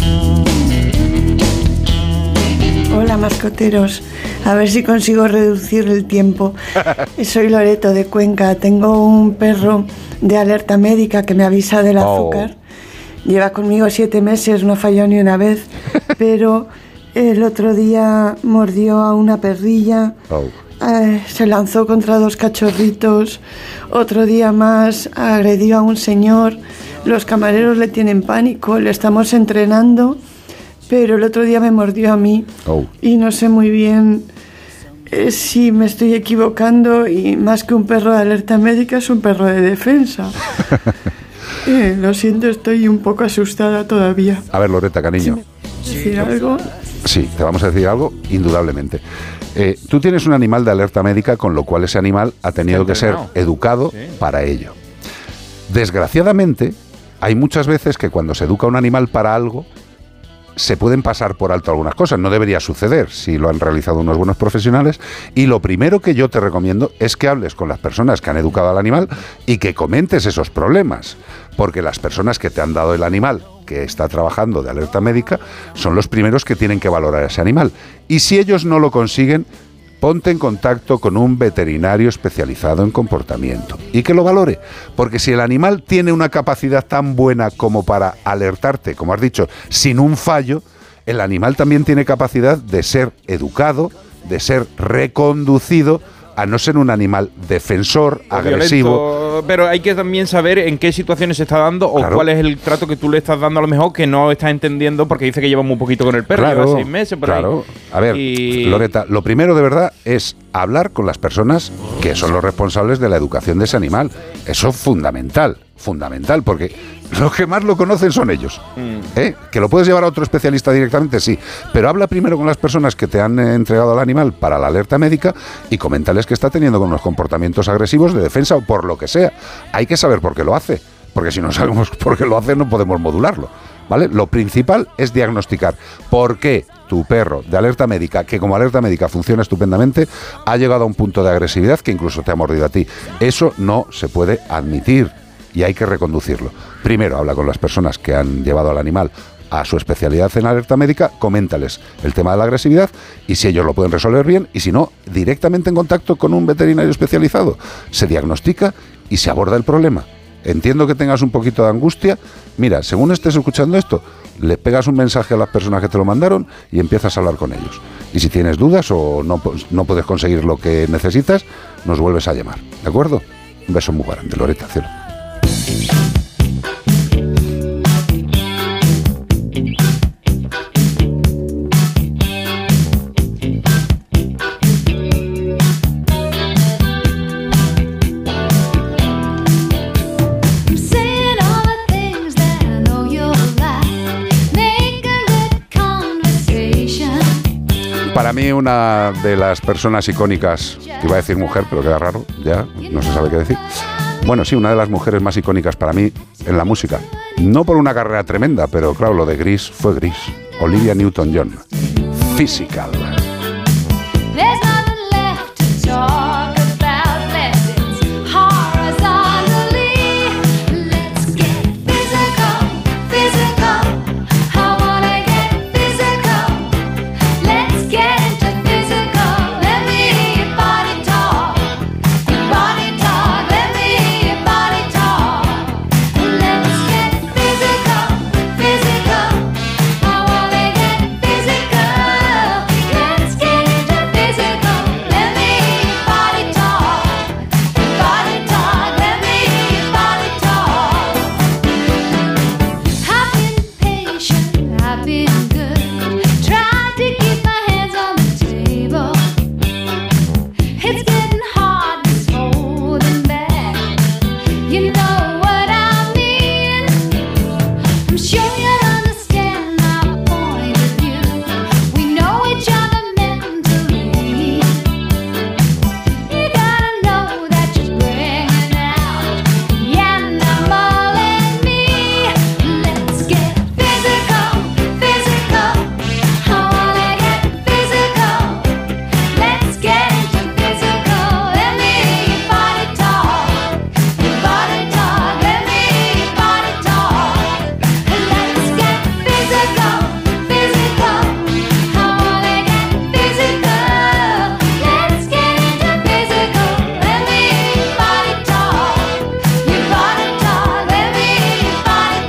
Hola mascoteros, a ver si consigo reducir el tiempo. Soy Loreto de Cuenca, tengo un perro de alerta médica que me avisa del azúcar. Lleva conmigo 7 meses, no falló ni una vez, pero el otro día mordió a una perrilla, se lanzó contra 2 cachorritos, otro día más agredió a un señor, los camareros le tienen pánico, le estamos entrenando, pero el otro día me mordió a mí y no sé muy bien si me estoy equivocando y más que un perro de alerta médica es un perro de defensa. Lo siento, estoy un poco asustada todavía.
A ver, Loreta, cariño.
¿Decir algo?
Sí, te vamos a decir algo, indudablemente. Tú tienes un animal de alerta médica, con lo cual ese animal ha tenido que ser educado para ello. Desgraciadamente, hay muchas veces que cuando se educa a un animal para algo, se pueden pasar por alto algunas cosas. No debería suceder si lo han realizado unos buenos profesionales. Y lo primero que yo te recomiendo es que hables con las personas que han educado al animal y que comentes esos problemas. Porque las personas que te han dado el animal, que está trabajando de alerta médica, son los primeros que tienen que valorar a ese animal. Y si ellos no lo consiguen, ponte en contacto con un veterinario especializado en comportamiento y que lo valore, porque si el animal tiene una capacidad tan buena como para alertarte, como has dicho, sin un fallo, el animal también tiene capacidad de ser educado, de ser reconducido a no ser un animal defensor, agresivo.
Violento, pero hay que también saber en qué situaciones se está dando o cuál es el trato que tú le estás dando a lo mejor que no estás entendiendo porque dice que lleva muy poquito con el perro, lleva 6 meses por ahí.
A ver, Loreta, lo primero de verdad es hablar con las personas que son los responsables de la educación de ese animal. Eso es fundamental, porque los que más lo conocen son ellos. Que lo puedes llevar a otro especialista directamente, sí, pero habla primero con las personas que te han entregado al animal para la alerta médica y coméntales que está teniendo unos comportamientos agresivos de defensa o por lo que sea. Hay que saber por qué lo hace, porque si no sabemos por qué lo hace no podemos modularlo, ¿vale? Lo principal es diagnosticar por qué tu perro de alerta médica, que como alerta médica funciona estupendamente, ha llegado a un punto de agresividad que incluso te ha mordido a ti. Eso no se puede admitir y hay que reconducirlo. Primero habla con las personas que han llevado al animal a su especialidad en alerta médica, coméntales el tema de la agresividad y si ellos lo pueden resolver bien, y si no, directamente en contacto con un veterinario especializado. Se diagnostica y se aborda el problema. Entiendo que tengas un poquito de angustia. Mira, según estés escuchando esto, le pegas un mensaje a las personas que te lo mandaron y empiezas a hablar con ellos. Y si tienes dudas o no puedes conseguir lo que necesitas, nos vuelves a llamar, ¿de acuerdo? Un beso muy grande, Loreta, cielo. Para mí una de las personas icónicas, iba a decir mujer, pero queda raro, ya no se sabe qué decir. Bueno, sí, una de las mujeres más icónicas para mí en la música. No por una carrera tremenda, pero claro, lo de Gris fue Gris. Olivia Newton-John. Physical.
There's nothing left to talk about. Let's horizontally. Let's get physical, physical. I wanna get physical. Let's get into physical. Let me hear your body talk. Your body talk. Let me hear your body talk. Let's get physical, physical. I wanna get physical. Let's get into physical. Let me hear your body talk. Your body talk. Let me hear your body talk. I've been patient. I've been good. Tried to keep my hands on the table. It's getting hard, it's holding back. You know what I mean? I'm sure you'll understand my point of view. We know each other mentally. You gotta know that you're bringing out the animal in me. Let's get physical, physical. I wanna get physical. Let's get into physical. Let me hear your body talk. Your body talk. Let me hear your body talk. Let's get physical, physical. I wanna get physical. Let's get into physical. Let me hear your body talk. Your body talk. Let me hear your body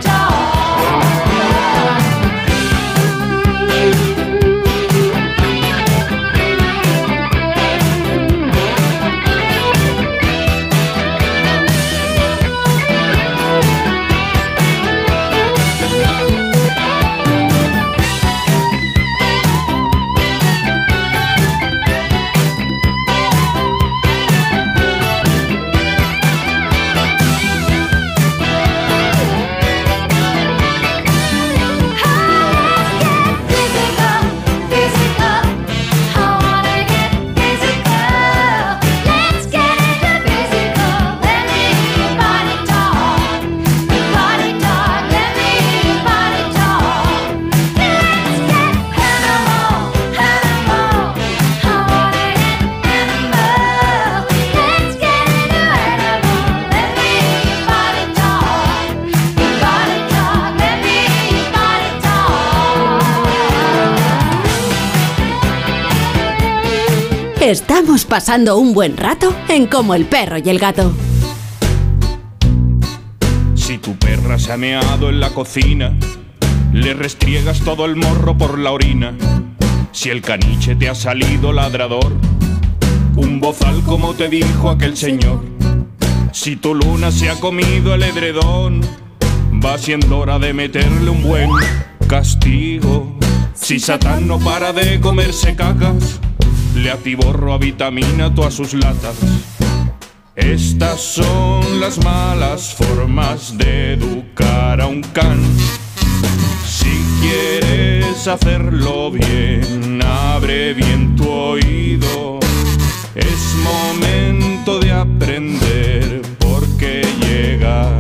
Estamos pasando un buen rato en Como el perro y el gato.
Si tu perra se ha meado en la cocina, le restriegas todo el morro por la orina. Si el caniche te ha salido ladrador, un bozal como te dijo aquel señor. Si tu luna se ha comido el edredón, va siendo hora de meterle un buen castigo. Si Satán no para de comerse cacas, le atiborro a vitamina todas sus latas. Estas son las malas formas de educar a un can. Si quieres hacerlo bien, abre bien tu oído. Es momento de aprender porque llega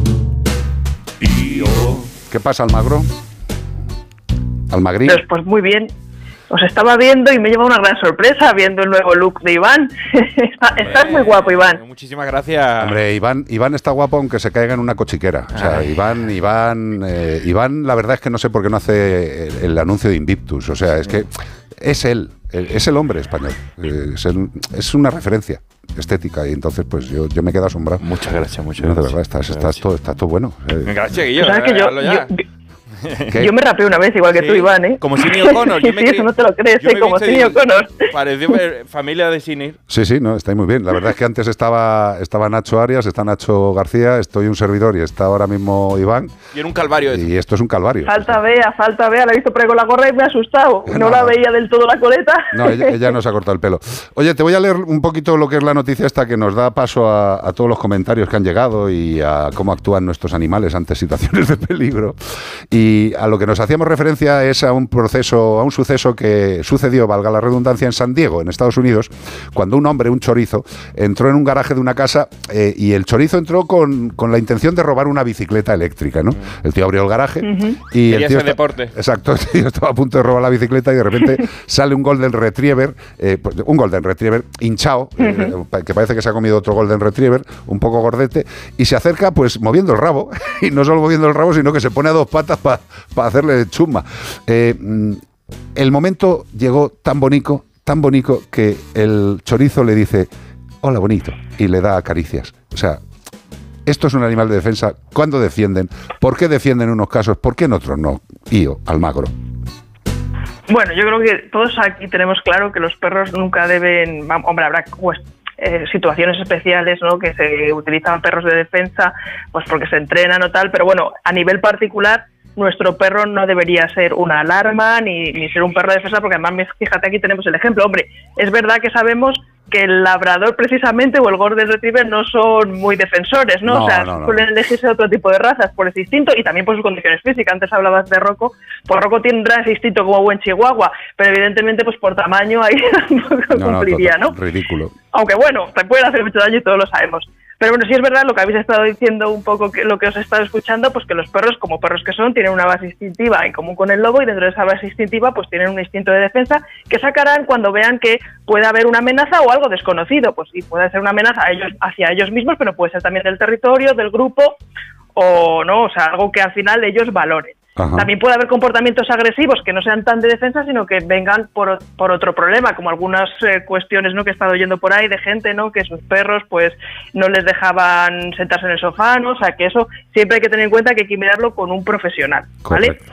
Pío.
¿Qué pasa, Almagro? ¿Almagrín?
Pues muy bien. Os estaba viendo y me lleva una gran sorpresa viendo el nuevo look de Iván. Estás muy guapo, Iván.
Muchísimas gracias.
Hombre, Iván está guapo aunque se caiga en una cochiquera. O sea, Iván, la verdad es que no sé por qué no hace el anuncio de Invictus. O sea, es que es él, es el hombre español. Es una referencia estética y entonces pues yo me quedo asombrado.
Muchas gracias, muchas
gracias.
De
verdad, está todo bueno.
Gracias, Guillo.
¿Sabes que yo me rapé una vez igual que tú, Iván, ¿eh?
Como Sinead O'Connor.
Sí, eso no te lo crees, como Sinead O'Connor.
Pareció familia de Sinead.
Sí, no, está muy bien. La verdad es que antes estaba Nacho Arias, está Nacho García, estoy un servidor y está ahora mismo Iván.
Y en un calvario.
Y esto es un calvario.
Falta Bea, la he visto por ahí con la gorra y me ha asustado. No la veía del todo la coleta.
No, ella nos ha cortado el pelo. Oye, te voy a leer un poquito lo que es la noticia esta que nos da paso a todos los comentarios que han llegado y a cómo actúan nuestros animales ante situaciones de peligro. Y Y a lo que nos hacíamos referencia es a un suceso que sucedió, valga la redundancia, en San Diego, en Estados Unidos, cuando un hombre, un chorizo, entró en un garaje de una casa y el chorizo entró con la intención de robar una bicicleta eléctrica, ¿no? El tío abrió el garaje y el tío
deporte.
Exacto, el tío estaba a punto de robar la bicicleta y de repente sale un Golden Retriever, hinchado, que parece que se ha comido otro Golden Retriever, un poco gordete, y se acerca pues moviendo el rabo, y no solo moviendo el rabo, sino que se pone a dos patas para hacerle chusma. El momento llegó tan bonito que el chorizo le dice, hola bonito, y le da caricias. O sea, esto es un animal de defensa. ¿Cuándo defienden? ¿Por qué defienden en unos casos? ¿Por qué en otros no? Ío, Almagro.
Bueno, yo creo que todos aquí tenemos claro que los perros nunca deben... Hombre, habrá situaciones especiales, ¿no?, que se utilizan perros de defensa pues porque se entrenan o tal, pero bueno, a nivel particular nuestro perro no debería ser una alarma ni ser un perro de defensa, porque además, fíjate, aquí tenemos el ejemplo. Hombre, es verdad que sabemos que el labrador precisamente o el golden retriever no son muy defensores, ¿no? Suelen elegirse otro tipo de razas por ese instinto y también por sus condiciones físicas. Antes hablabas de Rocco, pues Rocco tendrá ese instinto como buen chihuahua, pero evidentemente pues por tamaño ahí tampoco cumpliría, ¿no?
Ridículo.
Aunque bueno, te pueden hacer mucho daño y todos lo sabemos. Pero bueno, sí es verdad lo que habéis estado diciendo un poco, que lo que os he estado escuchando, pues que los perros, como perros que son, tienen una base instintiva en común con el lobo, y dentro de esa base instintiva pues tienen un instinto de defensa que sacarán cuando vean que puede haber una amenaza o algo desconocido. Pues sí, puede ser una amenaza hacia ellos mismos, pero puede ser también del territorio, del grupo, o no, o sea, algo que al final ellos valoren. Ajá. También puede haber comportamientos agresivos que no sean tan de defensa, sino que vengan por otro problema, como algunas cuestiones, ¿no?, que he estado oyendo por ahí de gente, ¿no?, que sus perros pues no les dejaban sentarse en el sofá, ¿no? O sea, que eso siempre hay que tener en cuenta que hay que mirarlo con un profesional, ¿vale? Correcto.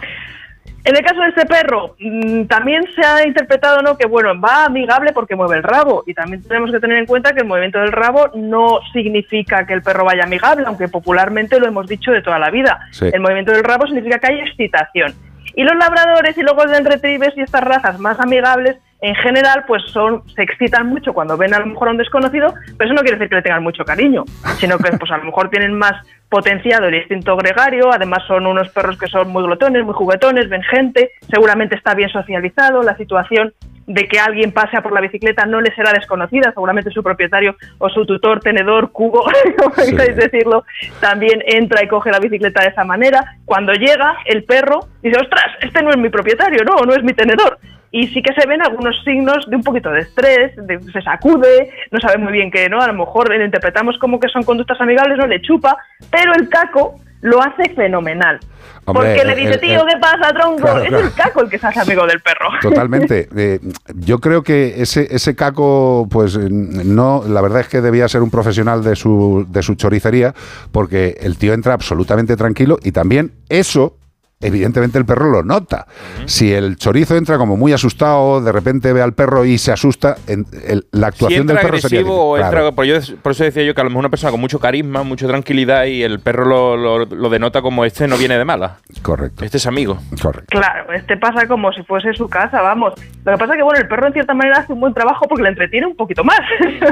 En el caso de este perro, también se ha interpretado, ¿no?, que bueno, va amigable porque mueve el rabo, y también tenemos que tener en cuenta que el movimiento del rabo no significa que el perro vaya amigable, aunque popularmente lo hemos dicho de toda la vida. Sí. El movimiento del rabo significa que hay excitación. Y los labradores y los golden retrievers y estas razas más amigables, en general, pues se excitan mucho cuando ven a lo mejor a un desconocido, pero eso no quiere decir que le tengan mucho cariño, sino que pues a lo mejor tienen más potenciado el instinto gregario. Además son unos perros que son muy glotones, muy juguetones, ven gente, seguramente está bien socializado, la situación de que alguien pase por la bicicleta no le será desconocida, seguramente su propietario o su tutor, tenedor, cubo, como queráis decirlo, también entra y coge la bicicleta de esa manera. Cuando llega el perro dice, ostras, este no es mi propietario, no es mi tenedor. Y sí que se ven algunos signos de un poquito de estrés, se sacude, no sabe muy bien qué, ¿no? A lo mejor lo interpretamos como que son conductas amigables, no le chupa, pero el caco lo hace fenomenal. Hombre, porque le dice, tío, ¿qué pasa, tronco? Claro, es el caco el que se hace amigo del perro.
Totalmente. Yo creo que ese caco, pues no, la verdad es que debía ser un profesional de su choricería, porque el tío entra absolutamente tranquilo, y también eso, evidentemente el perro lo nota. Si el chorizo entra como muy asustado, de repente ve al perro y se asusta, la actuación del perro sería
agresivo, claro. Por eso decía yo que a lo mejor una persona con mucho carisma, mucha tranquilidad, y el perro lo denota como este no viene de mala.
Correcto.
Este es amigo.
Correcto.
Claro, este pasa como si fuese su casa, vamos. Lo que pasa es que bueno, el perro en cierta manera hace un buen trabajo porque le entretiene un poquito más.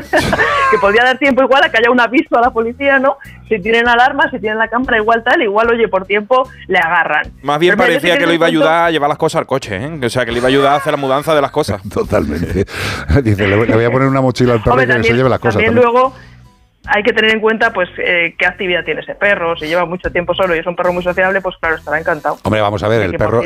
Que podría dar tiempo igual a que haya un aviso a la policía, ¿no? Si tienen alarma, si tienen la cámara, igual tal, igual, oye, por tiempo le agarran.
Más bien pero parecía que lo iba a ayudar a llevar las cosas al coche, ¿eh? O sea, que le iba a ayudar a hacer la mudanza de las cosas.
Totalmente. Dice, le voy a poner una mochila al perro.
Hombre,
que también, se lleve las cosas.
También luego hay que tener en cuenta pues qué actividad tiene ese perro. Si lleva mucho tiempo solo y es un perro muy sociable, pues claro, estará encantado.
Hombre, vamos a ver, el perro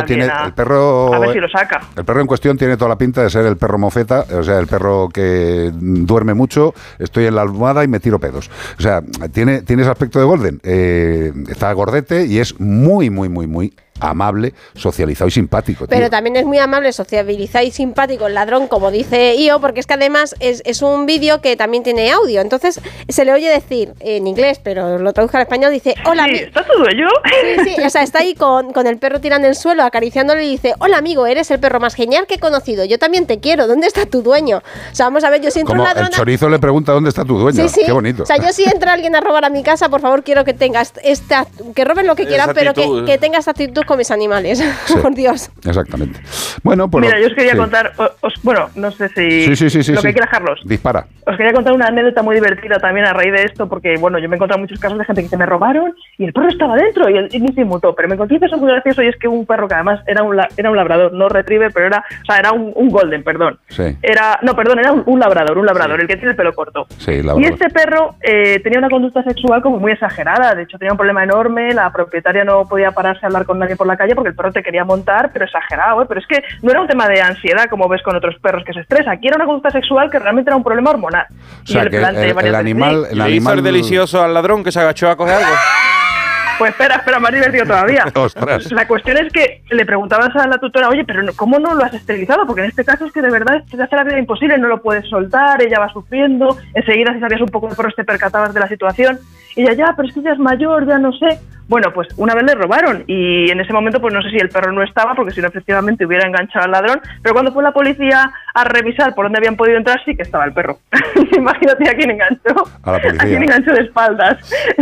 a ver si lo saca.
El perro en cuestión tiene toda la pinta de ser el perro mofeta, o sea, el perro que duerme mucho, estoy en la almohada y me tiro pedos. O sea, tiene ese aspecto de golden. Está gordete y es muy, muy, muy, muy amable, socializado y simpático.
Pero también es muy amable, sociabilizado y simpático el ladrón, como dice Io, porque es que además es un vídeo que también tiene audio. Entonces se le oye decir en inglés, pero lo traduzco al español, dice, hola,
sí, ¿está tu dueño?
Sí, o sea, está ahí con el perro tirando en el suelo, acariciándole, y dice, hola amigo, eres el perro más genial que he conocido, yo también te quiero, ¿dónde está tu dueño? O sea, vamos a ver, yo si entro
como
un ladrón...
el chorizo le pregunta dónde está tu dueño.
Sí.
Qué bonito.
O sea, yo si entra alguien a robar a mi casa, por favor, quiero que tengas que roben lo que quieran, pero que tenga esta actitud con mis animales, por Dios.
Exactamente. Bueno, pues
mira, yo os quería contar, bueno, no sé si lo que quiera Carlos.
Dispara.
Os quería contar una anécdota muy divertida también a raíz de esto, porque bueno, yo me he encontrado muchos casos de gente que se me robaron y el perro estaba dentro y ni se inmutó, pero me encontré eso muy gracioso y es que un perro que además era un labrador, no retriever, pero era un golden, perdón.
Sí.
Era un labrador, el que tiene el pelo corto.
Sí, labrador.
Y este perro tenía una conducta sexual como muy exagerada, de hecho tenía un problema enorme, la propietaria no podía pararse a hablar con nadie por la calle porque el perro te quería montar, pero exagerado, pero es que no era un tema de ansiedad como ves con otros perros que se estresa, aquí era una conducta sexual que realmente era un problema hormonal.
O sea, que el animal...
¿Le hizo el delicioso al ladrón que se agachó a coger algo?
Pues espera, más divertido todavía.
Ostras.
La cuestión es que le preguntabas a la tutora, oye, pero ¿cómo no lo has esterilizado? Porque en este caso es que de verdad te hace la vida imposible, no lo puedes soltar, ella va sufriendo, enseguida si sabías un poco de perro te percatabas de la situación, y ella, ya, pero es que ya es mayor, ya no sé. Bueno, pues una vez le robaron y en ese momento pues no sé si el perro no estaba, porque si no efectivamente hubiera enganchado al ladrón, pero cuando fue la policía a revisar por dónde habían podido entrar, sí que estaba el perro. Imagínate a quién enganchó.
A la policía.
A quién enganchó de espaldas.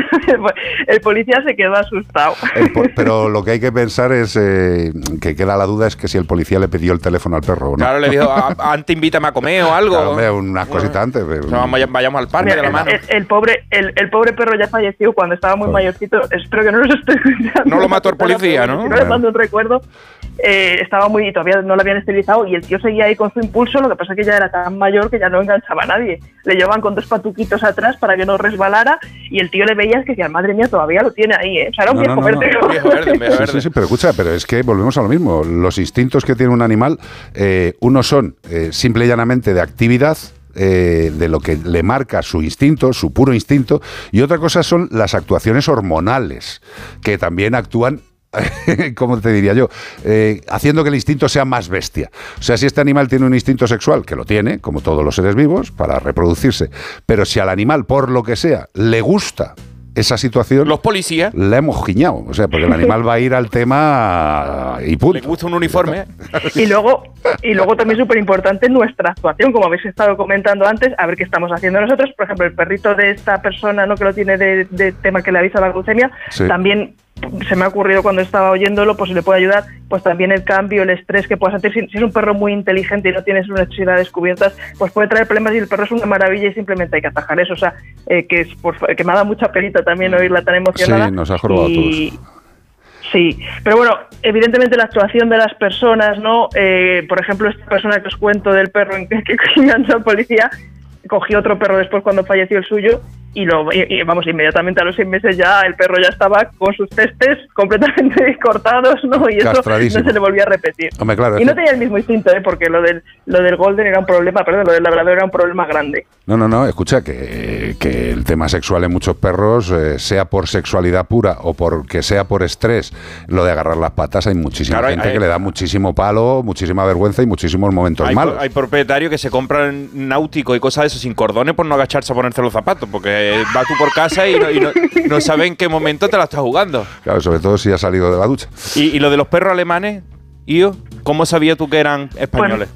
El policía se quedó asustado.
Pero lo que hay que pensar es que queda la duda es que si el policía le pidió el teléfono al perro o no.
Claro, le dijo, antes invítame a comer o algo.
Claro, hombre, unas cositas antes. Pero...
vayamos al parque. Mira, de la mano.
El pobre perro ya falleció cuando estaba muy mayorcito. Espero que no nos esté escuchando.
No lo mató el policía, ¿no?
Si no le mando un recuerdo. Estaba muy... Todavía no lo habían esterilizado y el tío seguía ahí con su impulso. Lo que pasa es que ya era tan mayor que ya no enganchaba a nadie. Le llevaban con 2 patuquitos atrás para que no resbalara y el tío le veía que decía, madre mía, todavía lo tiene ahí, ¿eh? O sea, era un viejo verde.
Sí, pero escucha, pero es que volvemos a lo mismo. Los instintos que tiene un animal, unos son simple y llanamente de actividad, de lo que le marca su instinto, su puro instinto, y otra cosa son las actuaciones hormonales, que también actúan, ¿cómo te diría yo? Haciendo que el instinto sea más bestia. O sea, si este animal tiene un instinto sexual, que lo tiene, como todos los seres vivos, para reproducirse, pero si al animal, por lo que sea, le gusta esa situación,
los policías
la hemos guiñado, o sea, porque el animal va a ir al tema y punto.
Le gusta un uniforme.
Y luego también súper importante nuestra actuación, como habéis estado comentando antes, a ver qué estamos haciendo nosotros. Por ejemplo, el perrito de esta persona, ¿no?, que lo tiene de tema que le avisa la glucemia, sí. También se me ha ocurrido cuando estaba oyéndolo, pues si le puede ayudar, pues también el cambio, el estrés que pueda sentir. Si es un perro muy inteligente y no tiene sus necesidades cubiertas, pues puede traer problemas y el perro es una maravilla y simplemente hay que atajar eso. O sea, que me ha dado mucha penita también oírla tan emocionada.
Sí, nos ha jorobado a todos.
Sí, pero bueno, evidentemente la actuación de las personas, ¿no? Por ejemplo, esta persona que os cuento del perro que enganchó al policía, cogió otro perro después cuando falleció el suyo y vamos, inmediatamente a los 6 meses ya el perro ya estaba con sus testes completamente cortados, ¿no? Y eso no se le volvía a repetir.
Hombre, claro,
y no tenía el mismo instinto, porque lo del golden era un problema, lo del labrador era un problema grande.
No, escucha, que el tema sexual en muchos perros, sea por sexualidad pura o porque sea por estrés, lo de agarrar las patas, hay muchísima gente que le da muchísimo palo, muchísima vergüenza y muchísimos momentos malos.
Hay propietarios que se compran náuticos y cosas de eso sin cordones por no agacharse a ponerse los zapatos, porque vas tú por casa y no sabes en qué momento te la estás jugando.
Claro, sobre todo si has salido de la ducha.
¿Y lo de los perros alemanes, Io? ¿Cómo sabías tú que eran españoles?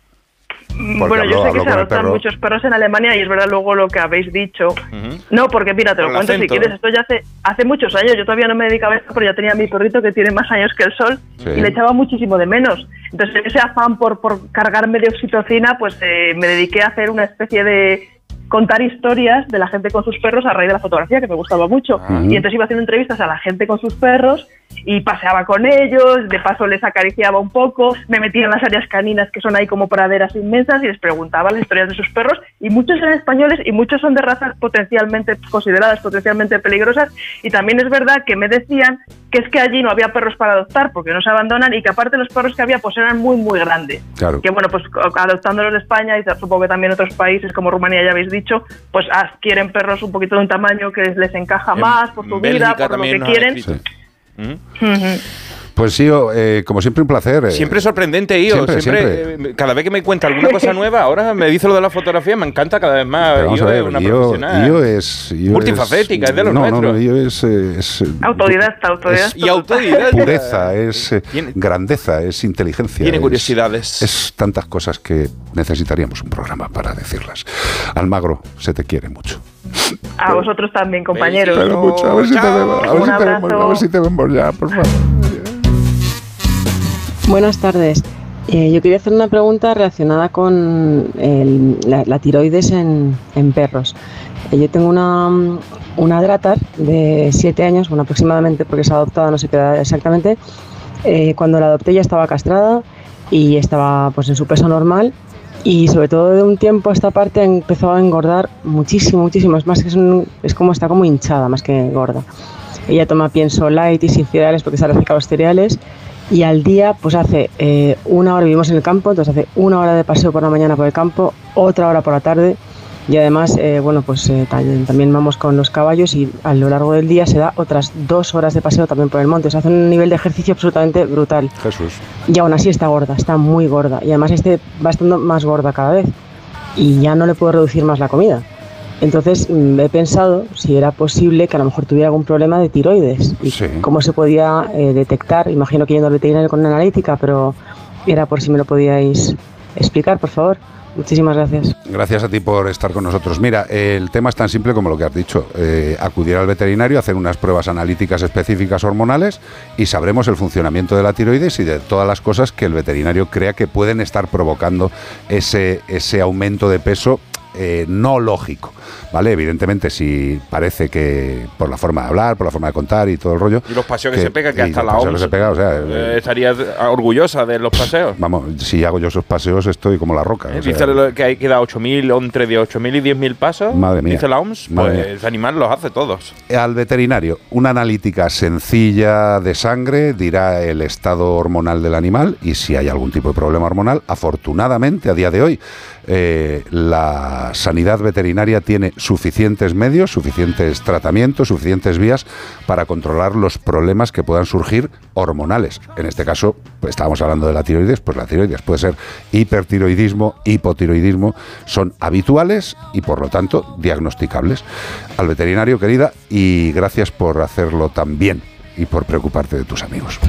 Bueno, yo sé que se adoptan muchos perros en Alemania y es verdad luego lo que habéis dicho. No, porque mira, te lo cuento si quieres. Esto ya hace muchos años. Yo todavía no me dedicaba a esto, pero ya tenía a mi perrito que tiene más años que el sol, sí. Y le echaba muchísimo de menos. Entonces, en ese afán por cargarme de oxitocina, pues me dediqué a hacer una especie de contar historias de la gente con sus perros a raíz de la fotografía, que me gustaba mucho. Y entonces iba haciendo entrevistas a la gente con sus perros y paseaba con ellos, de paso les acariciaba un poco, me metía en las áreas caninas que son ahí como praderas inmensas y les preguntaba las historias de sus perros, y muchos eran españoles y muchos son de razas consideradas potencialmente peligrosas, y también es verdad que me decían que es que allí no había perros para adoptar porque no se abandonan y que aparte los perros que había pues eran muy muy grandes. Claro. Que bueno, pues adoptándolos de España y supongo que también otros países como Rumanía, ya habéis dicho, pues adquieren perros un poquito de un tamaño que les encaja más por su vida, por lo que quieren. Sí.
Pues Io, como siempre un placer.
Siempre sorprendente, Io. Siempre. Cada vez que me cuenta alguna cosa nueva, ahora me dice lo de la fotografía, me encanta cada vez más.
Pero vamos a ver,
una profesional.
Io es
multifacética, es de los nuestros.
No, Io es
autodidacta.
Y autodidacta.
Es pureza, es grandeza, es inteligencia.
Tiene curiosidades.
Es tantas cosas que necesitaríamos un programa para decirlas. Almagro, se te quiere mucho.
A vosotros también, compañeros.
Pero mucho, a ver si te vemos ya, por favor.
Buenas tardes. Yo quería hacer una pregunta relacionada con la tiroides en perros. Yo tengo una Dratar de 7 años, bueno, aproximadamente, porque es adoptada, no sé qué edad exactamente. Cuando la adopté ya estaba castrada y estaba pues en su peso normal, y sobre todo de un tiempo a esta parte empezó a engordar muchísimo. Es más que es como está como hinchada más que gorda. Ella toma pienso light y sin cereales porque se alergica a los cereales, y al día pues hace 1 hora, vivimos en el campo, entonces hace 1 hora de paseo por la mañana por el campo, otra hora por la tarde, y además también vamos con los caballos, y a lo largo del día se da otras 2 horas de paseo también por el monte. O sea, hace un nivel de ejercicio absolutamente brutal.
Jesús.
Y aún así está gorda, está muy gorda, y además va estando más gorda cada vez, y ya no le puedo reducir más la comida. Entonces he pensado si era posible que a lo mejor tuviera algún problema de tiroides y cómo se podía detectar. Imagino que yendo al veterinario con una analítica, pero era por si me lo podíais explicar, por favor. Muchísimas gracias.
Gracias a ti por estar con nosotros. Mira, el tema es tan simple como lo que has dicho. Acudir al veterinario, hacer unas pruebas analíticas específicas hormonales, y sabremos el funcionamiento de la tiroides y de todas las cosas que el veterinario crea que pueden estar provocando ese aumento de peso no lógico, ¿vale? Evidentemente, si parece que por la forma de hablar, por la forma de contar y todo el rollo...
Y los paseos que se pega, que hasta la OMS estaría orgullosa de los paseos.
Vamos, si hago yo esos paseos estoy como la roca.
Dice que hay que dar 8.000, entre de 8.000 y 10.000 pasos.
Madre mía.
Dice la OMS, pues ese animal los hace todos.
Al veterinario, una analítica sencilla de sangre dirá el estado hormonal del animal, y si hay algún tipo de problema hormonal. Afortunadamente, a día de hoy, la sanidad veterinaria tiene suficientes medios, suficientes tratamientos, suficientes vías para controlar los problemas que puedan surgir hormonales. En este caso, pues, estábamos hablando de la tiroides, pues la tiroides puede ser hipertiroidismo, hipotiroidismo, son habituales y por lo tanto diagnosticables. Al veterinario, querida, y gracias por hacerlo tan bien y por preocuparte de tus amigos.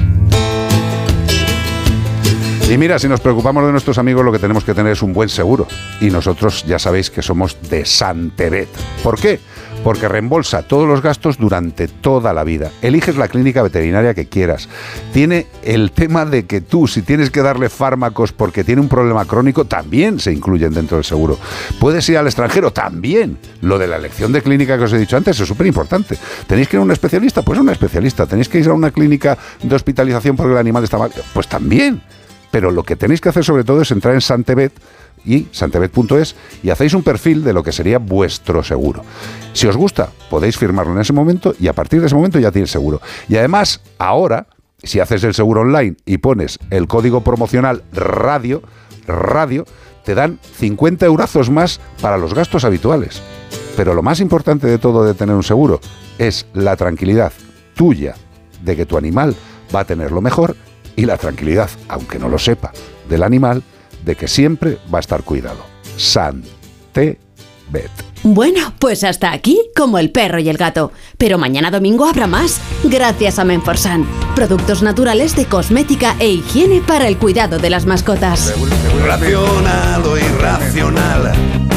Y mira, si nos preocupamos de nuestros amigos, lo que tenemos que tener es un buen seguro. Y nosotros ya sabéis que somos de Santebet. ¿Por qué? Porque reembolsa todos los gastos durante toda la vida. Eliges la clínica veterinaria que quieras. Tiene el tema de que tú, si tienes que darle fármacos porque tiene un problema crónico, también se incluyen dentro del seguro. Puedes ir al extranjero, también. Lo de la elección de clínica que os he dicho antes es súper importante. ¿Tenéis que ir a un especialista? Pues a un especialista. ¿Tenéis que ir a una clínica de hospitalización porque el animal está mal? Pues también. Pero lo que tenéis que hacer sobre todo es entrar en Santebet y santebet.es y hacéis un perfil de lo que sería vuestro seguro. Si os gusta, podéis firmarlo en ese momento y a partir de ese momento ya tienes seguro. Y además, ahora, si haces el seguro online y pones el código promocional radio, te dan 50 eurazos más para los gastos habituales. Pero lo más importante de todo de tener un seguro es la tranquilidad tuya de que tu animal va a tener lo mejor, y la tranquilidad, aunque no lo sepa, del animal, de que siempre va a estar cuidado. Santebet.
Bueno, pues hasta aquí Como el perro y el gato. Pero mañana domingo habrá más, gracias a Menforsan. Productos naturales de cosmética e higiene para el cuidado de las mascotas.
Racional o irracional.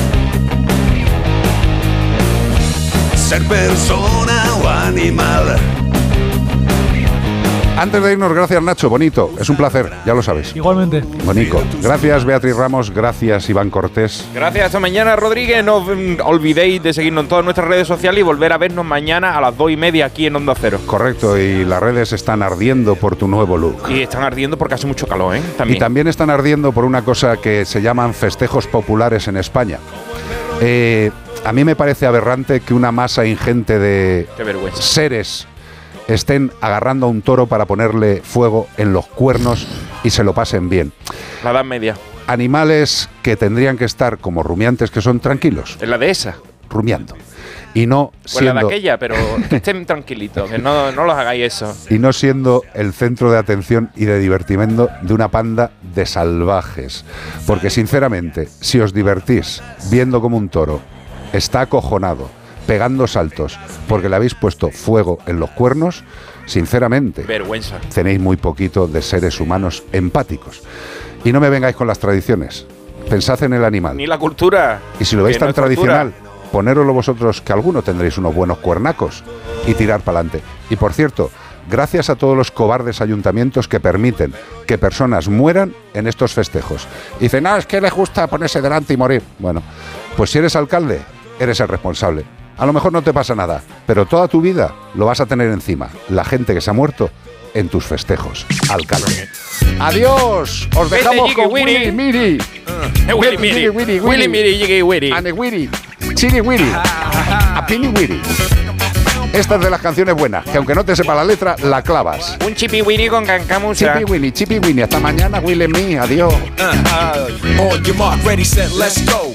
Ser persona o animal.
Antes de irnos, gracias Nacho, bonito, es un placer, ya lo sabes.
Igualmente.
Bonito. Gracias Beatriz Ramos, gracias Iván Cortés.
Gracias, hasta mañana Rodríguez. No olvidéis de seguirnos en todas nuestras redes sociales y volver a vernos mañana a las 2:30 aquí en Onda Cero.
Correcto, y las redes están ardiendo por tu nuevo look.
Y están ardiendo porque hace mucho calor, ¿eh?
Y también están ardiendo por una cosa que se llaman festejos populares en España. A mí me parece aberrante que una masa ingente de seres estén agarrando a un toro para ponerle fuego en los cuernos y se lo pasen bien.
La Edad Media.
Animales que tendrían que estar, como rumiantes que son, tranquilos.
En la dehesa.
Rumiando. Y no siendo...
Pues la de aquella, pero que estén tranquilitos, que no los hagáis eso.
Y no siendo el centro de atención y de divertimento de una panda de salvajes. Porque, sinceramente, si os divertís viendo como un toro está acojonado, pegando saltos porque le habéis puesto fuego en los cuernos, sinceramente,
vergüenza.
Tenéis muy poquito de seres humanos empáticos. Y no me vengáis con las tradiciones. Pensad en el animal.
Ni la cultura.
Y si lo veis tan tradicional, ponéroslo vosotros, que alguno tendréis unos buenos cuernacos y tirar para adelante. Y por cierto, gracias a todos los cobardes ayuntamientos que permiten que personas mueran en estos festejos. Y dicen, es que les gusta ponerse delante y morir. Bueno, pues si eres alcalde, eres el responsable. A lo mejor no te pasa nada, pero toda tu vida lo vas a tener encima. La gente que se ha muerto en tus festejos. Alcalde. ¡Adiós! Os dejamos con Willy Miri.
Willy Miri. Willy Miri, Jiggy Wiri.
Ane Wiri. Chiri Wiri. A Pini Wiri. Esta es de las canciones buenas, que aunque no te sepa la letra, la clavas.
Un chipi Winnie con cancamusa.
Chipi Winnie. Hasta mañana, Willy Mi. Adiós.
On your mark, ready, set, let's go.